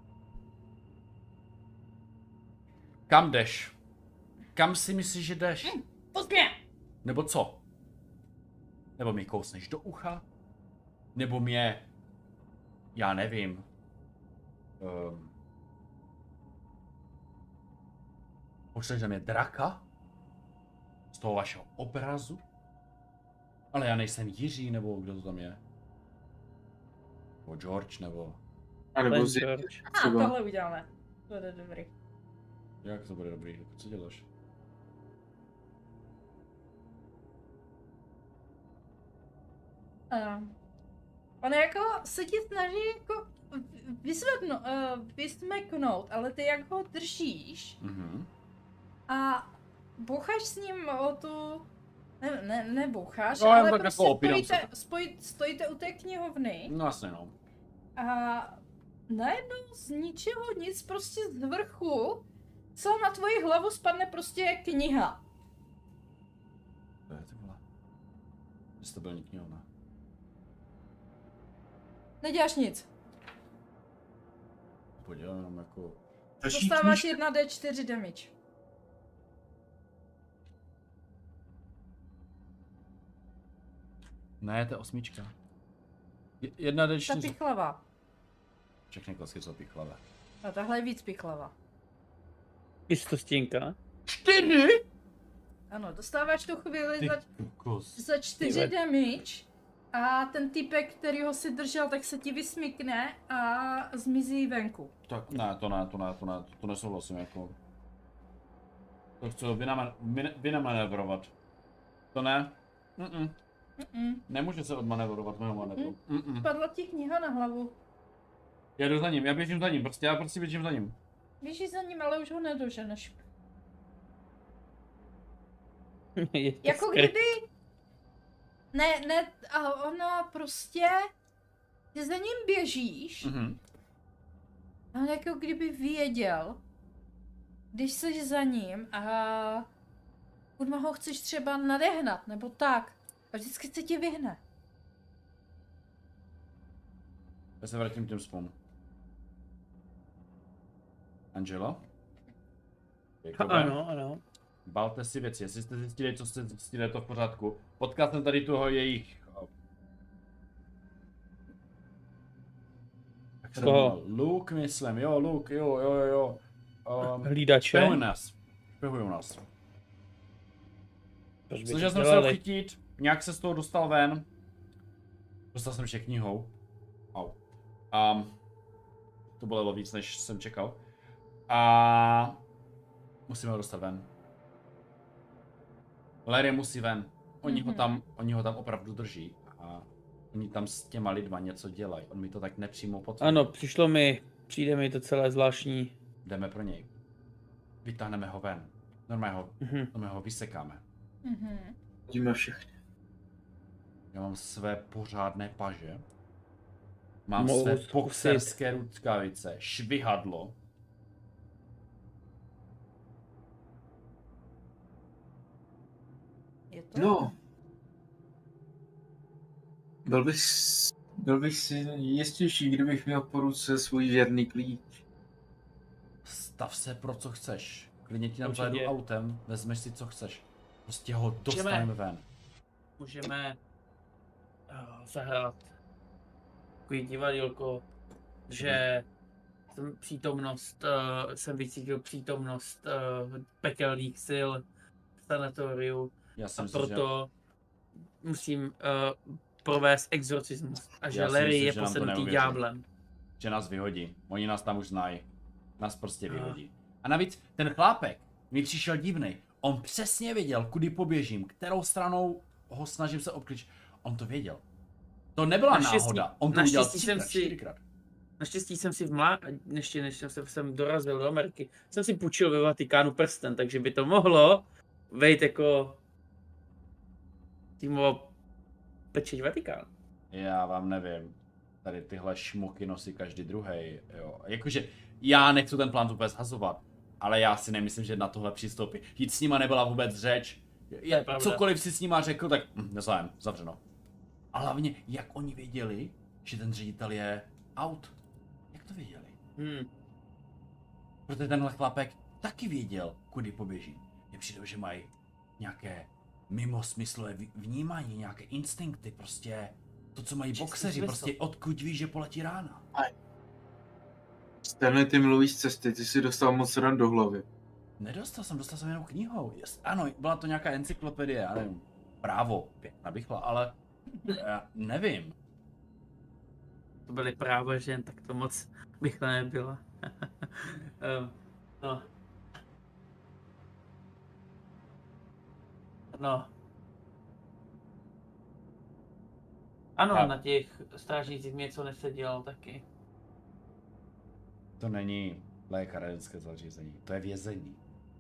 Kam jdeš? Kam si myslíš, že jdeš? Hm, pust mě! Nebo co? Nebo mě kousneš do ucha? Nebo mě... Já nevím. Um, pošleš na mě draka? Z toho vašeho obrazu? Ale já nejsem Jiří, nebo kdo to tam je? Nebo George, nebo... A nebo Ten z... George. A třeba. tohle uděláme. To je dobrý. Jak to bude dobrý? Co děláš? Uh, on jako se ti snaží jako vysvětno, uh, vysmeknout, ale ty jak ho držíš Mhm. a boucháš s ním o tu... Ne, ne, neboucháš, No, jen ale tak prostě jako opírám se. stojíte, spoj, stojíte u té knihovny No jasně no. a najednou z ničeho nic prostě z vrchu, co na tvoji hlavu spadne prostě kniha. To je ty vole. Stabilní knihovna. Neděláš nic. Podívám jenom jako... Dostáváš jedna dé čtyři damage. Ne, to je osmička. Je- Jedna D Ta čtyři. pichlava. Všechny kostky jsou pichlavé. A tahle je víc pichlava. Jistostinka. Čtyři? Ano, dostáváš tu chvíli Ty za, kus. za čtyři Ty damage a ten typek, který ho si držel, tak se ti vysmykne a zmizí venku. Tak ne, to ne, to ne, to ne, to, to nesouhlasím jako. To chci vynama- vyn- vynamanövrovat. To ne? Mm-mm. Mm-mm. Nemůže se odmanevrovat mého manevru. Mm-mm. Padla ti kniha na hlavu. Já jdu za ním, já běžím za ním, prostě já prostě běžím za ním. Běžíš za ním, ale už ho nedoženeš. Je to Jako skryt. kdyby... Ne, ne, a ona prostě... Ty za ním běžíš Mhm. a on jako kdyby věděl, když jsi za ním a kurma ho chceš třeba nadehnat, nebo tak. A vždycky se ti vyhne. Já se vrátím k těm spom. Angelo? Jakobe, Ano, ano. balte si věci, jestli jste zjistili, co jste zjistili, je to v pořádku. Potkal jsem tady toho jejich... Jak se Koho? jmenoval? Luke, myslím, jo, Luke, jo, jo, jo, jo. Um, Hlídače. špehují nás. Špehují nás. Proč by Snažil to jsem se ho dělali? chytit, nějak se z toho dostal ven. Dostal jsem ještě knihou. Au. Um, to bolelo víc, než jsem čekal. A musíme ho dostat ven. Larry musí ven. Oni, mm-hmm. ho tam, oni ho tam opravdu drží. A oni tam s těma lidma něco dělají. On mi to tak nepřímo potvrdil. Ano, přišlo mi, přijde mi to celé zvláštní. Jdeme pro něj. Vytáhneme ho ven. Normálně ho, Mhm. normálně ho vysekáme. Mhm. Vidíme všechny. Já mám své pořádné paže. Mám Mohu své zkusit. boxerské rukavice, švihadlo. Je to? No. Byl bych, s- byl bych si jistější, kdybych měl po ruce svůj věrný klíč. Stav se pro co chceš. Klidně ti tam Určitě. zajedu autem, vezmeš si co chceš. Prostě ho dostaneme ven. Můžeme uh, zahrát takový divadýlko, že jsem přítomnost, uh, jsem vycítil přítomnost uh, pekelných sil v sanatoriu Já a jsem proto že... musím uh, provést exorcismus a že Já si Larry myslím, je že nám to posednutý neuvěří. ďáblem. Že nás vyhodí. Oni nás tam už znají. Nás prostě No. vyhodí. A navíc ten chlápek mi přišel divnej. On přesně věděl, kudy poběžím, kterou stranou ho snažím se obklíčit. On to věděl. To nebyla Naštěstí- náhoda. On to udělal naštěstí jsem třikrát, si- čtyřikrát. Naštěstí jsem si v mlá... ještě než jsem, se, jsem dorazil do Ameriky, jsem si půjčil ve Vatikánu prsten, takže by to mohlo vejít jako týmová pečeť Vatikánu. Já vám nevím. Tady tyhle šmuky nosí každý druhý. Jo. Jakože já nechci ten plán vůbec hazovat, ale já si nemyslím, že na tohle přistoupí. Jít s nima nebyla vůbec řeč. je pravda. Cokoliv si s nima řekl, tak hm, nezájem, zavřeno. A hlavně, jak oni věděli, že ten ředitel je out? Jak to věděli? Hmm. Protože tenhle chlapek taky věděl, kudy poběží. Mně přijde, že mají nějaké mimosmyslové vý- vnímání, nějaké instinkty, prostě to, co mají Čistý boxeři, smysl. prostě odkud víš, že poletí rána. Stanley, ty mluvíš z cesty, ty si dostal moc ran do hlavy. Nedostal jsem, dostal jsem jenom knihou. Jest, ano, byla to nějaká encyklopedie, já nevím, právo, pěkná bychla, ale já nevím. To byly práva žen, tak to moc bych nebyla. um, no. No. Ano, Já- na těch strážnících mě něco nesedělo taky. To není lékarenské zařízení, to je vězení.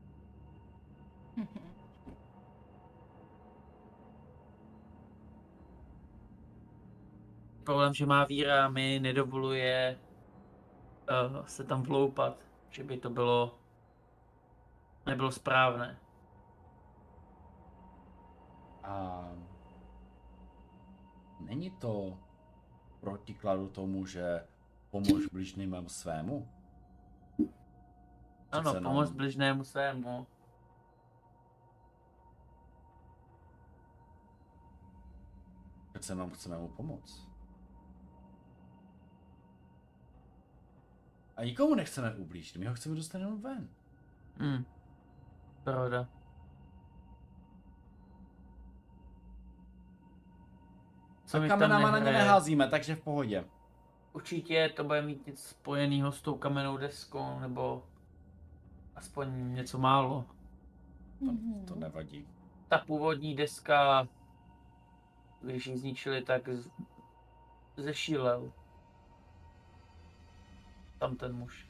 Problém, že má víra mi nedovoluje uh, se tam vloupat, že by to bylo nebylo správné. A není to protikladu tomu, že pomož bližnému svému? Ano, Přece jenom- pomoc bližnému svému. Přece jenom chceme mu pomoct. A nikomu nechceme ublížit, my ho chceme dostat jenom ven. Hmm. Pravda. Co A mi tam kamenama na ně nehraje? neházíme, takže v pohodě. Určitě to bude mít něco spojeného s tou kamennou deskou, nebo aspoň něco málo. Mhm. To nevadí. Ta původní deska, když ji zničili, tak z... zešílel. Tam ten muž.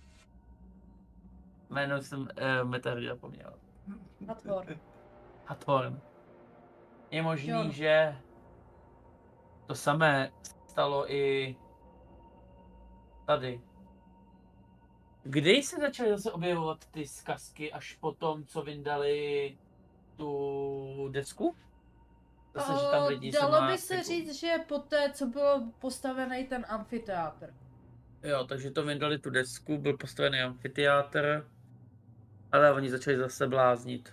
Jméno jsem uh, Metal zapomněl. Hathor. Hathorn. Je možný, Jo. že to samé stalo i tady. Kdy se začaly zase objevovat ty zkazky až po tom, co vyndali tu desku? Zase, že tam O, lidi se dalo má by se jako- říct, že poté, co byl postavený ten amfiteátr. Jo, takže to vyndali tu desku, byl postavený amfiteátr, ale oni začali zase bláznit.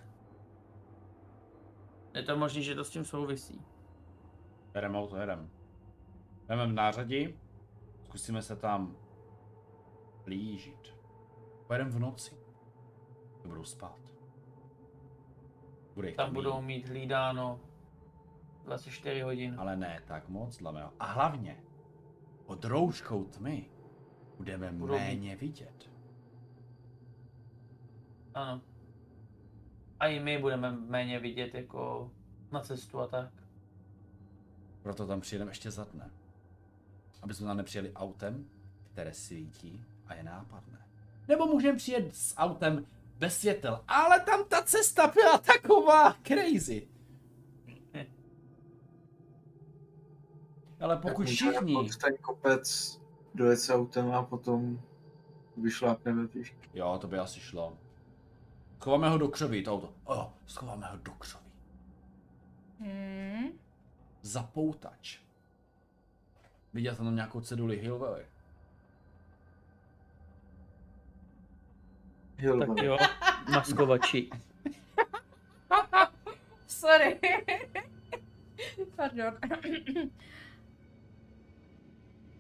Je to možné, že to s tím souvisí. Bereme auto, jedem. Jdeme v nářadí, zkusíme se tam blížit. Pojedeme v noci. Budou spát. Bude jich Tam mít, budou mít hlídáno dvacet čtyři hodin. ale ne tak moc, dle mého. A hlavně, pod rouškou tmy budeme Budou mít- méně vidět. Ano. A i my budeme méně vidět jako na cestu a tak. Proto tam přijedeme ještě za dne. Aby jsme tam nepřijeli autem, které svítí a je nápadné. Nebo můžeme přijet s autem bez světel, ale tam ta cesta byla taková crazy. Ale pokud Tak můžeme všichni... pod ten kopec dojet s autem a potom vyšlápneme pěšky. Jo, to by asi šlo. Schováme ho do křoví, to auto. O, schováme ho do křoví. Hmm. Zapoutač. Viděl jsem tam nějakou ceduli Hillvalley. Tak jo, maskovači. Sorry. Pardon.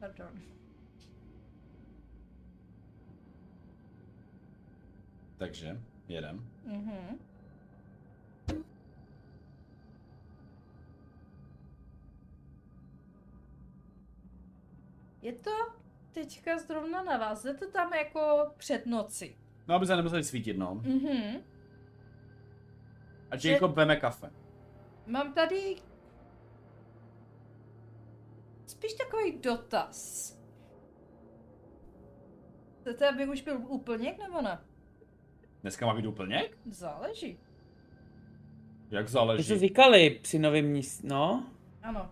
Pardon. Takže, jedem. Mhm. Je to teďka zrovna na vás, jde to tam jako před noci. No, aby se nemuseli svítit, no. Mhm. A Jacob veme kafe. Mám tady spíš takový dotaz. Chcete, aby už byl úplněk nebo ne? Dneska má být úplněk? Záleží. Jak My záleží? jsme říkali při novém místě, no. Ano.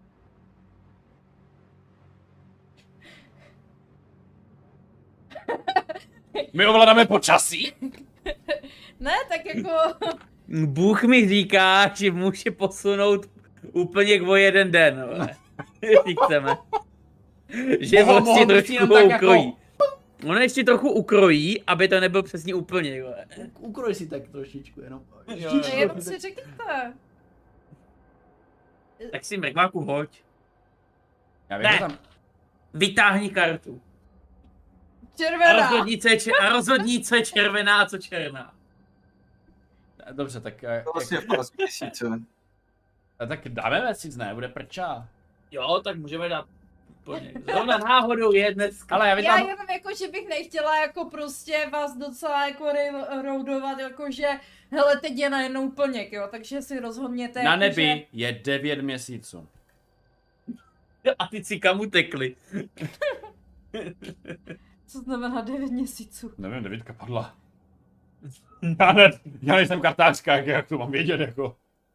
My ovládáme počasí? Ne, tak jako... Bůh mi říká, že může posunout úplně o jeden den, vole. Jestli chceme. Že Mohl- prostě mohl bych jenom trošku tak ukrojí. jako- Ono ještě trochu ukrojí, aby to nebyl přesně úplně, vole. Ukroj si tak trošičku, jenom. Ne, jenom si řekněte. Tak si mrkváku hoď. Já vím, Ne. že tam... Vytáhni kartu. A Červená. rozhodni, co je, če- a rozhodni, co je červená a co černá. Dobře, tak... eh, To vlastně v pás měsíce. jak... Tak dáme měsíc, ne? Bude prča. Jo, tak můžeme dát úplně. Zrovna náhodou je dneska. Ale já Já vydám... jenom jako, že bych nechtěla jako prostě vás docela jako roudovat, jako že hele, teď je najednou úplněk, jo, takže si rozhodněte. Na jako, nebi že... je devět měsíců. A ty si kam utekli? Co znamená devět měsíců? Nevím, devítka padla. Já, ne, já nejsem kartářka, jak, jak to mám vědět, jako.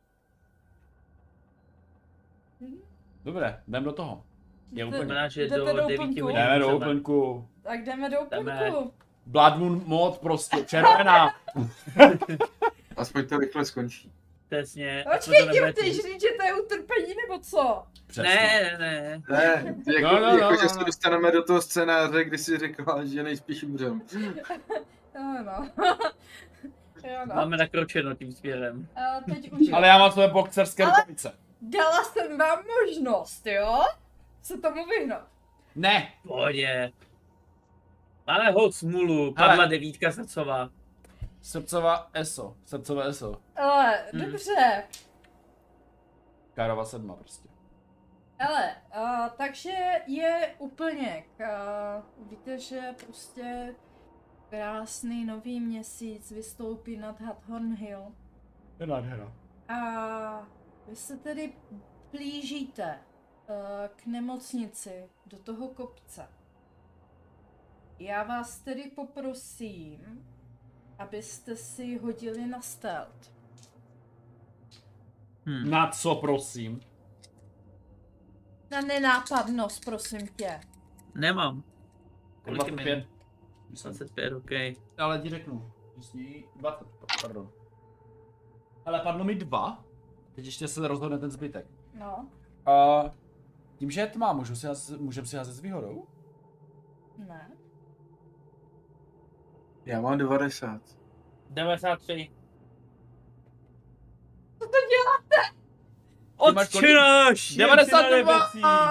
Dobré, jdem do toho. Je Jdete- úplně. Znamená, že jdete do do devíti úplňku? hodin Jdeme do chceme. úplňku. Tak jdeme do Jdeme. úplňku. Blood Moon mod prostě, červená. Aspoň to rychle skončí. Přesně. Počkej, to tím nebude chceš tím. říct, že to je utrpení nebo co? Přesně. Ne, ne, ne. Ne, jako, No, no, no, jako no, že se no. dostaneme do toho scénáře, kdy si řekla, že nejspíš umřem. Jo no. Jo no. Máme nakročeno tím směrem. A teď už Ale já mám své boxerské Ale- rukavice. dala jsem vám možnost, jo? Se tomu vyhnout. Ne. V pohodě. Máme hod smůlu, padla Hele. devítka srdcová. Srdcová eso. Srdcové eso. Ale, Hmm. dobře. Károva sedma prostě. Ale, uh, takže je úplněk. Uh, víte, že prostě krásný nový měsíc vystoupí nad Hathorn Hill. Je nádhera. A vy se tedy blížíte uh, k nemocnici do toho kopce. Já vás tedy poprosím, abyste si hodili na stealth. Hm. Na co, prosím? Na nenápadnost, prosím tě. Nemám. Kolik je dvacet minut? pět. Myslím. dvacet pět, OK. Ale ti řeknu. Jestli dvacet, pardon. Ale padlo mi dva. Teď ještě se rozhodne ten zbytek. No, A tím, že je tma, můžu si házet, můžem si házet s výhodou? ne. Já mám devadesát. devadesát tři. Co to děláte? máš kolik? Otčenáš! devadesát dva!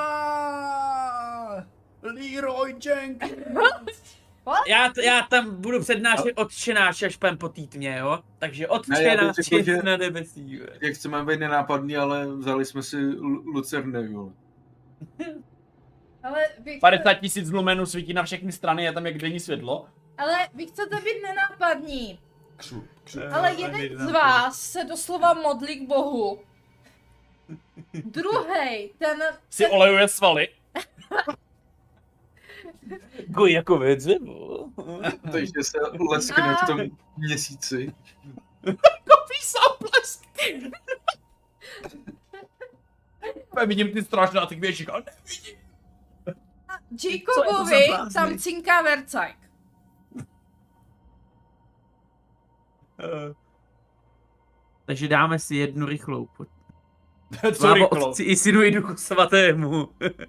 Leroy Jenkins! Já, t- já tam budu přednášet otčenáš, až půjdem po té tmě, jo? Takže Ne, já otčenáš bych řekl, že- na nebesí. jo. Jak chceme být nenápadný, ale vzali jsme si Lu- Lucerny, vole. Ale vy, padesát tisíc lumenů svítí na všechny strany, je tam jak denní světlo. ale vy chcete být nenápadní. Křu, křu. Ale jeden z vás se doslova modlí k Bohu. Druhej, ten... Si olejuje svaly. Goj jako ve dřevo. Takže se leskne v tom měsíci. Písá plesk. Já vidím ty strašné na těch větších, ale nevidím. Jacobovi Co je to za blázny? tam cinká Vercajk. Takže dáme si jednu rychlou. Pojď. Co Slávo rychlo? Otci i Synu i Duchu Svatému.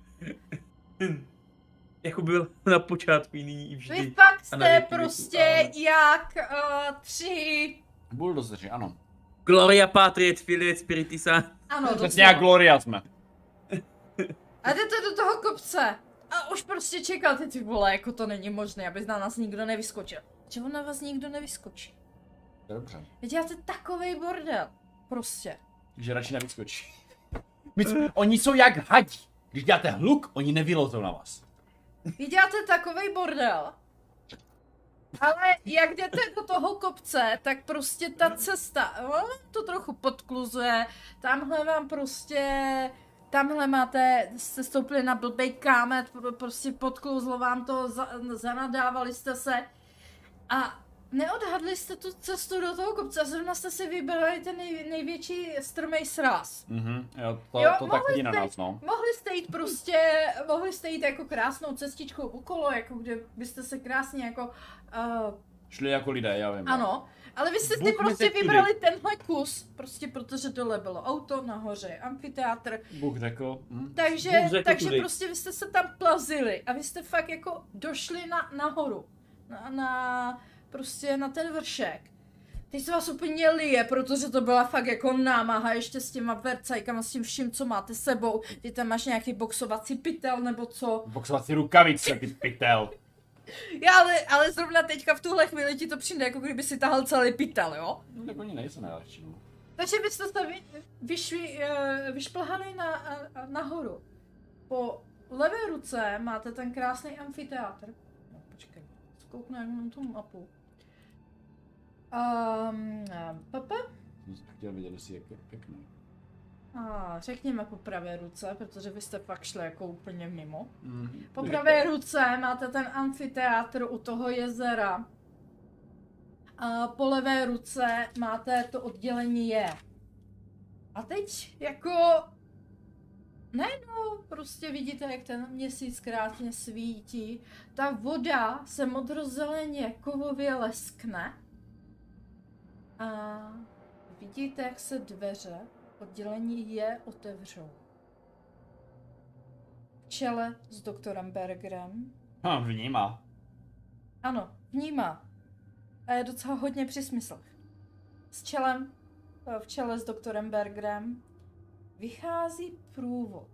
Jako byl na počátku i nyní i Vy vždy. fakt A na jste věky prostě věků. jak uh, tři... Bulldozeři, ano. Gloria Patriet Filiet Spiritus Sancti. Ano, Přesně jak doslova. Gloria jsme. A jdete do toho kopce. A už prostě čekal ty, ty vole, jako to není možné, aby na nás nikdo nevyskočil. Čemu na vás nikdo nevyskočí? Dobře. Vy děláte takovej bordel. Prostě. Že radši nevyskočí. My, oni jsou jak hadí. Když děláte hluk, oni nevylozou na vás. Vy děláte takovej bordel. Ale jak jdete do toho kopce, tak prostě ta cesta, no, to trochu podkluzuje. Tamhle vám prostě, tamhle máte, jste stoupili na blbej kámet, prostě podkluzlo vám to, za, zanadávali jste se. A neodhadli jste tu cestu do toho kopce a zrovna jste si vybrali ten nej, největší strmej sráz. Mhm, jo, to, Jo, to tak mohli vidí na jste- nás, no. Mohli jste jít prostě, mohli jste jít jako krásnou cestičkou okolo, jako kde byste se krásně jako, uh, Šli jako lidé, já vím. ano, ale vy jste si Bůh mi prostě teď tudy. vybrali tenhle kus, prostě protože dole bylo auto, nahoře je amfiteátr, Bůh řekl. Hm. takže, Bůh řekl takže tudy. prostě vy jste se tam plazili a vy jste fakt jako došli na, nahoru, na, na, prostě na ten vršek. Teď se vás úplně lije, protože to byla fakt jako námaha ještě s těma vercajkama, s tím vším, co máte sebou. Ty tam máš nějaký boxovací pytel nebo co. Boxovací rukavice, ty pytel. Já, ale, ale zrovna teďka v tuhle chvíli ti to přijde, jako kdyby si tahal celý pytel, jo? No tak oni nejsou nejlepší, no. Takže byste se vy, vyšli, eh, vyšplhali na, eh, nahoru. Po levé ruce máte ten krásný amfiteátr. No, počkej, zkouknu jenom na tu mapu. Um, papa? Jsem chtěl vidět, jestli je pě- pěkný. A řekněme po pravé ruce, protože vy jste fakt šli jako úplně mimo. Mm. Po pravé ruce máte ten amfiteátr u toho jezera. A po levé ruce máte to oddělení je. A teď jako najednou prostě vidíte, jak ten měsíc krásně svítí. Ta voda se modrozeleně kovově leskne. A vidíte, jak se dveře oddělení je otevřou. V čele s doktorem Bergerem. Hm, vnímá. Ano, vnímá. A je docela hodně při smyslech. S čelem, v čele s doktorem Bergerem, vychází průvod.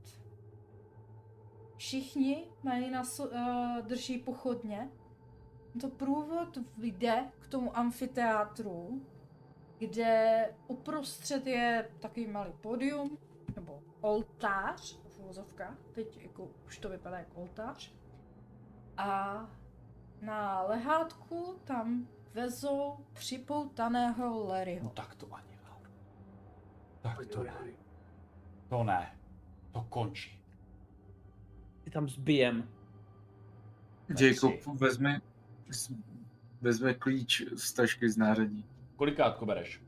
Všichni mají na, so- uh, drží pochodně. To průvod jde k tomu amfiteátru, kde uprostřed je takový malý pódium, nebo oltář, v uvozovkách, teď jako už to vypadá jako oltář. A na lehátku tam vezou připoutaného Larryho. No tak to ani Laura. Tak to ne. To ne. To končí. Ty tam zbijem. Jacob vezme, vezme klíč z tašky z nářadí. Kolikátko bereš?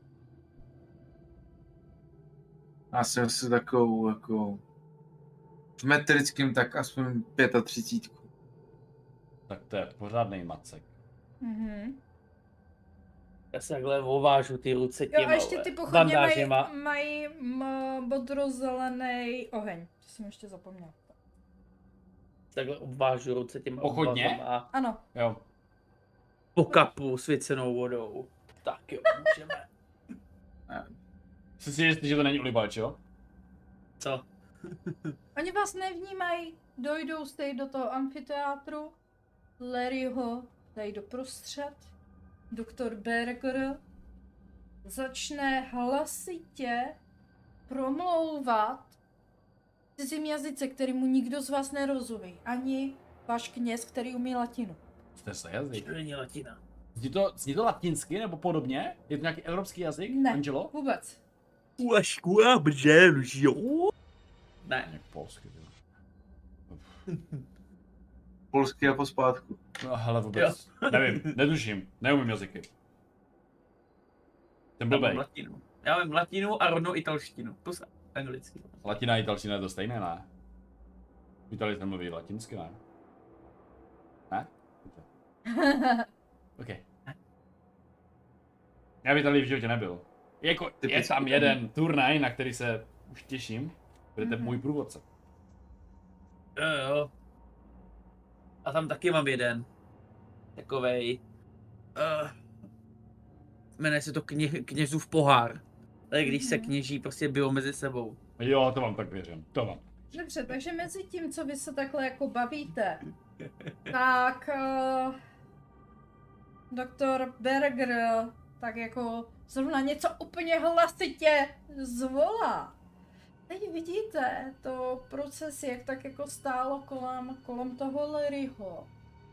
Já jsem si takovou jako v metrickém tak aspoň třicet pět. Tak to je pořádnej macek. Mhm. Já se takhle ovážu ty ruce Jo, těma a ještě ty pochodně mají, bandážema. mají m- modrozelený oheň. To jsem ještě zapomněl. Takhle obvážu ruce těma Pochodně? obvazama a Ano, Jo. po kapu svěcenou vodou. Tak jo, můžeme. Jsi si jistý, že to není ulibač, jo? Co? oni vás nevnímají, dojdou stej do toho amfiteátru, Larryho dají do prostřed, doktor Berger začne hlasitě promlouvat v cizím jazyce, který mu nikdo z vás nerozumí, ani váš kněz, který umí latinu. Jste se jazyk. To není latina. Zní to, zní to latinsky nebo podobně? Je to nějaký evropský jazyk, Ne. Angelo? Vůbec. Uašku a břel, jo? Ne. Ne, polsky, jo. Polsky a pospátku. No, hele, vůbec. Nevím, netuším, neumím jazyky. Jsem Já mám blbej. latinu. Já mám latinu a rovnou italštinu. Plus anglicky. Latina a italština je to stejné, ne? Italii se mluví latinsky, ne? Ne? Ok. Já v Italii v životě nebyl. Jako, je Typicky tam ten- jeden turnaj, na který se už těším. Budete Mhm. můj průvodce. Jo, jo. A tam taky mám jeden. Takovej. Uh, jmenuje se to kně, kněžův pohár. Ale když se kněží prostě bijou mezi sebou. Jo, to vám tak věřím. To vám. Dobře, takže mezi tím, co vy se takhle jako bavíte, tak uh, doktor Berger tak jako zrovna něco úplně hlasitě zvolá. Teď vidíte to proces, jak tak jako stálo kolem, kolem toho Larryho.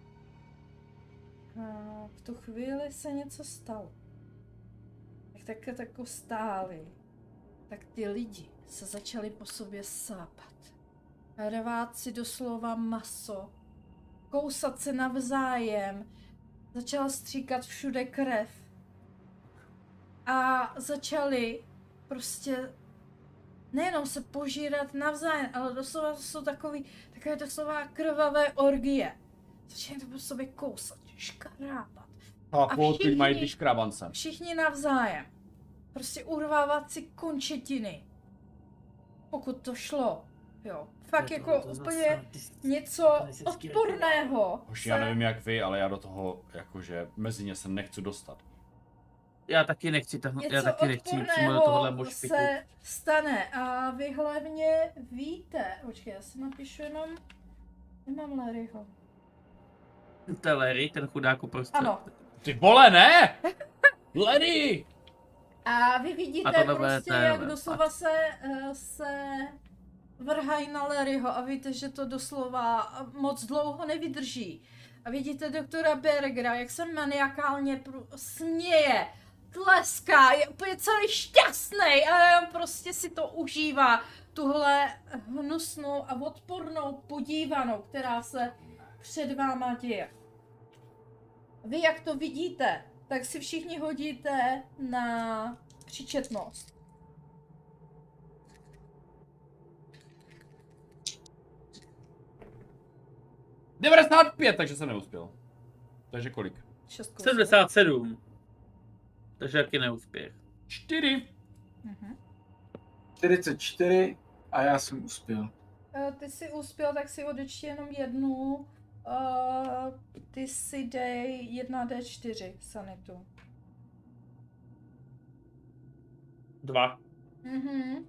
A v tu chvíli se něco stalo. Jak tak jako stáli, tak ty lidi se začali po sobě sápat. Rvát si doslova maso, kousat se navzájem, začala stříkat všude krev. A začali prostě nejenom se požírat navzájem, ale doslova to jsou takový, takové doslova krvavé orgie. Začali to po sobě kousat, škrábat. A všichni mají ty škrabance. Všichni navzájem. Prostě urvávat si končetiny. Pokud to šlo. Jo. Fakt jako úplně něco odporného. Hoši, já nevím jak vy, ale já do toho jakože mezi ně se nechci dostat. Já taky nechci, tak, já taky nechci přímo do tohohle mošpitu. Se stane a vy hlavně víte. Počkej, já si napíšu jenom, nemám Larryho. To je Larry, ten chudák prostě. Ano. Ty vole, ne! Larry! A vy vidíte a prostě, ten, jak doslova se, se vrhají na Larryho a víte, že to doslova moc dlouho nevydrží. A vidíte doktora Bergera, jak se maniakálně směje, tleská, je úplně celý šťastný a on prostě si to užívá. Tuhle hnusnou a odpornou podívanou, která se před váma děje. Vy jak to vidíte, tak si všichni hodíte na příčetnost. devadesát pět, takže jsem neuspěl. Takže kolik? sedmdesát sedm. Takže jaký neúspěch. čtyři. Mhm. čtyřicet čtyři a já jsem uspěl. Ty jsi uspěl, tak si odečti jenom jednu. Uh, ty si dej jedna dé čtyři sanitu. Dva. Mhm.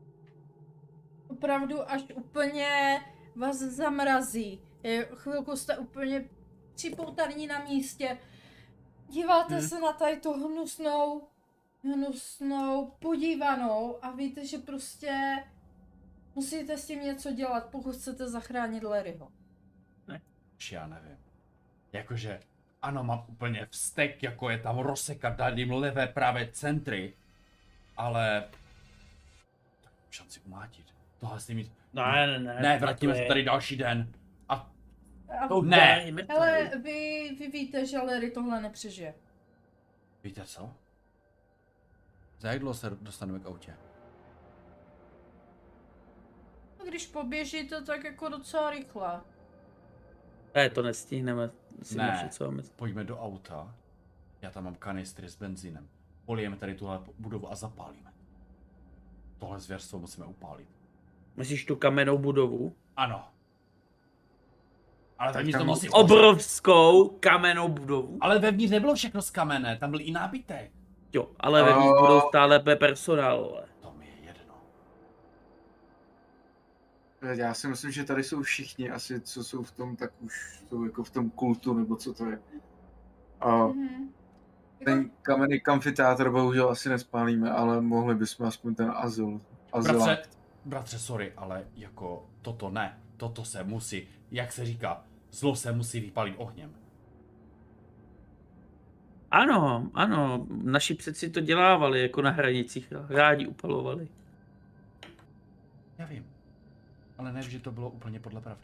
Opravdu až úplně vás zamrazí. Je, chvilku jste úplně připoutaní na místě. Díváte hmm. se na tady tu hnusnou, hnusnou podívanou a víte, že prostě musíte s tím něco dělat, pokud chcete zachránit Larryho. Ne, já nevím. Jakože, ano, mám úplně vztek, jako je tam rozsekat, dát jim levé pravé centry, ale šanci umlátit. Tohle si mít. Ne, ne, ne. Ne, vrátíme se tady další den. A A to ne. ale vy, vy víte, že Larry tohle nepřežije. Víte co? Za jak dlouho se dostaneme k autě? A když poběžíte, tak jako docela rychle. Ne, to nestihneme. Ne, pojďme do auta. Já tam mám kanistry s benzínem. Polijeme tady tuhle budovu a zapálíme. Tohle zvěrstvo musíme upálit. Myslíš tu kamennou budovu? Ano. Ale vevnitř to musí... Obrovskou kamennou budovu? Ale vevnitř nebylo všechno z kamene, tam byl i nábytek. Jo, ale vevnitř budou stále personálové. To mi je jedno. Já si myslím, že tady jsou všichni asi, co jsou v tom, tak už jsou jako v tom kultu, nebo co to je. A mm-hmm. ten kamenný amfiteátr bohužel asi nespálíme, ale mohli bychom aspoň ten azyl. Bratře, bratře, sorry, ale jako toto ne. Toto se musí, jak se říká, zlo se musí vypálit ohněm. Ano, ano, naši předci to dělávali jako na hranicích, rádi upalovali. Já vím, ale ne, že to bylo úplně podle pravdy.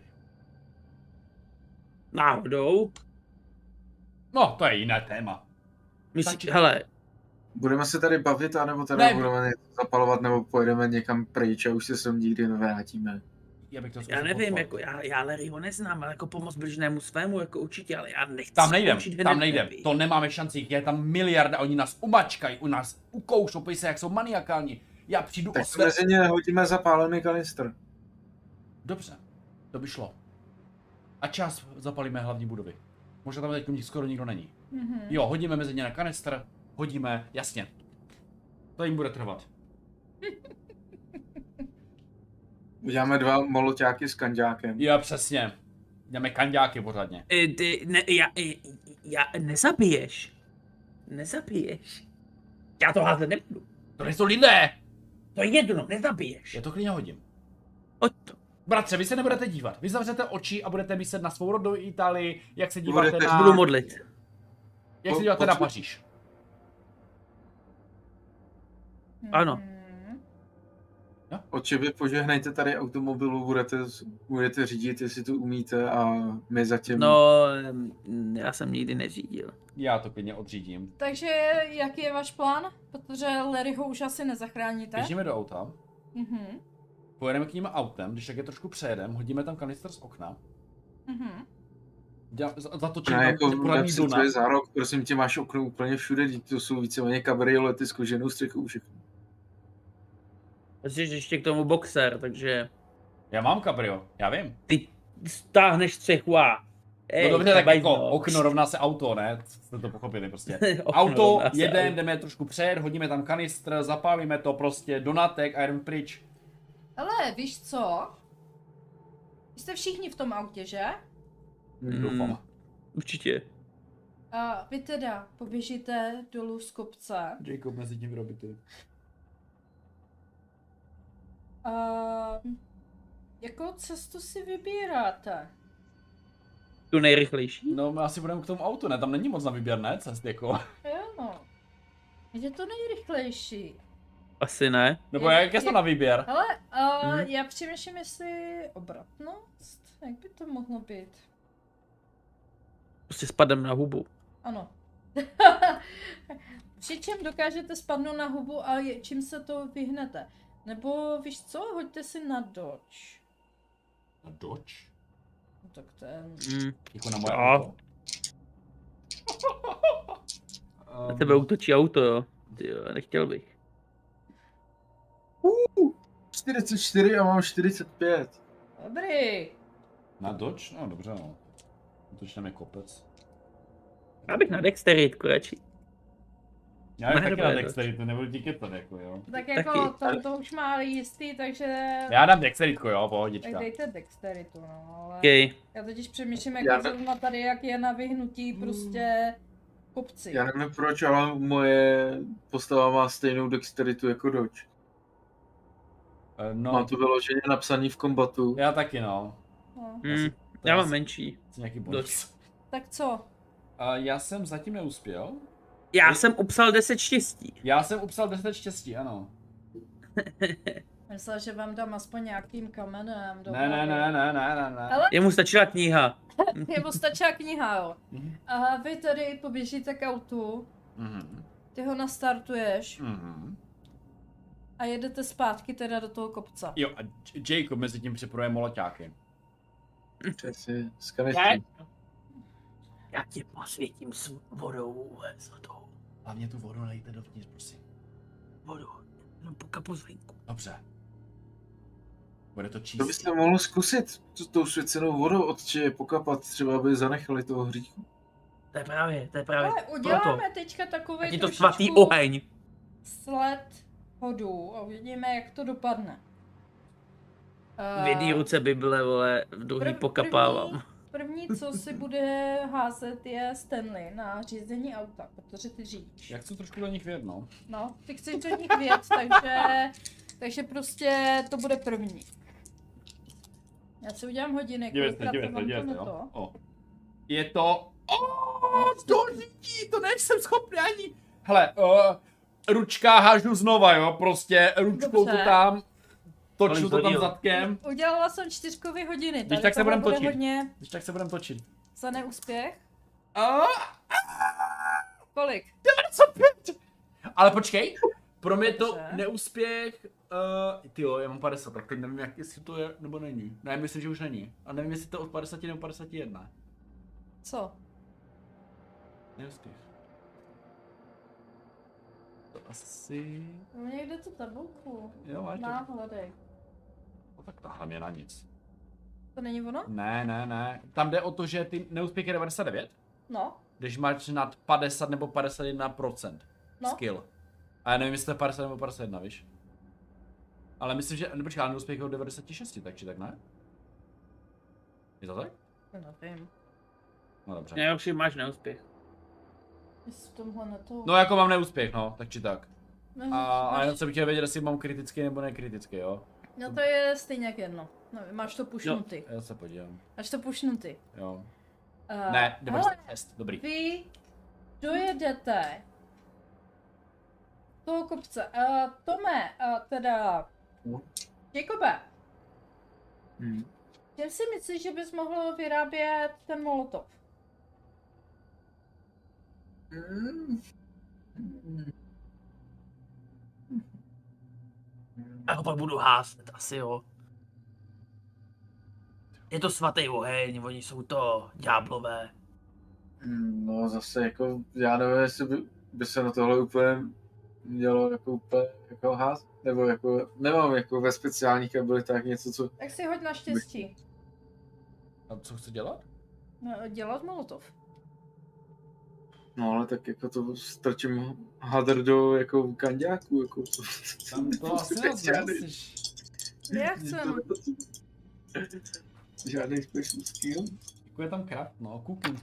Náhodou? No, to je jiné téma. Myslíš, hele. Budeme se tady bavit, anebo tady ne. budeme zapalovat, nebo pojedeme někam pryč a už se sem nikdy nevrátíme. Já, bych to já nevím, podpal. jako já, já Larryho neznám, ale jako pomoc bližnému svému, jako určitě, ale já nechci. Tam nejdem, tam nejdem, to nemáme šanci, je tam miliarda, oni nás umačkají, u nás ukoušou, pojď se, jak jsou maniakální. Já přijdu tak o své... mezi ně hodíme zapálený kanistr. Dobře, to by šlo. A čas zapalíme hlavní budovy. Možná tam teď skoro nikdo není. Mm-hmm. Jo, hodíme mezi ně na kanistr, hodíme, jasně. To jim bude trvat. Uděláme dva moloťáky s kanďákem. Jo, přesně. Jdeme kanďáky pořádně. E, ty, ne, já, e, já, nezabiješ. Nezabiješ. Já to házet nebudu. To nejsou lidé! To je jedno, nezabiješ. Já to klidně hodím. Pojď to. Bratře, vy se nebudete dívat. Vy zavřete oči a budete myslet na svou rodnou Itálii, jak se díváte Budete- na... Budu modlit. Jak se Po- díváte na potře- Paříž. Ano. Mhm. Očevě požehnejte tady automobilu, budete, budete řídit, jestli to umíte a my zatím... No, em, já jsem nikdy neřídil. Já to klidně odřídím. Takže jaký je váš plán? Protože Larryho už asi nezachráníte. Běžíme do auta, Mhm. pojedeme k ním autem, když tak je trošku přejedem, hodíme tam kanistr z okna, Mhm. dělám, za- zatočím Ne, tam jako poradní Pepsi, duna. to je zárok, prosím tě, máš okno úplně všude, vždyť to jsou víceméně kabriolety s koženou střechou, všechno. Jsi ještě k tomu boxer, takže Já mám kabrio, já vím. ty stáhneš střechu a... No dobře, tak bajzno. jako okno rovná se auto, ne? Jste to pochopili prostě. Okno Auto, rovná se jedem, auto. jdeme trošku přejed, hodíme tam kanistr, zapálíme to prostě, donatek a jdeme pryč. Ale víš co? Vy jste všichni v tom autě, že? Mm, Doufám. Určitě. A vy teda poběžíte dolů z kopce. Jacob mezi tím vyrobitý. A jakou cestu si vybíráte? Tu nejrychlejší? No my asi budeme k tomu autu, ne? Tam není moc na výběr, ne? Cest jako. Jo no. Je to nejrychlejší. Asi ne. Nebo Je- jak je to je- na výběr? Ale uh, Mhm. já přemýšlím, jestli obratnost? Jak by to mohlo být? Prostě spadem na hubu. Ano. Přičem dokážete spadnout na hubu a je, čím se to vyhnete? Nebo víš co, hoďte si na Dodge. Na Dodge? No, tak to je... Mm. Jako na moje Jo. auto. Na tebe útočí auto, jo. Ty jo, nechtěl bych. čtyřicet čtyři a mám čtyřicet pět. Dobrý. Na Dodge? No dobře no. Útočneme kopec. Já bych na dexteritku radši. Já bych Ne, taky dobré, na to- Dexteritu, nebudu ti kecat jako jo. Tak jako Taky. to, to už má jistý, takže... Já dám Dexteritku jo, Tak pohodička. dejte dexteritu, no, ale... Okay. Já totiž přemýšlím, jak Já já ne- zrovna tady, jak je na vyhnutí prostě kopci. Já nevím proč, ale moje postava má stejnou dexteritu jako Dodge. Eh, No. No, Mám to vyloženě napsaný v kombatu. já taky no. No. Mm. To Já je mám asi- menší. asi nějaký bonus. Tak co? A já jsem zatím neuspěl. Já jsem upsal deset štěstí. Já jsem upsal deset štěstí, ano. Myslel, že vám dám aspoň nějakým kamenem. do Ne, ne, hlavy. ne, ne, ne, ne, ne. Ale Jemu stačila kniha. jemu stačila kniha, jo. Mhm. A vy tady poběžíte k autu, Mhm. ty ho nastartuješ Mhm. a jedete zpátky teda do toho kopce. Jo, a J- Jacob mezi tím připravuje moloťáky. Přesně, s kanistrem. Já tě posvětím s vodou, zlatou. Hlavně tu vodu lejte dovnitř, prosím. Vodu. Jenom po kapuzlinku. Dobře. Bude to číst. To byste mohl zkusit tu- tou svěcenou vodou odče pokapat, třeba aby zanechali toho hříchu. To je právě, to je právě Ale proto. uděláme teďka takový Ať je to trošičku svatý oheň. sled hodů a uvidíme, jak to dopadne. V jedné ruce Bible, vole, v druhý Prv- pokapávám. První, co si bude házet, je Stanley na řízení auta, protože ty řídíš. Já chci trošku do nich vědět, no. No, ty chceš do nich věc, takže, takže prostě to bude první. Já si udělám hodiny, kolikrát to vám to neto. O. Je to... Oh, dožití, to nejsem schopný ani... Hele, uh, ručka hážu znova, jo, prostě ručkou Dobře. to tam, točnu Kolik to tam hodil? zadkem, Udělala jsem čtyřkový hodiny, Když tady tak se tohle budem bude točit. hodně když tak se budem točit. za neúspěch. A, Kolik? devadesát pět! Ale počkej, pro mě to Dobře. neúspěch, uh, tyjo, já mám padesát, tak teď nevím, jak, jestli to je, nebo není. Ne, myslím, že už není. A nevím, jestli to od padesát nebo padesát jedna. Co? Neúspěch. To asi... No, někde tu tabulku. Jo, máš to. Na, hledej. No, tak tahle mě na nic. To není ono? Ne, ne, ne. Tam jde o to, že ty neúspěch je devadesát devět, No, když máš nad padesát nebo padesát jedna procent no. skill. A já nevím, jestli to je padesát nebo padesát jedna, víš? Ale myslím, že, počkej, ale neúspěch je od devadesát šest, tak či tak ne? Je to tak? Nevím. No dobře. Nejlepší máš neúspěch. Jestli v tomhle na to... No jako mám neúspěch, no, tak či tak. No, A, a máš... jenom jsem chtěl vědět, jestli mám kritický nebo nekritický, jo? no to je stejně jak jedno. No, máš to pušnutý. Já se podívám, Máš to pušnutý. jo. Uh, Ne, devadesát šest, dobrý. Vy dojedete toho kopce. Uh, Tome, uh, teda... No. Jakobe, Hmm. čem si myslíš, že bys mohl vyrábět ten molotov? Hmm. Já ho pak budu házet, asi jo. Je to svatý oheň, oni jsou to ďáblové. No zase jako, já nevím, jestli by, by se na tohle úplně mělo jako úplně jako házet, nebo jako, nemám jako ve speciálních abilitách něco, co... Tak si hoď na štěstí. A co chci dělat? No, dělat molotov. No ale tak jako to strčím hadr do jako kanďáku, jako to... Tam to asi nemusíš. Já chcem. Žádný special skill. Jako je tam krát, no, cooking.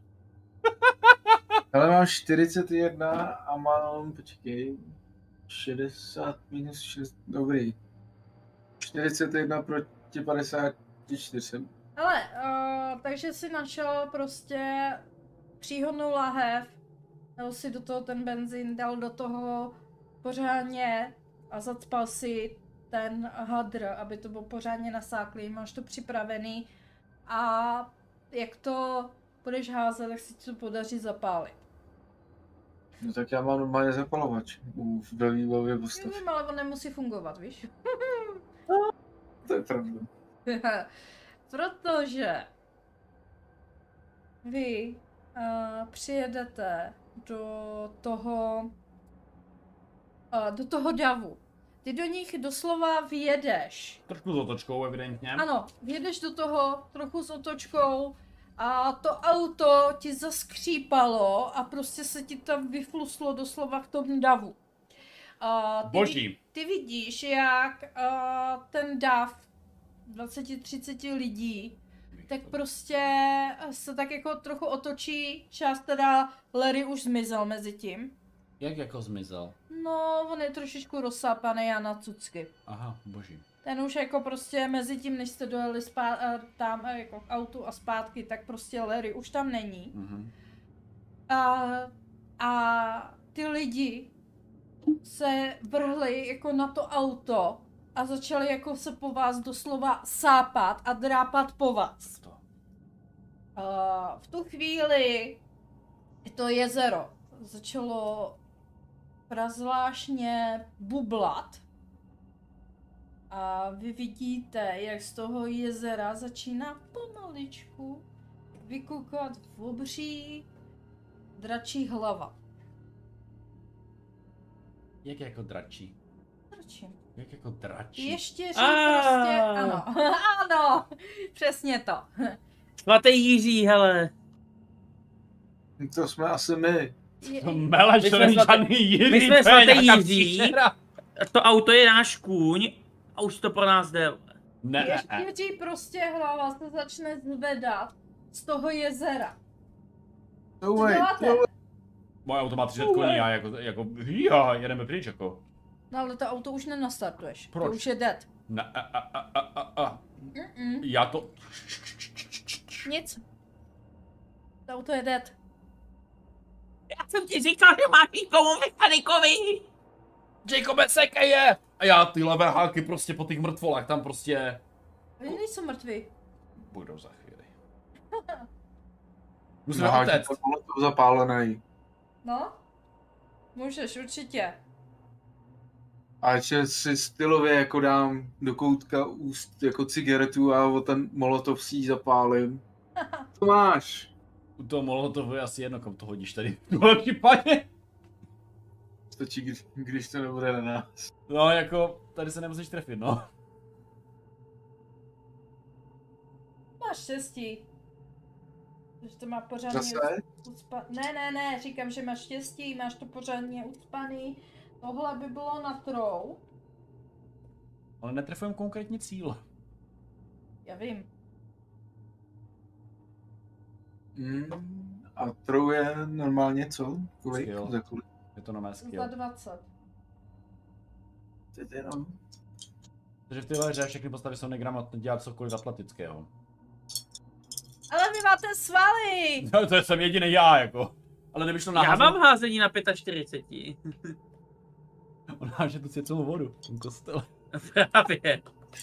Ale mám čtyřicet jedna a mám, počkej, šedesát minus šest, dobrý. čtyřicet jedna proti padesát čtyři. Ale, uh, takže si našel prostě příhodnou lahev, dal si do toho ten benzín, dal do toho pořádně a zacpal si ten hadr, aby to bylo pořádně nasáklý, máš to připravený a jak to budeš házet, tak si to podaří zapálit. No tak já mám normálně zapalovač u ve výbavě postav. Nevím, ale on nemusí fungovat, víš? To je pravda. Protože vy uh, přijedete do toho uh, do toho davu. Ty do nich doslova vjedeš. Trošku s otočkou, evidentně. Ano, vjedeš do toho trochu s otočkou a to auto ti zaskřípalo a prostě se ti tam vyfluslo doslova v tom davu. Uh, ty, Boží. ty vidíš, jak uh, ten dav dvacet třicet lidí, tak prostě se tak jako trochu otočí, část teda Larry už zmizel mezi tím. Jak jako zmizel? No, on je trošičku rozsápaný a na cucky. Aha, boží. Ten už jako prostě mezi tím, než jste dojeli spá- tam jako k autu a zpátky, tak prostě Larry už tam není. Mhm. A, a ty lidi se vrhli jako na to auto a začali jako se po vás doslova sápat a drápat po vás. To. Uh, v tu chvíli to jezero začalo prazvláštně bublat a vy vidíte, jak z toho jezera začíná pomaličku vykukat obří dračí hlava. Jak jako dračí? Dračí. Jak jako dračí? Ještěří Ah. prostě, ano, ano, přesně to. Svatý Jiří, hele. To jsme asi my. Je, To meleš, My to jsme není svatý- žádný Jiří, my jsme to je svatý nějaká Jiří. příšera. To auto je náš kůň a už to pro nás jde. Ne, ne, ne. Ještěří prostě hlava se začne zvedat z toho jezera. No Co way, děláte? no way. Moje auto má třicet koní a jako, jako, já, jedeme pryč jako. No ale to auto už nenastartuješ. Proč? To už je dead. Ne, a, a, a, a, a, a. Mm-mm. Já to... Nic. To auto je dead. Já jsem ti říkal, že máš jít komu mechanikovi. Jacobe, sekej je! A já ty levé háky prostě po těch mrtvolách tam prostě... Oni nejsou mrtví. Budou za chvíli. Musíme Nahážu utéct. to molotov zapálený. No? Můžeš, určitě. A že si stylově jako dám do koutka úst jako cigaretu a o ten molotov si ji zapálím. Co máš? U toho molotovu je asi jedno, kam to hodíš tady. V tomhle případě. Stačí, když, když to nebude na nás. No jako, tady se nemusíš trefit, no. Máš štěstí. Že to má pořádně Zase? ucpa... Ne, ne, ne, říkám, že máš štěstí, máš to pořádně ucpaný. Tohle by bylo na trou. Ale netrefujeme konkrétní cíl. Já vím. Hmm, a trou je normálně co? Kolik? Skill. Za kolik? Je to nové Za skill. dvacet. Teď jenom. Takže v téhle hře všechny postavy jsou negramotné dělat cokoliv atletického. Ale vy máte svaly! No, to jsem jediný já, jako. Ale kdybyš to Já naházel... mám házení na čtyřicet pět. On háže tu světlou vodu v tom kostele. Právě.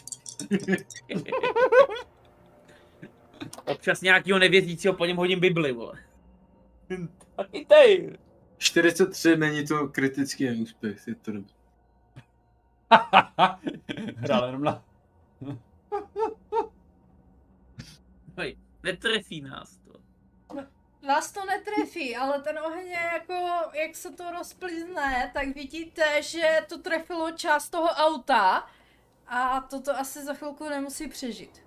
Občas nějakýho nevěřícího po něm hodím Bibli, vole. Taky tej. čtyřicet tři není to kritický úspěch, je to dobře. Hrál jenom na... Hej, netrefí nás to. Vás to netrefí, ale ten oheň je jako, jak se to rozplizne, tak vidíte, že to trefilo část toho auta a toto asi za chvilku nemusí přežít.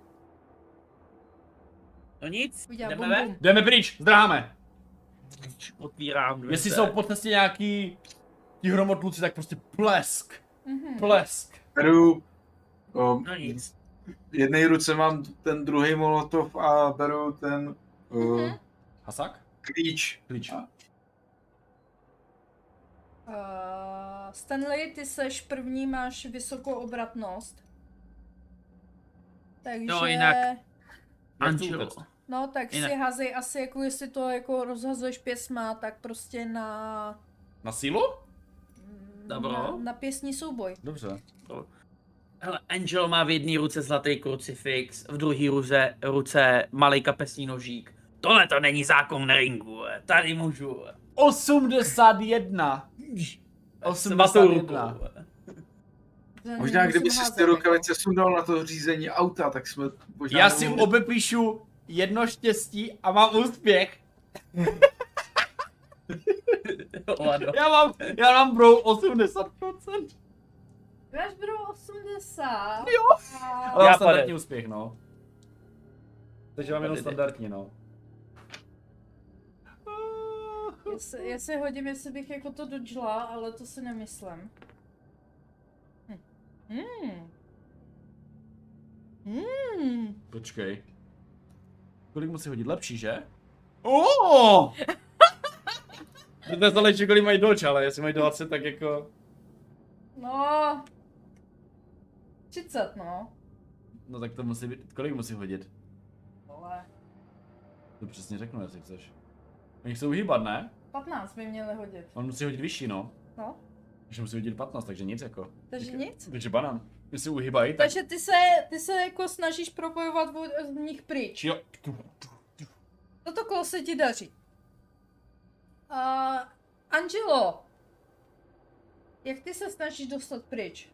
No nic, Udělá jdeme bum, ven. bum. Jdeme pryč, zdráháme. Otvírám dveře. Jestli jsou pod cestě nějaký ti hromotluci, tak prostě plesk. Mhm. Plesk. Beru... O, No nic. v jedné ruce mám ten druhý molotov a beru ten o, Mhm. Hasak? klíč. Klíč. A- Uh, Stanley, ty seš první, máš vysokou obratnost. Takže... No, jinak- Angelo. Angelo. No, tak Jinak- si házej asi, jako jestli to jako rozhazuješ pěsma, tak prostě na... Na sílu? Dobro. Na, na pěstní souboj. Dobře. Hele, Angel má v jedné ruce zlatý krucifix, v druhé ruce, ruce malý kapesní nožík. Tohle to není zákon ringu, tady můžu. osmdesát jedna. Svatou rukou. Možná kdyby Musím si házet, ty rukavice sundal na to řízení auta, tak jsme možná... Já si nemohli- obepíšu jedno štěstí a mám úspěch. Lado. Já mám, já mám bro osmdesát procent. Máš bro osmdesát. Jo. A... Ale Já mám standardní padem. úspěch, no. Takže mám jenom Padej. standardní, no. Já se, já se hodím, jestli bych jako to dodžla, ale to si nemyslím. Hm. Hmm. Hmm. Počkej. Kolik musí hodit lepší, že? Oh! To záleží, kolik mají doč, ale jestli mají dvacet, tak jako... No. třicet, no. No tak to musí být, kolik musí hodit? Ale To přesně řeknu, jestli chceš. Oni chcou hýbat, ne? patnáct by měli hodit. On musí hodit vyšší, no. No. Takže musí hodit patnáct, takže nic jako. Takže nic. Takže banán. Když si uhýbají, tak... Takže ty se, ty se jako snažíš propojovat od z nich pryč. Jo. Toto kolo se ti daří. Uh, Angelo, jak ty se snažíš dostat pryč?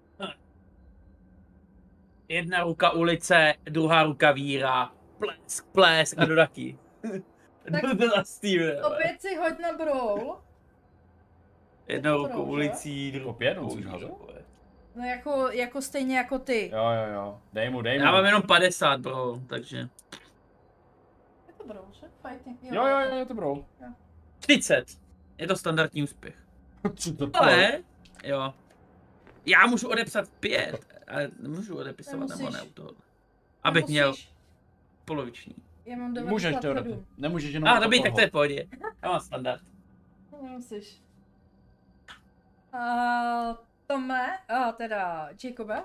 Jedna ruka ulice, druhá ruka víra. Plesk, plesk a do taky. Tak Do to Steve. Opět si hoď na brawl. Jednou to rukou dobrou, ulicí, druhou Opět? On rukou si už házel? víra. No jako, jako stejně jako ty. Jo, jo, jo. Dej mu, dej mu. Já mám jenom padesát, bro, takže... Je to brawl, že? Fighting. Jo, jo, jo, je to bro. třicet. Je to standardní úspěch. třicet. Ale, jo. Já můžu odepsat pět, ale nemůžu odepisovat nebo Nemusíš. ne u toho. Abych měl Nemusíš. poloviční. Já mám Můžeš devadesát teoreticky. sedm. Nemůžeš jenom... A, to dobrý, toho. tak to je v pohodě. Já mám standard. Nemusíš. A Tome, a teda Jacobe.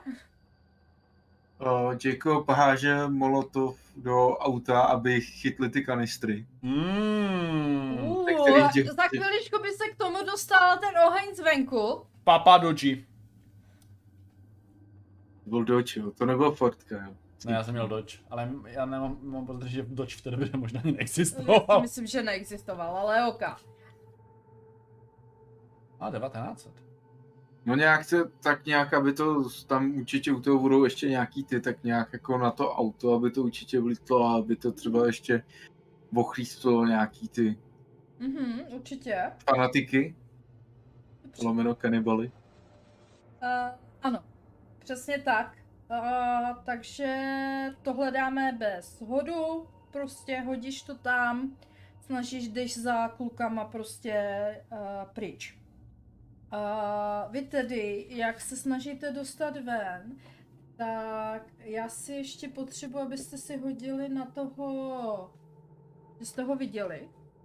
O, Jacob háže molotov do auta, aby chytli ty kanistry. Mm. Uh, který dě- za chviličku by se k tomu dostal ten oheň zvenku. Papa Doji. To byl Dodge, jo. To nebyl Fordka, jo. Ne, já jsem měl Dodge, ale já nemám, mám pocit, že Dodge v té době možná ani Já si neexistoval. myslím, že neexistoval, ale oka. A devatenáct. No nějak se, tak nějak, aby to, tam určitě u toho budou ještě nějaký ty, tak nějak jako na to auto, aby to určitě vlítlo a aby to třeba ještě ochlístilo nějaký ty Mhm, určitě. fanatiky, lomeno kanibaly. Uh, ano, přesně tak. Uh, takže tohle dáme bez hodu, prostě hodíš to tam, snažíš, jdeš za klukama prostě uh, pryč. A vy tedy, jak se snažíte dostat ven, tak já si ještě potřebuji, abyste si hodili na toho, že jste ho viděli.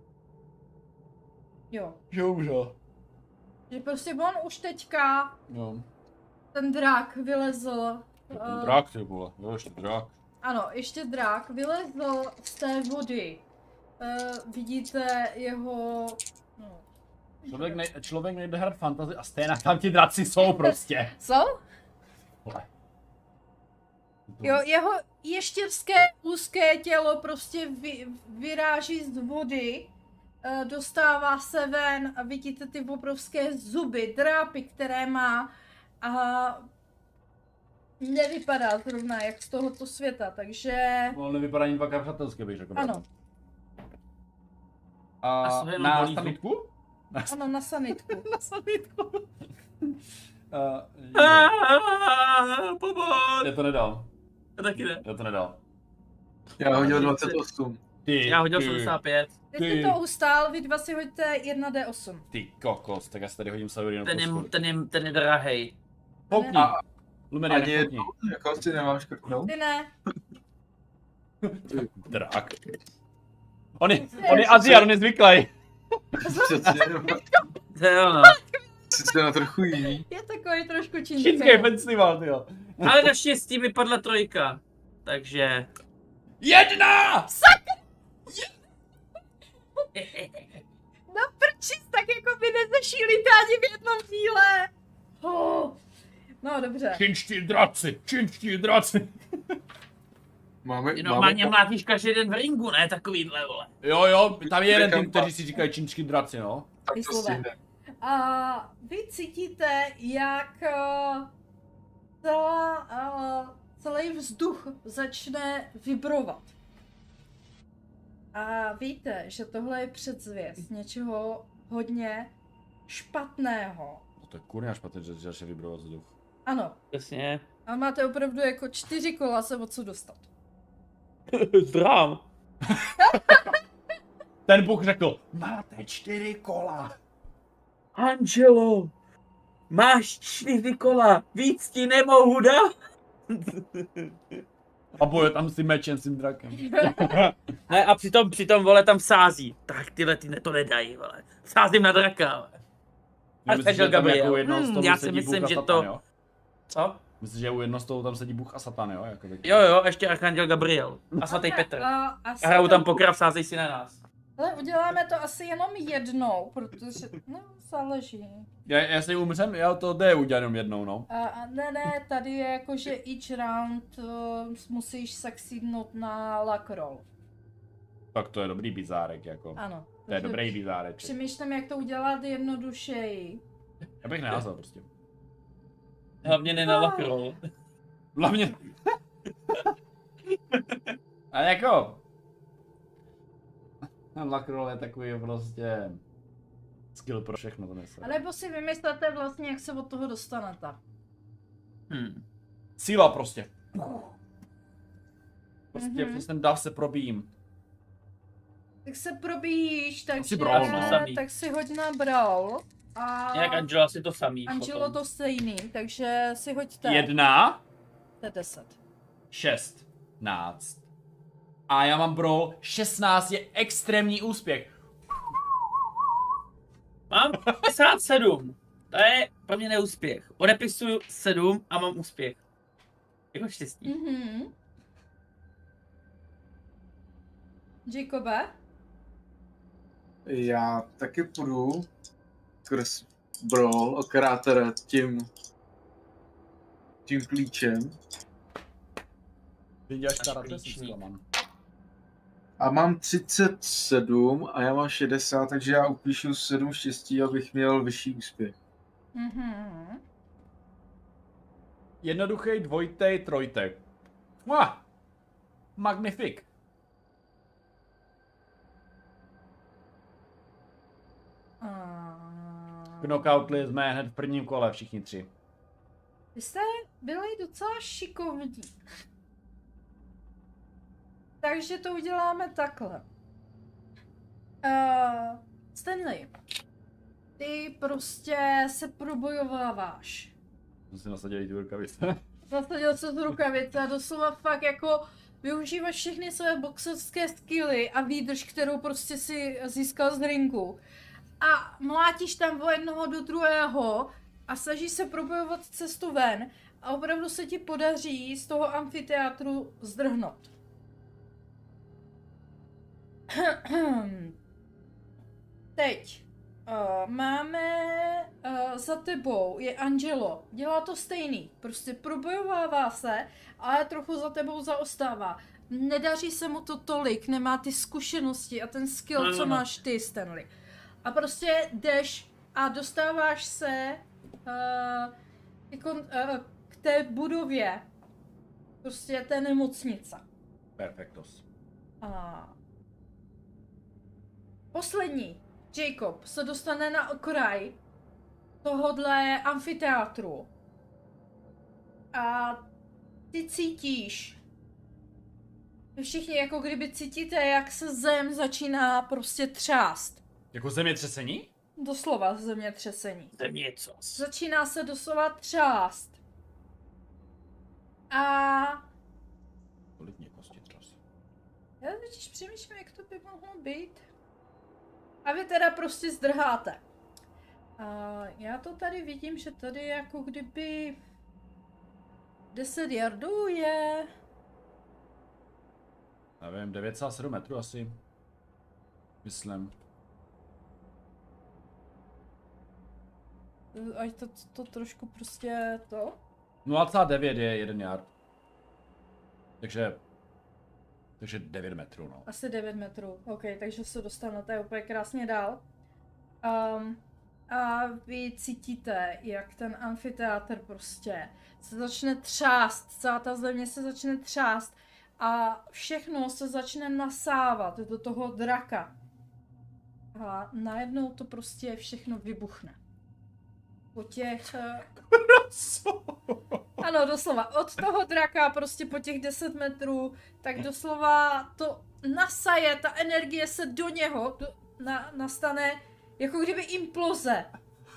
Jo. Jo, už jo. Že prostě on už teďka, Jo. ten drak vylezl. Ten uh, drak, ty vole, jo, ještě drak. Ano, ještě drak vylezl z té vody. Uh, vidíte jeho... No. Člověk, nej, člověk nejde hrát fantasy a stejně tam ti draci jsou prostě. Co? Vole. Jo, jeho ještěvské úzké tělo prostě vy, vyráží z vody, uh, dostává se ven a vidíte ty obrovské zuby, drápy, které má a nevypadá zrovna jak z tohoto světa, takže... No, nevypadá ani dvakrát přátelsky, bych řekl. Ano, A A jsou jenom na bolí sanitku? ano, na sanitku. Na sanitku. uh, Pomoc! Já to nedal. Já taky ne. Já to nedal. Já hodil dvacet osm. Ty, Já hodil ty, sedmdesát pět. Teď jste to ustál, vy dva si hoďte jedna dé osm. Ty kokos, tak já si tady hodím Saurinu Ten je, kostku. ten je, ten je drahej. Poukni. A Lumene, ani nepoukni. jedno, jako si nemám škrtnout. Ty ne. Drak. On je, on je Aziat, on je zvyklý. Přesně, To je ono. jste na trochu jiný. Je takový trošku Čínský čínský. festival, tyjo. Ale naštěstí vypadla trojka. Takže... Jedna! Na prčis, tak jako by nezešílíte ani v jednom díle. Oh. No dobře. Čínští draci, čínští draci. Máme, Ty máme normálně mlátíš každý den v ringu, ne? Takovýhle, vole. Jo, jo, tam je jeden Někam tým, kteří si říkají čínští draci, no. tak to Vyslové. stejné. A vy cítíte, jak uh, celá, uh, celý vzduch začne vibrovat. A víte, že tohle je předzvěst něčeho hodně špatného. No to je kurňa špatně, že začne vibrovat vzduch. Ano, Jasně. a máte opravdu jako čtyři kola se o co dostat. Zdrám. Ten Bůh řekl, máte čtyři kola. Angelo, máš čtyři kola, víc ti nemohu dát. A boje tam s tím mečem, s tím drakem. Ne, a přitom, přitom, vole, tam sází. Tak tyhle ty ne, to nedají, vole. Sázím na draka, vole. Myslíš, že Archangel tam jako Gabriel. u jednoho Hmm, stolu já si sedí myslím, Bůh a že Satan, to- jo? Co? Myslíš, že u jednoho stolu tam sedí Bůh a Satan, jo? Jako tak- Jo, jo, ještě Archangel Gabriel. A svatý Petr. A, asi A hrajou tam pokra, vsázej si na nás. Ale uděláme to asi jenom jednou, protože, no, záleží. Já, jestli umřem, já to jde udělat jenom jednou, no. A, a ne, ne, tady je jako, že each round uh, musíš succeednout na luck roll. Tak to je dobrý bizárek, jako. Ano. To je dobrý bizárek. Přemýšlím, jak to udělat jednodušeji. Já bych neházal prostě. Hlavně ne na lakrol. Hlavně. A jako. Lakrol je takový prostě skill pro všechno, to nese. A nebo si vymyslete vlastně, jak se od toho dostanete. Hmm. Síla prostě. Prostě Mhm. přes ten dav se probíjím. Tak se probíjíš, takže Asi brawl, no, samý. tak si hoď na brawl. A Jak Angela si to samý. Angelo potom. to stejný, takže si hoďte. Jedna, To je deset. šest, náct. A já mám brawl, šestnáct je extrémní úspěch. Mám padesát sedm. To je pro mě neúspěch. Odepisuju sedm a mám úspěch. Jako štěstí. Mhm. Jacobe? Já taky půjdu skrz brawl, akorát teda tím tím klíčem. Ty děláš Až karate, klíčník. jsem mám. A mám třicet sedm a já mám šedesát, takže já upíšu sedm štěstí, abych měl vyšší úspěch. Mhm. Jednoduchý dvojtej, trojtej. Mwah! Magnifik. A... Knockoutli jsme hned v prvním kole, všichni tři. Vy jste byli docela šikovní. Takže to uděláme takhle. Uh, Stanley, ty prostě se probojováváš. Jsem si nasadil ty rukavice. Nasadil se z rukavice a doslova fakt jako využíváš všechny své boxerské skilly a výdrž, kterou prostě si získal z ringu. A mlátíš tam o jednoho do druhého a snažíš se probojovat cestu ven a opravdu se ti podaří z toho amfiteátru zdrhnout. Teď uh, máme uh, za tebou je Angelo. Dělá to stejný. Prostě probojovává se, ale trochu za tebou zaostává. Nedaří se mu to tolik, nemá ty zkušenosti a ten skill, No, no, co no. máš ty, Stanley. A prostě jdeš a dostáváš se uh, jako, uh, k té budově, prostě té nemocnice. Perfektos. A poslední, Jacob, se dostane na okraj tohodle amfiteátru. A ty cítíš, vy všichni jako kdyby cítíte, jak se zem začíná prostě třást. Jako zemětřesení? Doslova zemětřesení. To je něco. Začíná se doslova třást. A Kolik mě kosti třas? já totiž přemýšlím, jak to by mohlo být. A vy teda prostě zdrháte. A já to tady vidím, že tady je jako kdyby deset yardů je... Nevím, devět celá sedm metrů asi. Myslím. Ať to, to trošku prostě to... nula celá devět je jeden yard. Takže... Takže devět metrů, no. Asi devět metrů. OK, takže se dostanete úplně krásně dál. Um, a vy cítíte, jak ten amfiteátr prostě se začne třást, celá ta země se začne třást a všechno se začne nasávat do toho draka. A najednou to prostě všechno vybuchne. Po těch... eh, Ano, doslova. Od toho draka prostě po těch deset metrů, tak doslova to nasaje, ta energie se do něho do, na, nastane jako kdyby imploze.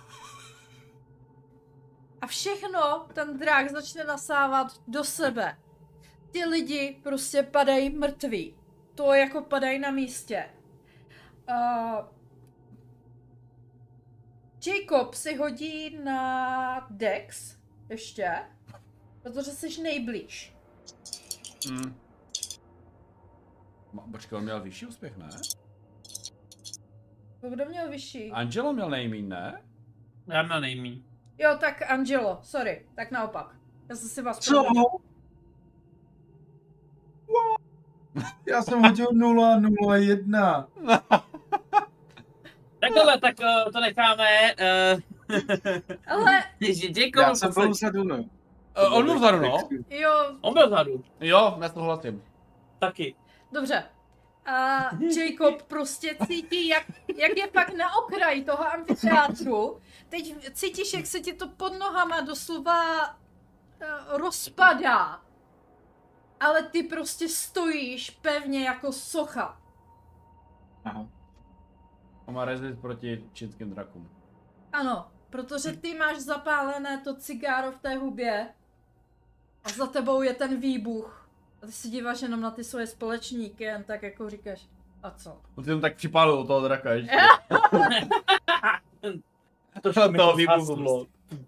A všechno ten drak začne nasávat do sebe. Ty lidi prostě padají mrtví. To jako padají na místě. Uh, Jacob si hodí na Dex ještě, protože jsi nejblíž. Hmm. Ma- Počkej, on měl vyšší úspěch, ne? Kdo měl vyšší? Angelo měl nejmín, ne? Já měl nejmíň. Jo, tak Angelo, sorry, tak naopak. Já jsem si vás Co? provedl. Já jsem hodil nula nula jedna. Takhle, tak uh, to necháme. Uh, Ale že Jacob Já byl jsem byl vzadu, no. Uh, on byl vzadu, no. jo, On byl vzadu. Jo, nesouhlasím. Taky. dobře. A Jacob prostě cítí, jak, jak je pak na okraji toho amfiteátru. Teď cítíš, jak se ti to pod nohama doslova uh, rozpadá. Ale ty prostě stojíš pevně jako socha. Aha. On má rezist proti čínským drakům. Ano, protože ty máš zapálené to cigáro v té hubě a za tebou je ten výbuch. A ty si díváš jenom na ty svoje společníky, jen tak jako říkáš, a co? On si jenom tak připálil u toho draka ještě. To Toho mi to výbuchu zhaslo.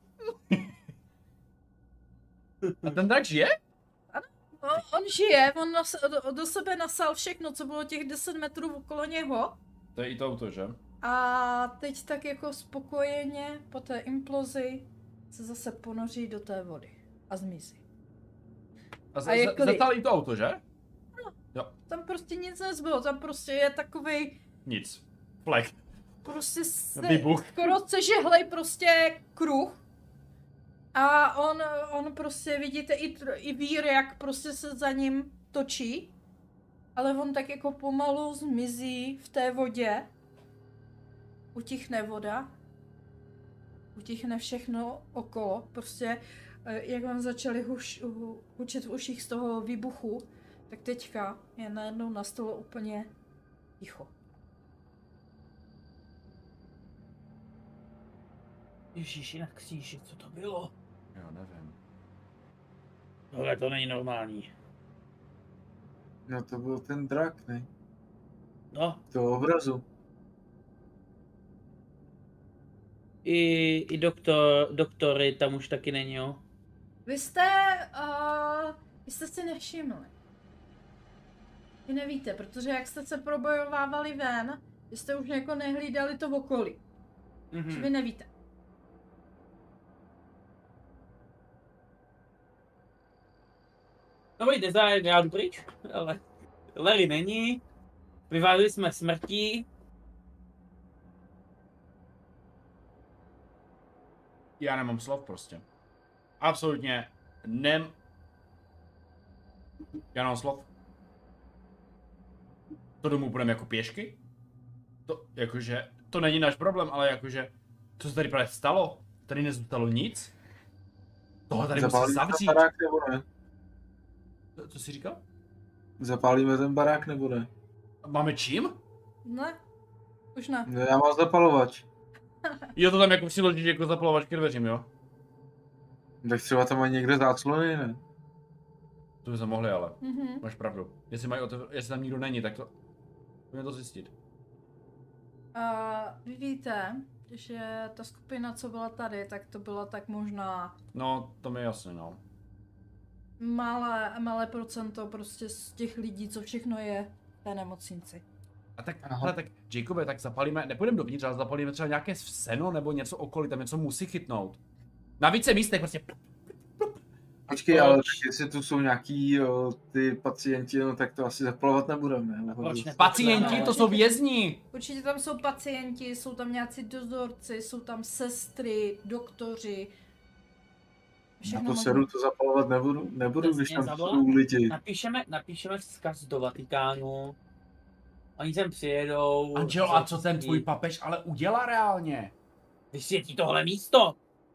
A ten drak žije? On, on žije, on nos, do, do sebe nasal všechno, co bylo těch deset metrů okolo něho. To je i to auto, že? A teď tak jako spokojeně po té implozi se zase ponoří do té vody a zmizí. A, z- A je z- klid. zeptal i to auto, že? Tam prostě nic nezbylo, tam prostě je takovej, Nic. Flek. prostě se, Výbuch. skoro sežehlej prostě kruh. A on, on prostě vidíte i, tr- i vír, jak prostě se za ním točí. Ale on tak jako pomalu zmizí v té vodě. Utichne voda. Utichne všechno okolo. Prostě eh, jak vám začali huš, hu, hučet v uších z toho výbuchu, tak teďka je najednou nastalo úplně ticho. Ježíši na kříži, co to bylo? Jo, nevím. Tohle to není normální. No to byl ten drak, ne? No, Toho obrazu. i, i doktor, doktory tam už taky není, jo? Vy jste, uh, vy jste si nevšimli. Vy nevíte, protože jak jste se probojovávali ven, vy jste už jako nehlídali to v okolí. Mhm. Že vy nevíte. Dobrý design, já jdu pryč, ale Larry není. Vyvázli jsme smrtí. Já nemám slov prostě. Absolutně nem... Já nemám slov. To domů půjdeme jako pěšky? To, jakože, to není náš problém, ale jakože, co se tady právě stalo? Tady nezůstalo nic? Tohle tady musí Zapálíme zavřít. ten barák nebo ne? Co, co jsi říkal? Zapálíme ten barák nebo ne? Máme čím? Ne, už ne. No já mám zapalovač. Jo, to tam jako přiložíš jako zapalovač ke dveřím, jo? Tak třeba tam mají někde záclony, ne? To by se mohli, ale Mhm. máš pravdu. Jestli, mají otevř... Jestli tam nikdo není, tak to... Můžeme to zjistit. A vy víte, že ta skupina, co byla tady, tak to byla tak možná No, to mi je jasné, no. malé, malé procento prostě z těch lidí, co všechno je v té nemocnici. A tak, Aha. hele, tak Jacobe, tak zapalíme, nepůjdeme dovnitř, ale zapalíme třeba nějaké seno nebo něco okolí, tam něco musí chytnout. Na více místech prostě. Počkej, Proč? ale tak jestli tu jsou nějaký jo, ty pacienti, no tak to asi zapalovat nebudeme. ne? Proč ne? Pacienti, to jsou vězni. Určitě tam jsou pacienti, jsou tam nějací dozorci, jsou tam sestry, doktoři. Na to možné. seru to zapalovat nebudu, nebudu Přesně, když tam zavolám. jsou lidi. Napíšeme, napíšeme vzkaz do Vatikánu. Oni sem přijedou. Angelo, a co ten tvůj papež ale udělá reálně? Vysvětí tohle místo.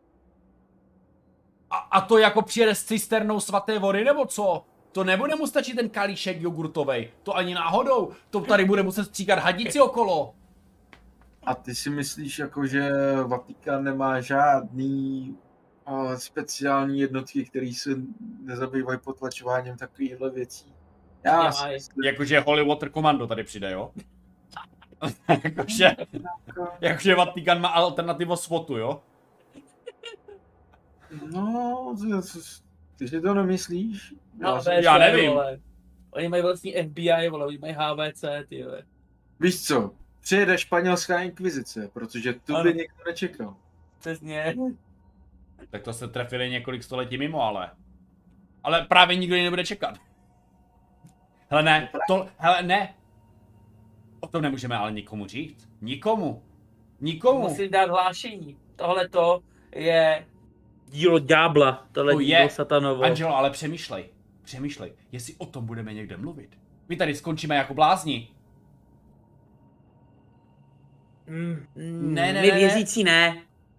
A, a to jako přijede s cisternou svaté vody, nebo co? To nebude mu stačit ten kalíšek jogurtovej. To ani náhodou. To tady bude muset stříkat hadici okolo. A ty si myslíš, jako, že Vatikán nemá žádný o, speciální jednotky, které se nezabývají potlačováním takovýchhle věcí? Já Já- si myslím, Jakože Holy Water Commando tady přijde, jo? jakože, jakože Vatikán má alternativu SWATu, jo? no, ty, ty si to nemyslíš? No, si- já nevím. Vole. Oni mají vlastní F B I, vole, oni mají H V C, ty vole. Víš co, přijede španělská inkvizice, protože tu Ano. by někdo nečekal. Přesně. Tak to se trefili několik století mimo, ale... Ale právě nikdo ji nebude čekat. Hele ne, to, hele ne. O tom nemůžeme ale nikomu říct. Nikomu. Nikomu. Musím dát hlášení. Tohle to je dílo ďábla, tohle To dílo je. satanovo. Angelo, ale přemýšlej. Přemýšlej, jestli o tom budeme někde mluvit. My tady skončíme jako blázni. Mm, Ne, ne, my ne, ne. věřící ne.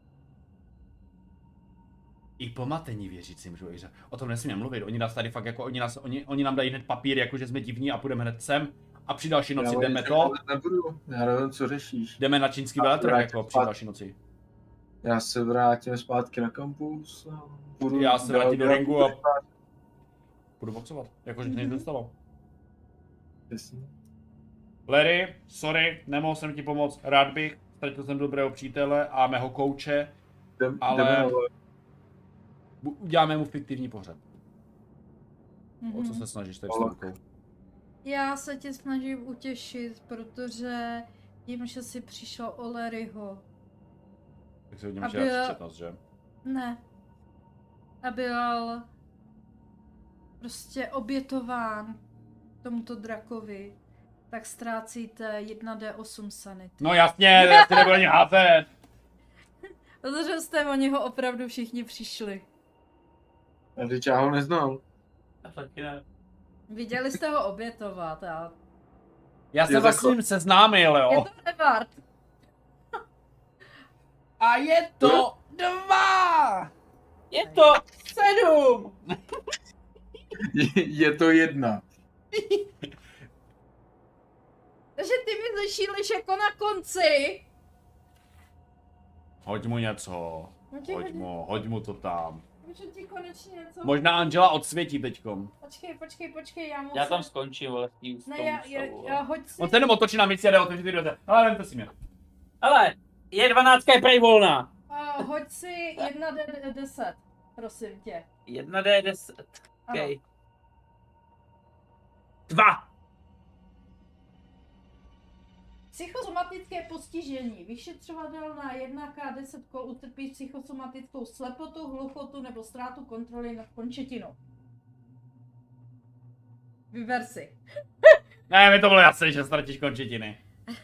I pomatení věřící můžou i říct. O tom nesmíme mluvit. Oni nás tady fakt jako, oni, nás, oni, oni nám dají hned papír, jako že jsme divní a půjdeme hned sem. A při další noci Já jdeme nic to. nebudu, já nevím, co řešíš. Jdeme na čínský A veletrh vrátím jako při spát. další noci. Já se vrátím zpátky na kampus a budu Já se dál vrátím do dělat ringu a- spát. Budu boxovat. Jakože nic nestalo. Přesně. Larry, sorry, nemohl jsem ti pomoct. Rád bych. Ztratil jsem dobrého přítele a mého kouče. Jdem, Ale- jdeme na vole. Bu- Uděláme mu fiktivní pohřeb. O co Mhm. se snažíš tady s Ale- rukou? Já se tě snažím utěšit, protože vím, že jsi přišel o Larryho. Tak si hodíme Aby- včera příčetnost, že? Ne. A byl prostě obětován tomuto drakovi. Tak ztrácíte jedna dé osm sanity. No jasně, já si nebudu ani házet. Protože jste o něho opravdu všichni přišli. A teď já ho neznal. A taky ne. Viděli jste ho obětovat a Já jsem Jo, vás s takhle. ním seznámil, je jo. to Evart. A je to dva! Je to sedm! Je, je to jedna. Takže ty mi zašíliš jako na konci. Hoď mu něco. No ti Hoď hodím. mu, hoď mu to tam. Můžu ti konečně něco? Možná Angela odsvětí teďkom. Počkej, počkej, počkej, já musím... Já tam skončím, ale v tím Ne, já, já, já hoď si... On se jenom otočí na místě a jde otevřít ty dveře. Ale vemte si mě. Ale, je dvanáctka je prej volná. Uh, hoď si jedna D deset, prosím tě. jedna D deset. Ano. Okay. Dva. Psychosomatické postižení. Vyšetřovatelná jedna K deset kol utrpí psychosomatickou slepotu, hluchotu nebo ztrátu kontroly nad končetinou. Vyber si. Ne, mi to bylo jasné, že ztratíš končetiny.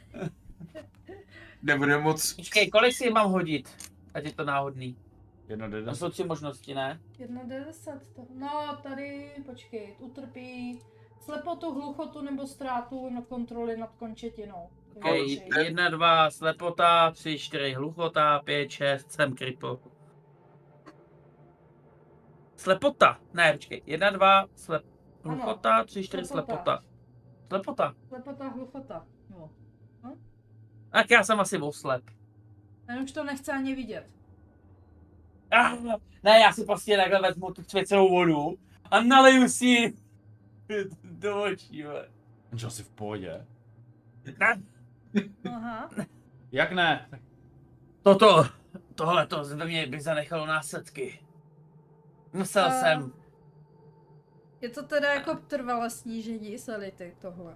Nebude moc... Počkej, kolik si mám hodit? Ať je to náhodný. Jedno D To deset. jsou tři možnosti, ne? jedna D deset. To. No, tady, počkej, utrpí slepotu, hluchotu nebo ztrátu na kontroly nad končetinou. Okay, Vyber si. jedna, dva, slepota, tři, čtyři, hluchota, pět, šest, jsem kripl. Slepota, ne, počkej, jedna, dva, slep... Ano. hluchota, tři, čtyři, Slepota. slepota. Slepota. Slepota, hluchota. No. Tak já jsem asi oslep. Ten už to nechce ani vidět. Ah, ne, já si prostě takhle vezmu tu svěcenou vodu a naleju si ji do očí, vole. Angela, jsi v pohodě? Ne, Aha. Jak ne? toto, tohle to ve mně by zanechalo následky. Musel A- jsem. Je to teda jako trvalé snížení sanity tohle.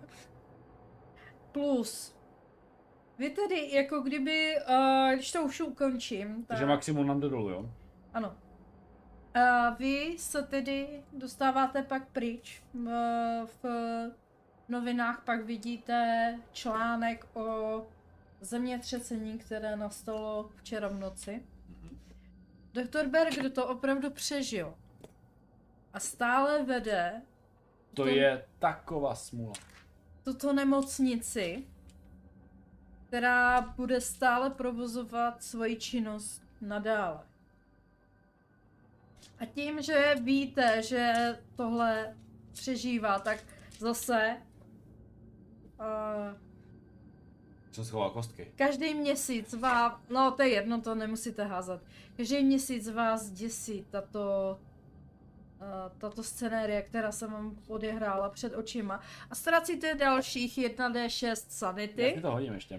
Plus. Vy tedy, jako kdyby, uh, když to už ukončím, tak... Takže maximum nám jde dolů, jo? Ano. Uh, vy se tedy dostáváte pak pryč. Uh, v novinách pak vidíte článek o zemětřesení, které nastalo včera v noci. Doktor Berger to opravdu přežil. A stále vede To Ten- je taková smůla. tuto nemocnici, která bude stále provozovat svoji činnost nadále. A tím, že víte, že tohle přežívá, tak zase uh, Jsem schoval kostky. každý měsíc vás, no to je jedno, to nemusíte házet, každý měsíc vás děsí tato, uh, tato scenérie, která se vám odehrála před očima a ztracíte dalších jedna D šest Já si sanity. to hodím ještě.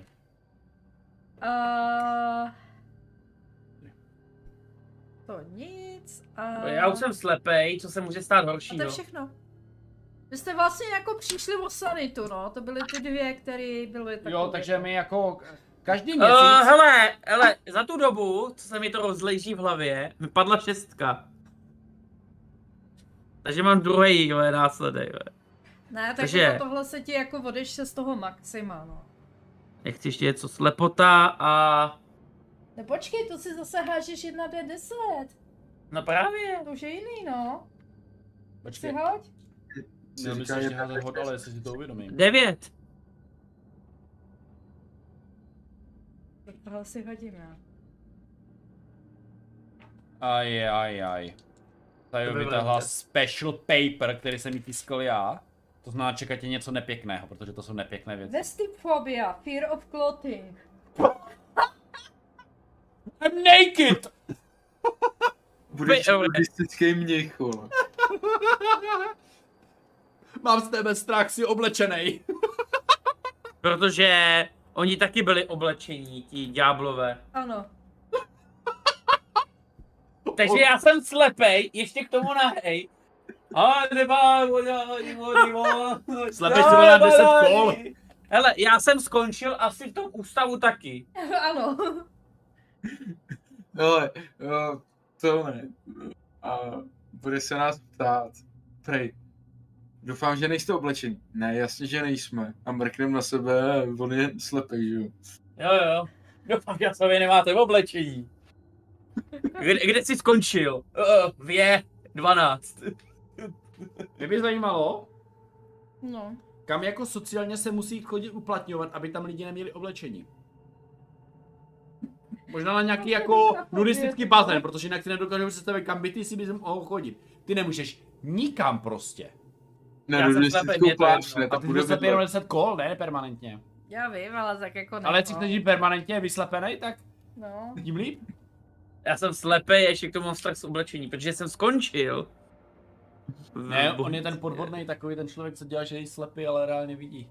Uh, to nic. A... Já už jsem slepej, co se může stát A to je horšího. všechno. Vy jste vlastně jako přišli o sanitu, no. To byly ty dvě, které byly takové. Jo, takže my jako každý Uh, měsíc... hele, hele, za tu dobu, co se mi to rozlejží v hlavě, mi padla šestka. Takže mám druhý následek. Jo. Ne, tak takže- jako tohle se ti jako odešle z toho maxima, no. Nechci ještě něco slepota a... Ne počkej, to si zase hážeš jedna D deset. No právě. To už je jiný, no. Si Počkej, hoď. měl bys ještě házet hod, ale jestli si to uvědomím. Devět. Tak tohle si hodím, já. Aj, aj, aj. Tady To by vytáhla bylo- special paper, který jsem jí tiskal já. To znamená, čekat tě něco nepěkného, protože to jsou nepěkné věci. Vestipfobia, fear of clothing. I'm naked! Budeš Vy- buddhistický mnich, vole. Mám z tebe strach, jsi oblečenej. Protože oni taky byli oblečení, ti ďáblové. Ano. Takže já jsem slepej, ještě k tomu nahej. A nebo, Slepej si na deset kol. Hele, já jsem skončil asi v tom ústavu taky. Ano. Hele, jo, to ne. A bude se nás ptát. Prej. Doufám, že nejste oblečení. Ne, jasně, že nejsme. A mrknem na sebe, on je slepej, že jo. Jo, jo. Doufám, že sobě nemáte v oblečení. Kde, kde jsi skončil? Uh, vě, dvanáct. Mě by zajímalo, No. kam jako sociálně se musí chodit uplatňovat, aby tam lidi neměli oblečení. Možná na nějaký jako nudistický bazén, protože jinak si nedokážu představit, kam by ty si bys mohl chodit. Ty nemůžeš nikam prostě. Ne, Já jsem slepej, nudistickou mě to pláž, jedno. ne, A ta ty bude jsi se jenom vedle. deset kol, ne permanentně. Já vím, ale tak jako ne. Ale jestli chceš být permanentně vyslepený, tak No. Tím líp? Já jsem slepej, ještě k tomu mám strach z oblečení, protože jsem skončil. Ne, on je ten podvodný takový ten člověk, co dělá, že je slepý, ale reálně vidí.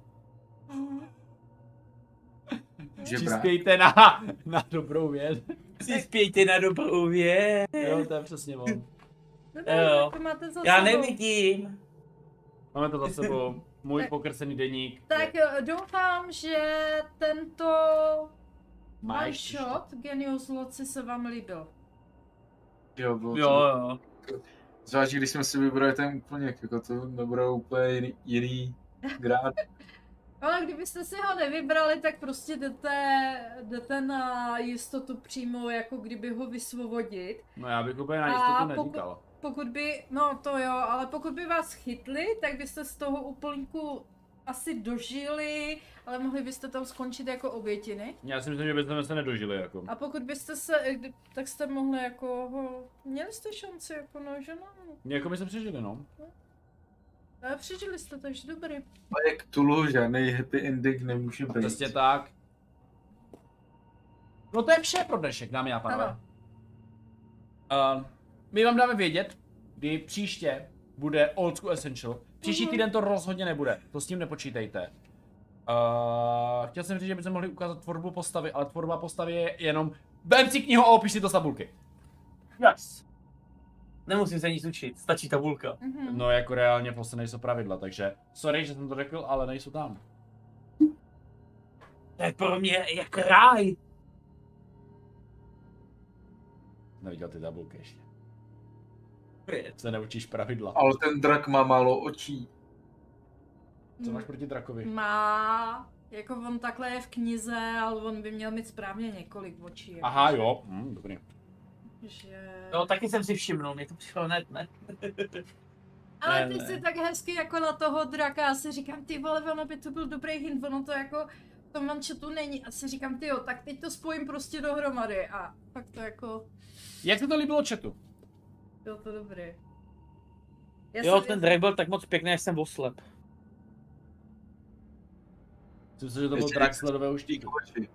Že Přispějte na, na dobrou věc. Přispějte na dobrou věc. Jo, to je přesně on. Dobré, Jo. tak to máte za Já sebou. nevidím. Máme to za sebou. Můj Tak- pokrcený deník. Tak eh, doufám, že tento Máš one shot Genius Loci se vám líbil. Jo, bylo Jo, to. jo. Zvlášť, když jsme si vybrali ten úplněk, jako to nebude úplně jiný, jiný grát. Ale kdybyste si ho nevybrali, tak prostě jdete, jdete na jistotu přímo, jako kdyby ho vysvobodit. No já bych úplně na A jistotu pokud- neříkal. Pokud by, no to jo, ale pokud by vás chytli, tak byste z toho úplňku asi dožili, ale mohli byste tam skončit jako obětiny. Já si myslím, že bychom se nedožili jako. A pokud byste se, kdy- tak jste mohli jako, ho, měli jste šanci jako no, že no. Jako by se přežili, no. Ale přežili jste, takže dobrý. A jak Tulu, žádný happy ending nemůže být. Přesně tak. No to je vše pro dnešek, dámy a pánové. Ano. Uh, my vám dáme vědět, kdy příště bude Old School Essential. Příští Mhm. týden to rozhodně nebude, to s tím nepočítejte. Uh, chtěl jsem říct, že bychom mohli ukázat tvorbu postavy, ale tvorba postavy je jenom vem si knihu a opiš si to z tabulky. Yes. Nemusím se nic učit, stačí tabulka. Mhm. No jako reálně prostě nejsou pravidla, takže sorry, že jsem to řekl, ale nejsou tam. To je pro mě jak ráj. Neviděl ty tabulky ještě. Se neučíš pravidla. Ale ten drak má málo očí. Co máš proti drakovi? Má, jako on takhle je v knize, ale on by měl mít správně několik očí. Jako, Aha, jo, hm, dobrý. Že... Jo, taky jsem si všimnul, mě to přišlo net, ne? Ale Ne, ty ne. jsi tak hezky jako na toho draka, já si říkám, ty vole, ono by to byl dobrý hint, ono to jako v tom mančetu není. A si říkám, ty jo, tak teď to spojím prostě dohromady a pak to jako, Jak se to líbilo chatu? bylo to dobrý. Já Jo, jsem- ten drak byl tak moc pěkný, až jsem oslep. Myslím si, že to byl Ještě drak z ledového štítu. Oči.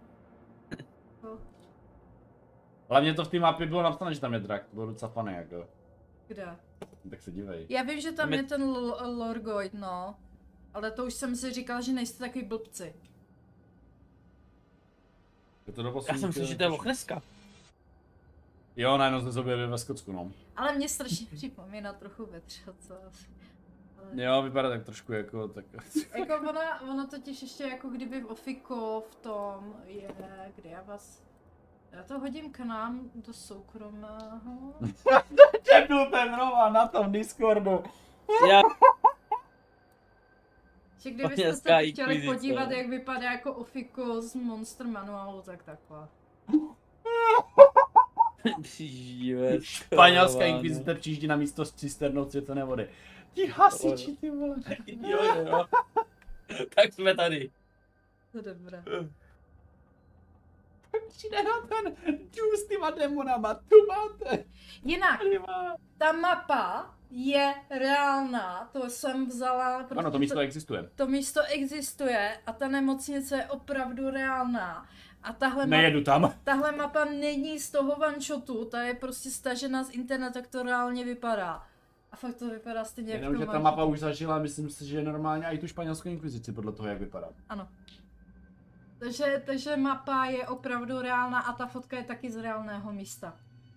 Hlavně to v té mapě bylo napsané, že tam je drak, to bylo docela funny jako. Kde? Tak se dívej. Já vím, že tam My- je ten L- Lorgoid, no. Ale to už jsem si říkal, že nejste takový blbci. Je to do Já poslední jsem myslel, chvíle že to je přišlo. ochneska. Jo, najednou jsme se objevili ve Skotsku, no. Ale mě strašně připomíná trochu vetřelce. Ale... Jo, vypadá tak trošku jako tak. Jako ona, ono totiž ještě jako kdyby v Ofiko v tom je, kde já vás... Já to hodím k nám do soukromého. Kde byl ten Rova na tom Discordu? Já, Že kdybyste Hezká se chtěli inkvizice. podívat, jak vypadá jako Ofiko z Monster Manualu, tak takhle. Španělská inkvizice přijíždí na místo s cisternou svěcené vody. Ti hasiči, ty vole. Jo, jo. Tak jsme tady. To je dobré. Přijde na ten důl s těma demonama, tu máte. Jinak, ta mapa je reálná, to jsem vzala, Ano, protože to místo existuje. to místo existuje a ta nemocnice je opravdu reálná. A tahle, ma- Nejedu tam. tahle mapa není z toho one-shotu, ta je prostě stažená z internetu, jak to reálně vypadá. A fakt to vypadá stejně jak v tom Jenomže ta one-shotu. mapa už zažila, myslím si, že normálně i tu španělskou inkvizici podle toho, jak vypadá. Ano. Takže, takže mapa je opravdu reálná a ta fotka je taky z reálného místa.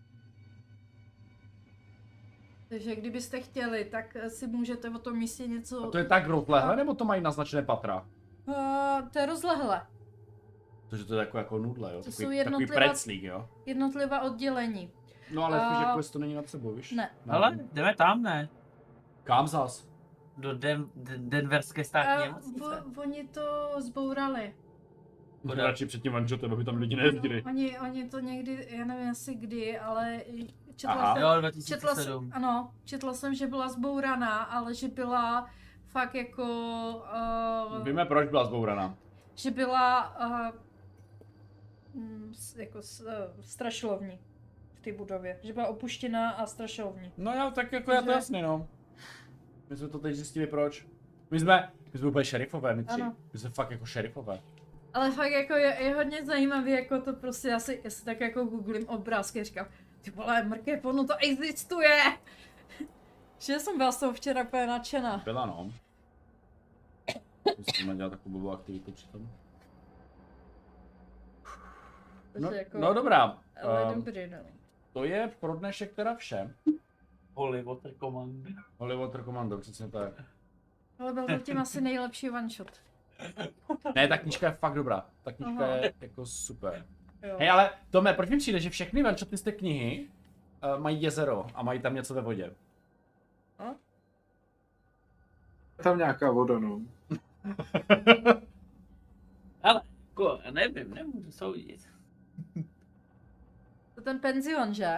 Takže kdybyste chtěli, tak si můžete o tom místě něco... A to je tak rozlehlé, nebo to mají naznačené patra? Uh, to je rozlehlé. Protože to je jako, jako nudle, jo? To Takový, jsou takový jednotlivá- preclík, jo? Jednotlivá oddělení. No ale spíš A- jako jestli to není nad sebou, víš? Ne. Hele, jdeme tam, ne? Kam zas? Do Den- Den- Denverské státní A nemocnice. vo- oni to zbourali. Budu radši před tím one-shotem, aby tam lidi nejezdili. Oni, oni to někdy, já nevím asi kdy, ale četla Aha. jsem, Jo, četla dva tisíce sedm. jsem, ano, četla jsem, že byla zbouraná, ale že byla fakt jako, uh, Víme, proč byla zbouraná. že byla uh, mm, s- jako s, uh, strašilovní v té budově, že byla opuštěná a strašilovní. No jo, tak jako je to Takže- jasný, no. My jsme to teď zjistili proč. My jsme, my jsme úplně šerifové, my tři. Ano. My jsme fakt jako šerifové. Ale fakt jako je, je hodně zajímavý, jako to prostě, já si, já si tak jako googlím obrázky a říkám, ty vole, mrkev, ono to existuje! Že jsem byla z toho včera úplně nadšená. Byla no. Musíme dělat takovou blbou aktivitu přitom. No, jako, no dobrá. Ale Um, dobrý, no. to je pro dnešek teda vše. Holy Water Command. Holy Water Commando, přesně tak. Ale byl to tím asi nejlepší one shot. Ne, ta knížka je fakt dobrá. Ta knížka Aha. je jako super. Jo. Hej, ale Tome, proč mi přijde, že všechny one-shoty z té knihy uh, mají jezero a mají tam něco ve vodě? Je tam nějaká voda, no. Ale, jako, já nevím, nemůžu soudit. To ten penzion, že?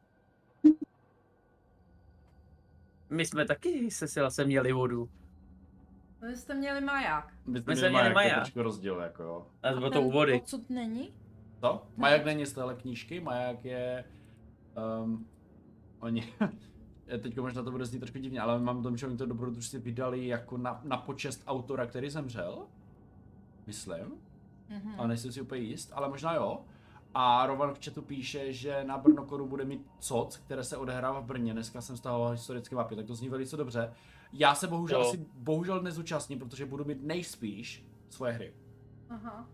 My jsme taky se Silasem měli vodu. No, vy jste měli maják. My My jsme měli maják. trošku rozdíl, jako jo. A bylo to ten u vody. odsud není? To? Maják není z téhle knížky, maják je... Um, oni... Teď možná to bude znít trošku divně, ale mám tom, že oni to dobrodružství vydali jako na, na počest autora, který zemřel. Myslím. Mhm. Ale nejsem si úplně jist, ale možná jo. A Rovan v chatu píše, že na Brnokoru bude mít coc, které se odehrává v Brně. Dneska jsem stahoval historické mapy, tak to zní velice dobře. Já se bohužel Jo. asi bohužel nezúčastním, protože budu mít nejspíš svoje hry. Aha.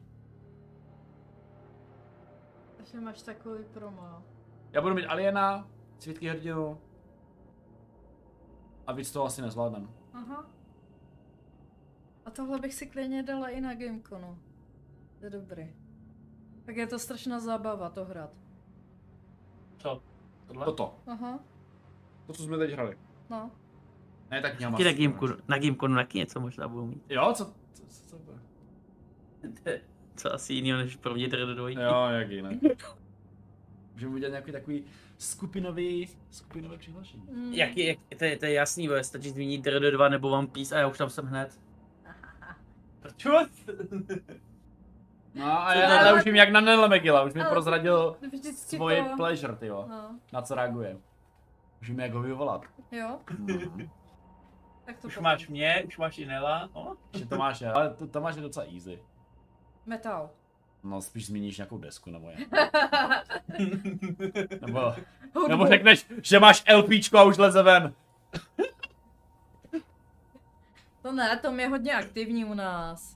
Takže máš takový promo, jo. Já budu mít Aliena, Cvítky hrdinu a víc toho asi nezvládnem. Aha. A tohle bych si klidně dala i na Gameconu. To je dobrý. Tak je to strašná zábava to hrát. Co? Tohle? Toto. Aha, To, co jsme teď hrali. no. Ne, tak měl Taky na Gameconu, na Gameconu taky něco možná budu mít. Jo, co? Co, co, co bude? Co asi jiného než pro mě do dvojky. Jo, jak jinak. Můžeme udělat nějaký takový skupinový, skupinové přihlášení. Mm. Jak je, jak, to, je, to je jasný, bo stačí zmínit D D dva nebo One Piece a já už tam jsem hned. Proč? No a Co já, to- ale už vím jak na Nele Megila, už mi Ale- prozradil Vždycky svoje to... pleasure, tyjo. No. Na co reaguje. Už vím jak ho vyvolat. Jo? Tak to Už potom. máš mě, už máš i Nela, no? Že to máš, ale to, to máš je docela easy. Metal. No spíš zmíníš nějakou desku nebo je. Nebo, Hudbu. nebo řekneš, že máš LPčko a už leze ven. To ne, Tom je hodně aktivní u nás.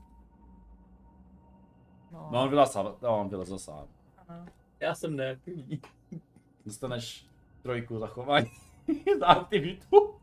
No. No on vylezl, no, on vylezl sám. Ano. Já jsem neaktivní. Dostaneš trojku za chování. Za aktivitu.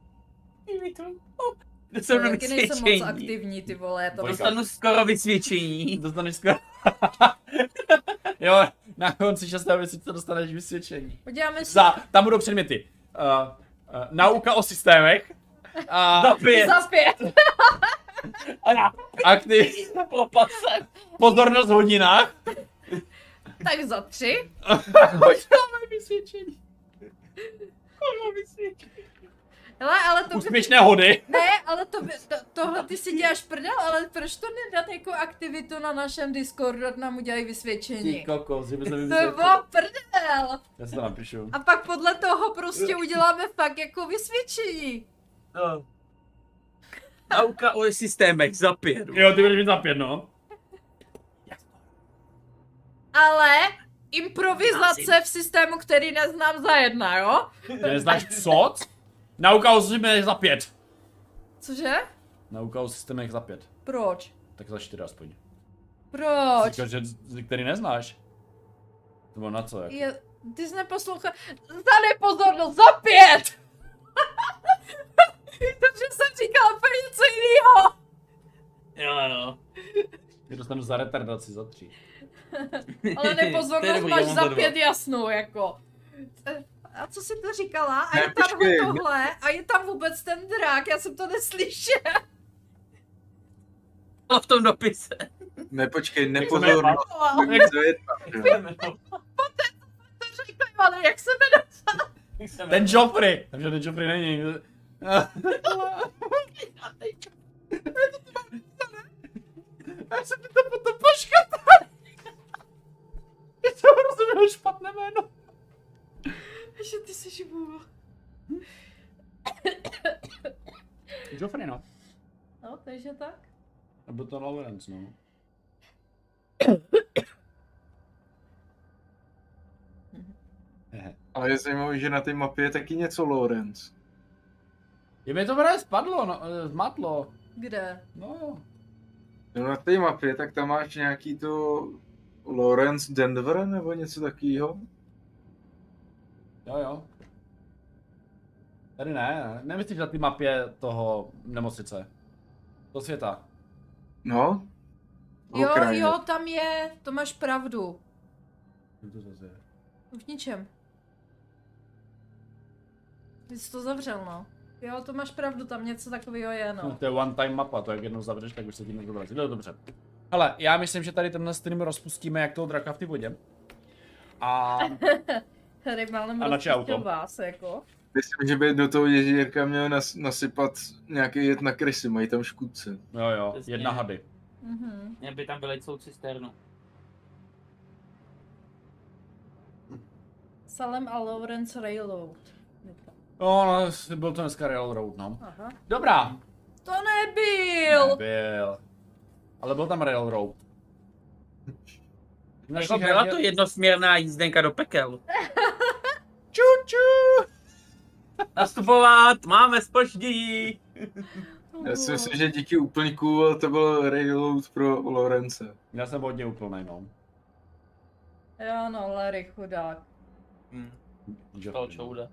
Jsem Já na taky nejsem moc vysvědčení. aktivní, ty vole, to Dvojka. Dostanu skoro vysvědčení. Dostaneš skoro. Jo, na konci šestého měsíce dostaneš vysvědčení. Podíváme si Za, tam budou předměty. Uh, uh, nauka o systémech. A Za pět. za pět. A já aktiv, propad jsem. pozornost v hodinách. Tak za tři. Už máme vysvědčení. Skoro vysvědčení. Hele, ale to by... Úspěšné hody. Ne, ale to by, to, tohle ty si děláš prdel, ale proč to nedat jako aktivitu na našem Discordu, ať nám udělají Ty vysvědčení? kokos, že by se To je vysvědčil. bylo prdel. Já si to napíšu. A pak podle toho prostě uděláme fakt jako vysvědčení. No. Nauka o systémech za pět. Jo, ty budeš mít za pět, no. Ale improvizace v systému, který neznám za jedna, jo? Ty neznáš co? Nauka o systémech za pět. Cože? Nauka o systémech za pět. Proč? Tak za čtyři aspoň. Proč? Říkáš, že který neznáš. Nebo na co, jako? Je, ty jsi neposlouchal. Za nepozornost, za pět! Takže jsem říkala úplně něco jiného. Jo, no. Já dostanu za retardaci za tři. Ale To je nepozornost dobrý, máš já mám za za dva. pět jasnou, jako. A co jsi to říkala? A Ne, je tam počkej. tohle? A je tam vůbec ten drak? Já jsem to neslyšela. Ale v tom dopise. Ne, počkej, se nepozornost. Ale Tak za jedna, jo. to řekla, ale jak se jmenuje? Ten Joffrey! Takže ten Joffrey není. Já jsem ti to potom poškatal. Je to rozuměl špatné jméno. Že ty jsi živou. Joffrey, no. No, takže tak. Nebo to Lawrence, no. Ale je zajímavé, že na té mapě je taky něco Lorenz. Je mi to právě spadlo, no, zmatlo. Kde? No. No na té mapě, tak tam máš nějaký to Lorenz Denver nebo něco takového? Jo, jo. Tady ne, nemyslíš na té mapě toho nemocnice. Do světa. No. Jo, Okraji. jo, tam je, to máš pravdu. Kde to zase je? V ničem. Ty jsi to zavřel, no. Jo, to máš pravdu, tam něco takového je, No, no. to je one time mapa, to jak jednou zavřeš, tak už se tím nezobrazí. No dobře. Hele, já myslím, že tady tenhle stream rozpustíme jak toho draka v ty vodě. A... Harry málem A na čí rozpustil auto? vás, jako. Myslím, že by do toho jezírka měl nas, nasypat nějaký jet na krysy, mají tam škůdce. Jo jo, Přesně. jedna hady. Mhm. Mě by tam byly celou cisternu. Salem a Lawrence Railroad. No, no, byl to dneska Railroad, no. Aha. Dobrá. To nebyl! Byl. Ale byl tam Railroad. V Jako našich byla hře- to jednosměrná jízdenka do pekel. Ču, ču. Nastupovat, máme zpoždění. Já si myslím, že díky úplňku to byl Railroad pro Lorence. Já jsem hodně úplnej, no. Jo, no, Larry, chudák. Hm, Že- toho čouda.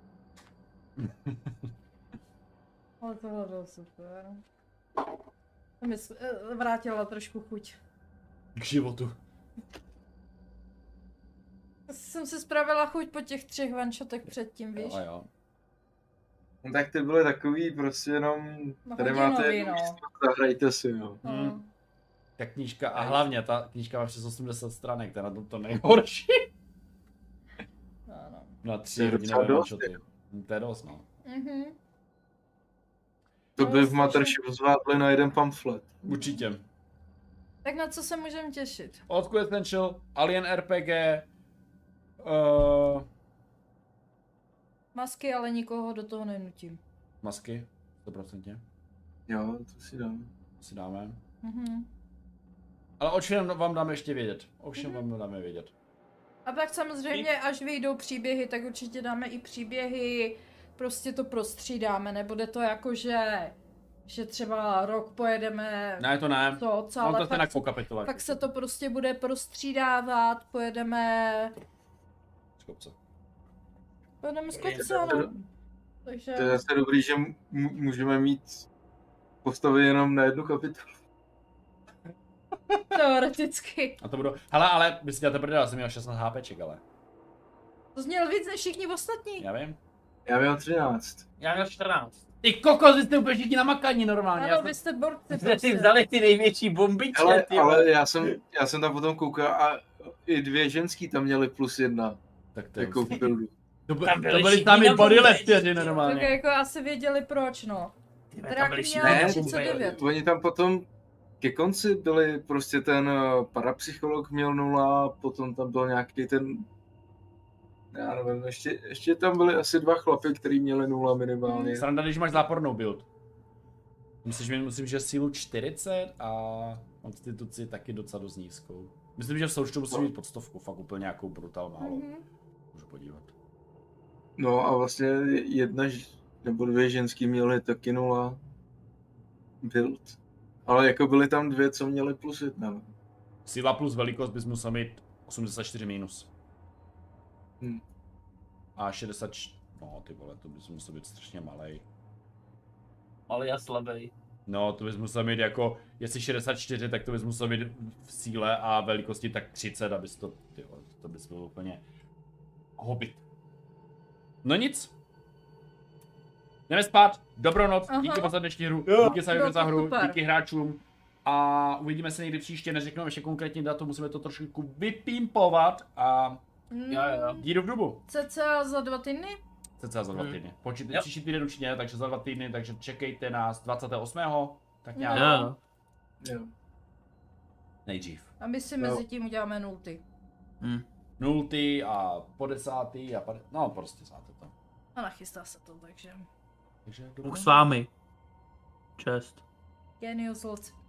Ale tohle bylo super. To mi s- eh, vrátila trošku chuť. K životu. Jsem si spravila chuť po těch třech one-shotech předtím, víš? Jo, jo. No, tak ty byly takový prostě jenom, No, tady hodinový, máte jedno no. místo, zahrajte si, jo. No. Hmm. Ta knížka, a hlavně ta knížka má přes osmdesát stránek, to je na tom to nejhorší. Ano. Na To tři je docela hodinové dost, one-shoty. To je dost, no. Mhm. To No, by v slyším. Mothership zvládli na jeden pamflet. Určitě. Tak na co se můžeme těšit? Old School Essential, Alien R P G, uh, Masky, ale nikoho do toho nenutím. masky, sto procent Jo, to si dám. si dáme. Mhm. Ale o čem vám dáme ještě vědět? O čem vám dáme vědět? A pak samozřejmě, až vyjdou příběhy, tak určitě dáme i příběhy, prostě to prostřídáme, nebude to jako, že, že třeba rok pojedeme Ne, to ne. to, co, Mám ale to pak, jinak po kapitolách. pak se to prostě bude prostřídávat, pojedeme, Z kopce. pojedeme z Je kopce, to- no. Takže, To je zase dobrý, že m- můžeme mít postavy jenom na jednu kapitolu. teoreticky. A to budu... Hele, ale vy si děláte prdel, já jsem měl šestnáct HPček, ale. To zněl víc než všichni ostatní. Já vím. Já měl třináct. Já měl čtrnáct. Ty kokos, vy jste úplně všichni namakaní normálně. já Ano, jsem- vy jste borci Jste si prostě. vzali ty největší bombiče, Ale, ty vole. ale já, jsem, já jsem tam potom koukal a i dvě ženský tam měly plus jedna. Tak to je Jako v buildu. To, by, Tam byli to byli všichni sami na body bombě. lefteři Tak normálně. jako asi věděli proč, no. Ty vole, Drak tam byli měl všichni na Ne, třicet bombě. devět. Oni tam potom ke konci byli prostě ten eh, parapsycholog měl nula, potom tam byl nějaký ten, já nevím, ještě, ještě tam byli asi dva chlapy, kteří měli nula minimálně. Sranda, když máš zápornou build. Myslím, že musím, že sílu čtyřicet a konstituci taky docela dost nízkou. Myslím, že v součtu musím mít pod stovku, fakt úplně nějakou brutal málo. Mhm. Můžu podívat. No a vlastně jedna ž- nebo dvě ženský měly taky nula build. Ale jako byly tam dvě, co měly plus jedna. no. Síla plus velikost bys musel mít osmdesát čtyři minus. Hm. A šedesát čtyři, no ty vole, to bys musel být strašně malej. Ale já slabej. No, to bys musel mít jako, jestli šedesát čtyři, tak to bys musel mít v síle a velikosti tak třicet, abys to, ty vole, to bys byl úplně hobit. No nic. Jdeme spát, dobrou noc, Aha. díky moc za dnešní hru, Jo, díky za bylo za to hru, super. díky hráčům. A uvidíme se někdy příště, neřeknu ještě konkrétní datum, musíme to trošku vypimpovat a Jo, jo. jdu v dubu. Cca za dva týdny? Cca za dva Hmm. týdny. Počít, Jo. příští týden určitě, takže za dva týdny, takže čekejte nás dvacátého osmého Tak nějak No. Jo. Jo. nejdřív. A my si No. mezi tím uděláme nulty. Hm. Nultý a po desátý a pade... no prostě znáte to. A nachystá se to, takže. Takže Bůh s vámi. Čest. Genius loc.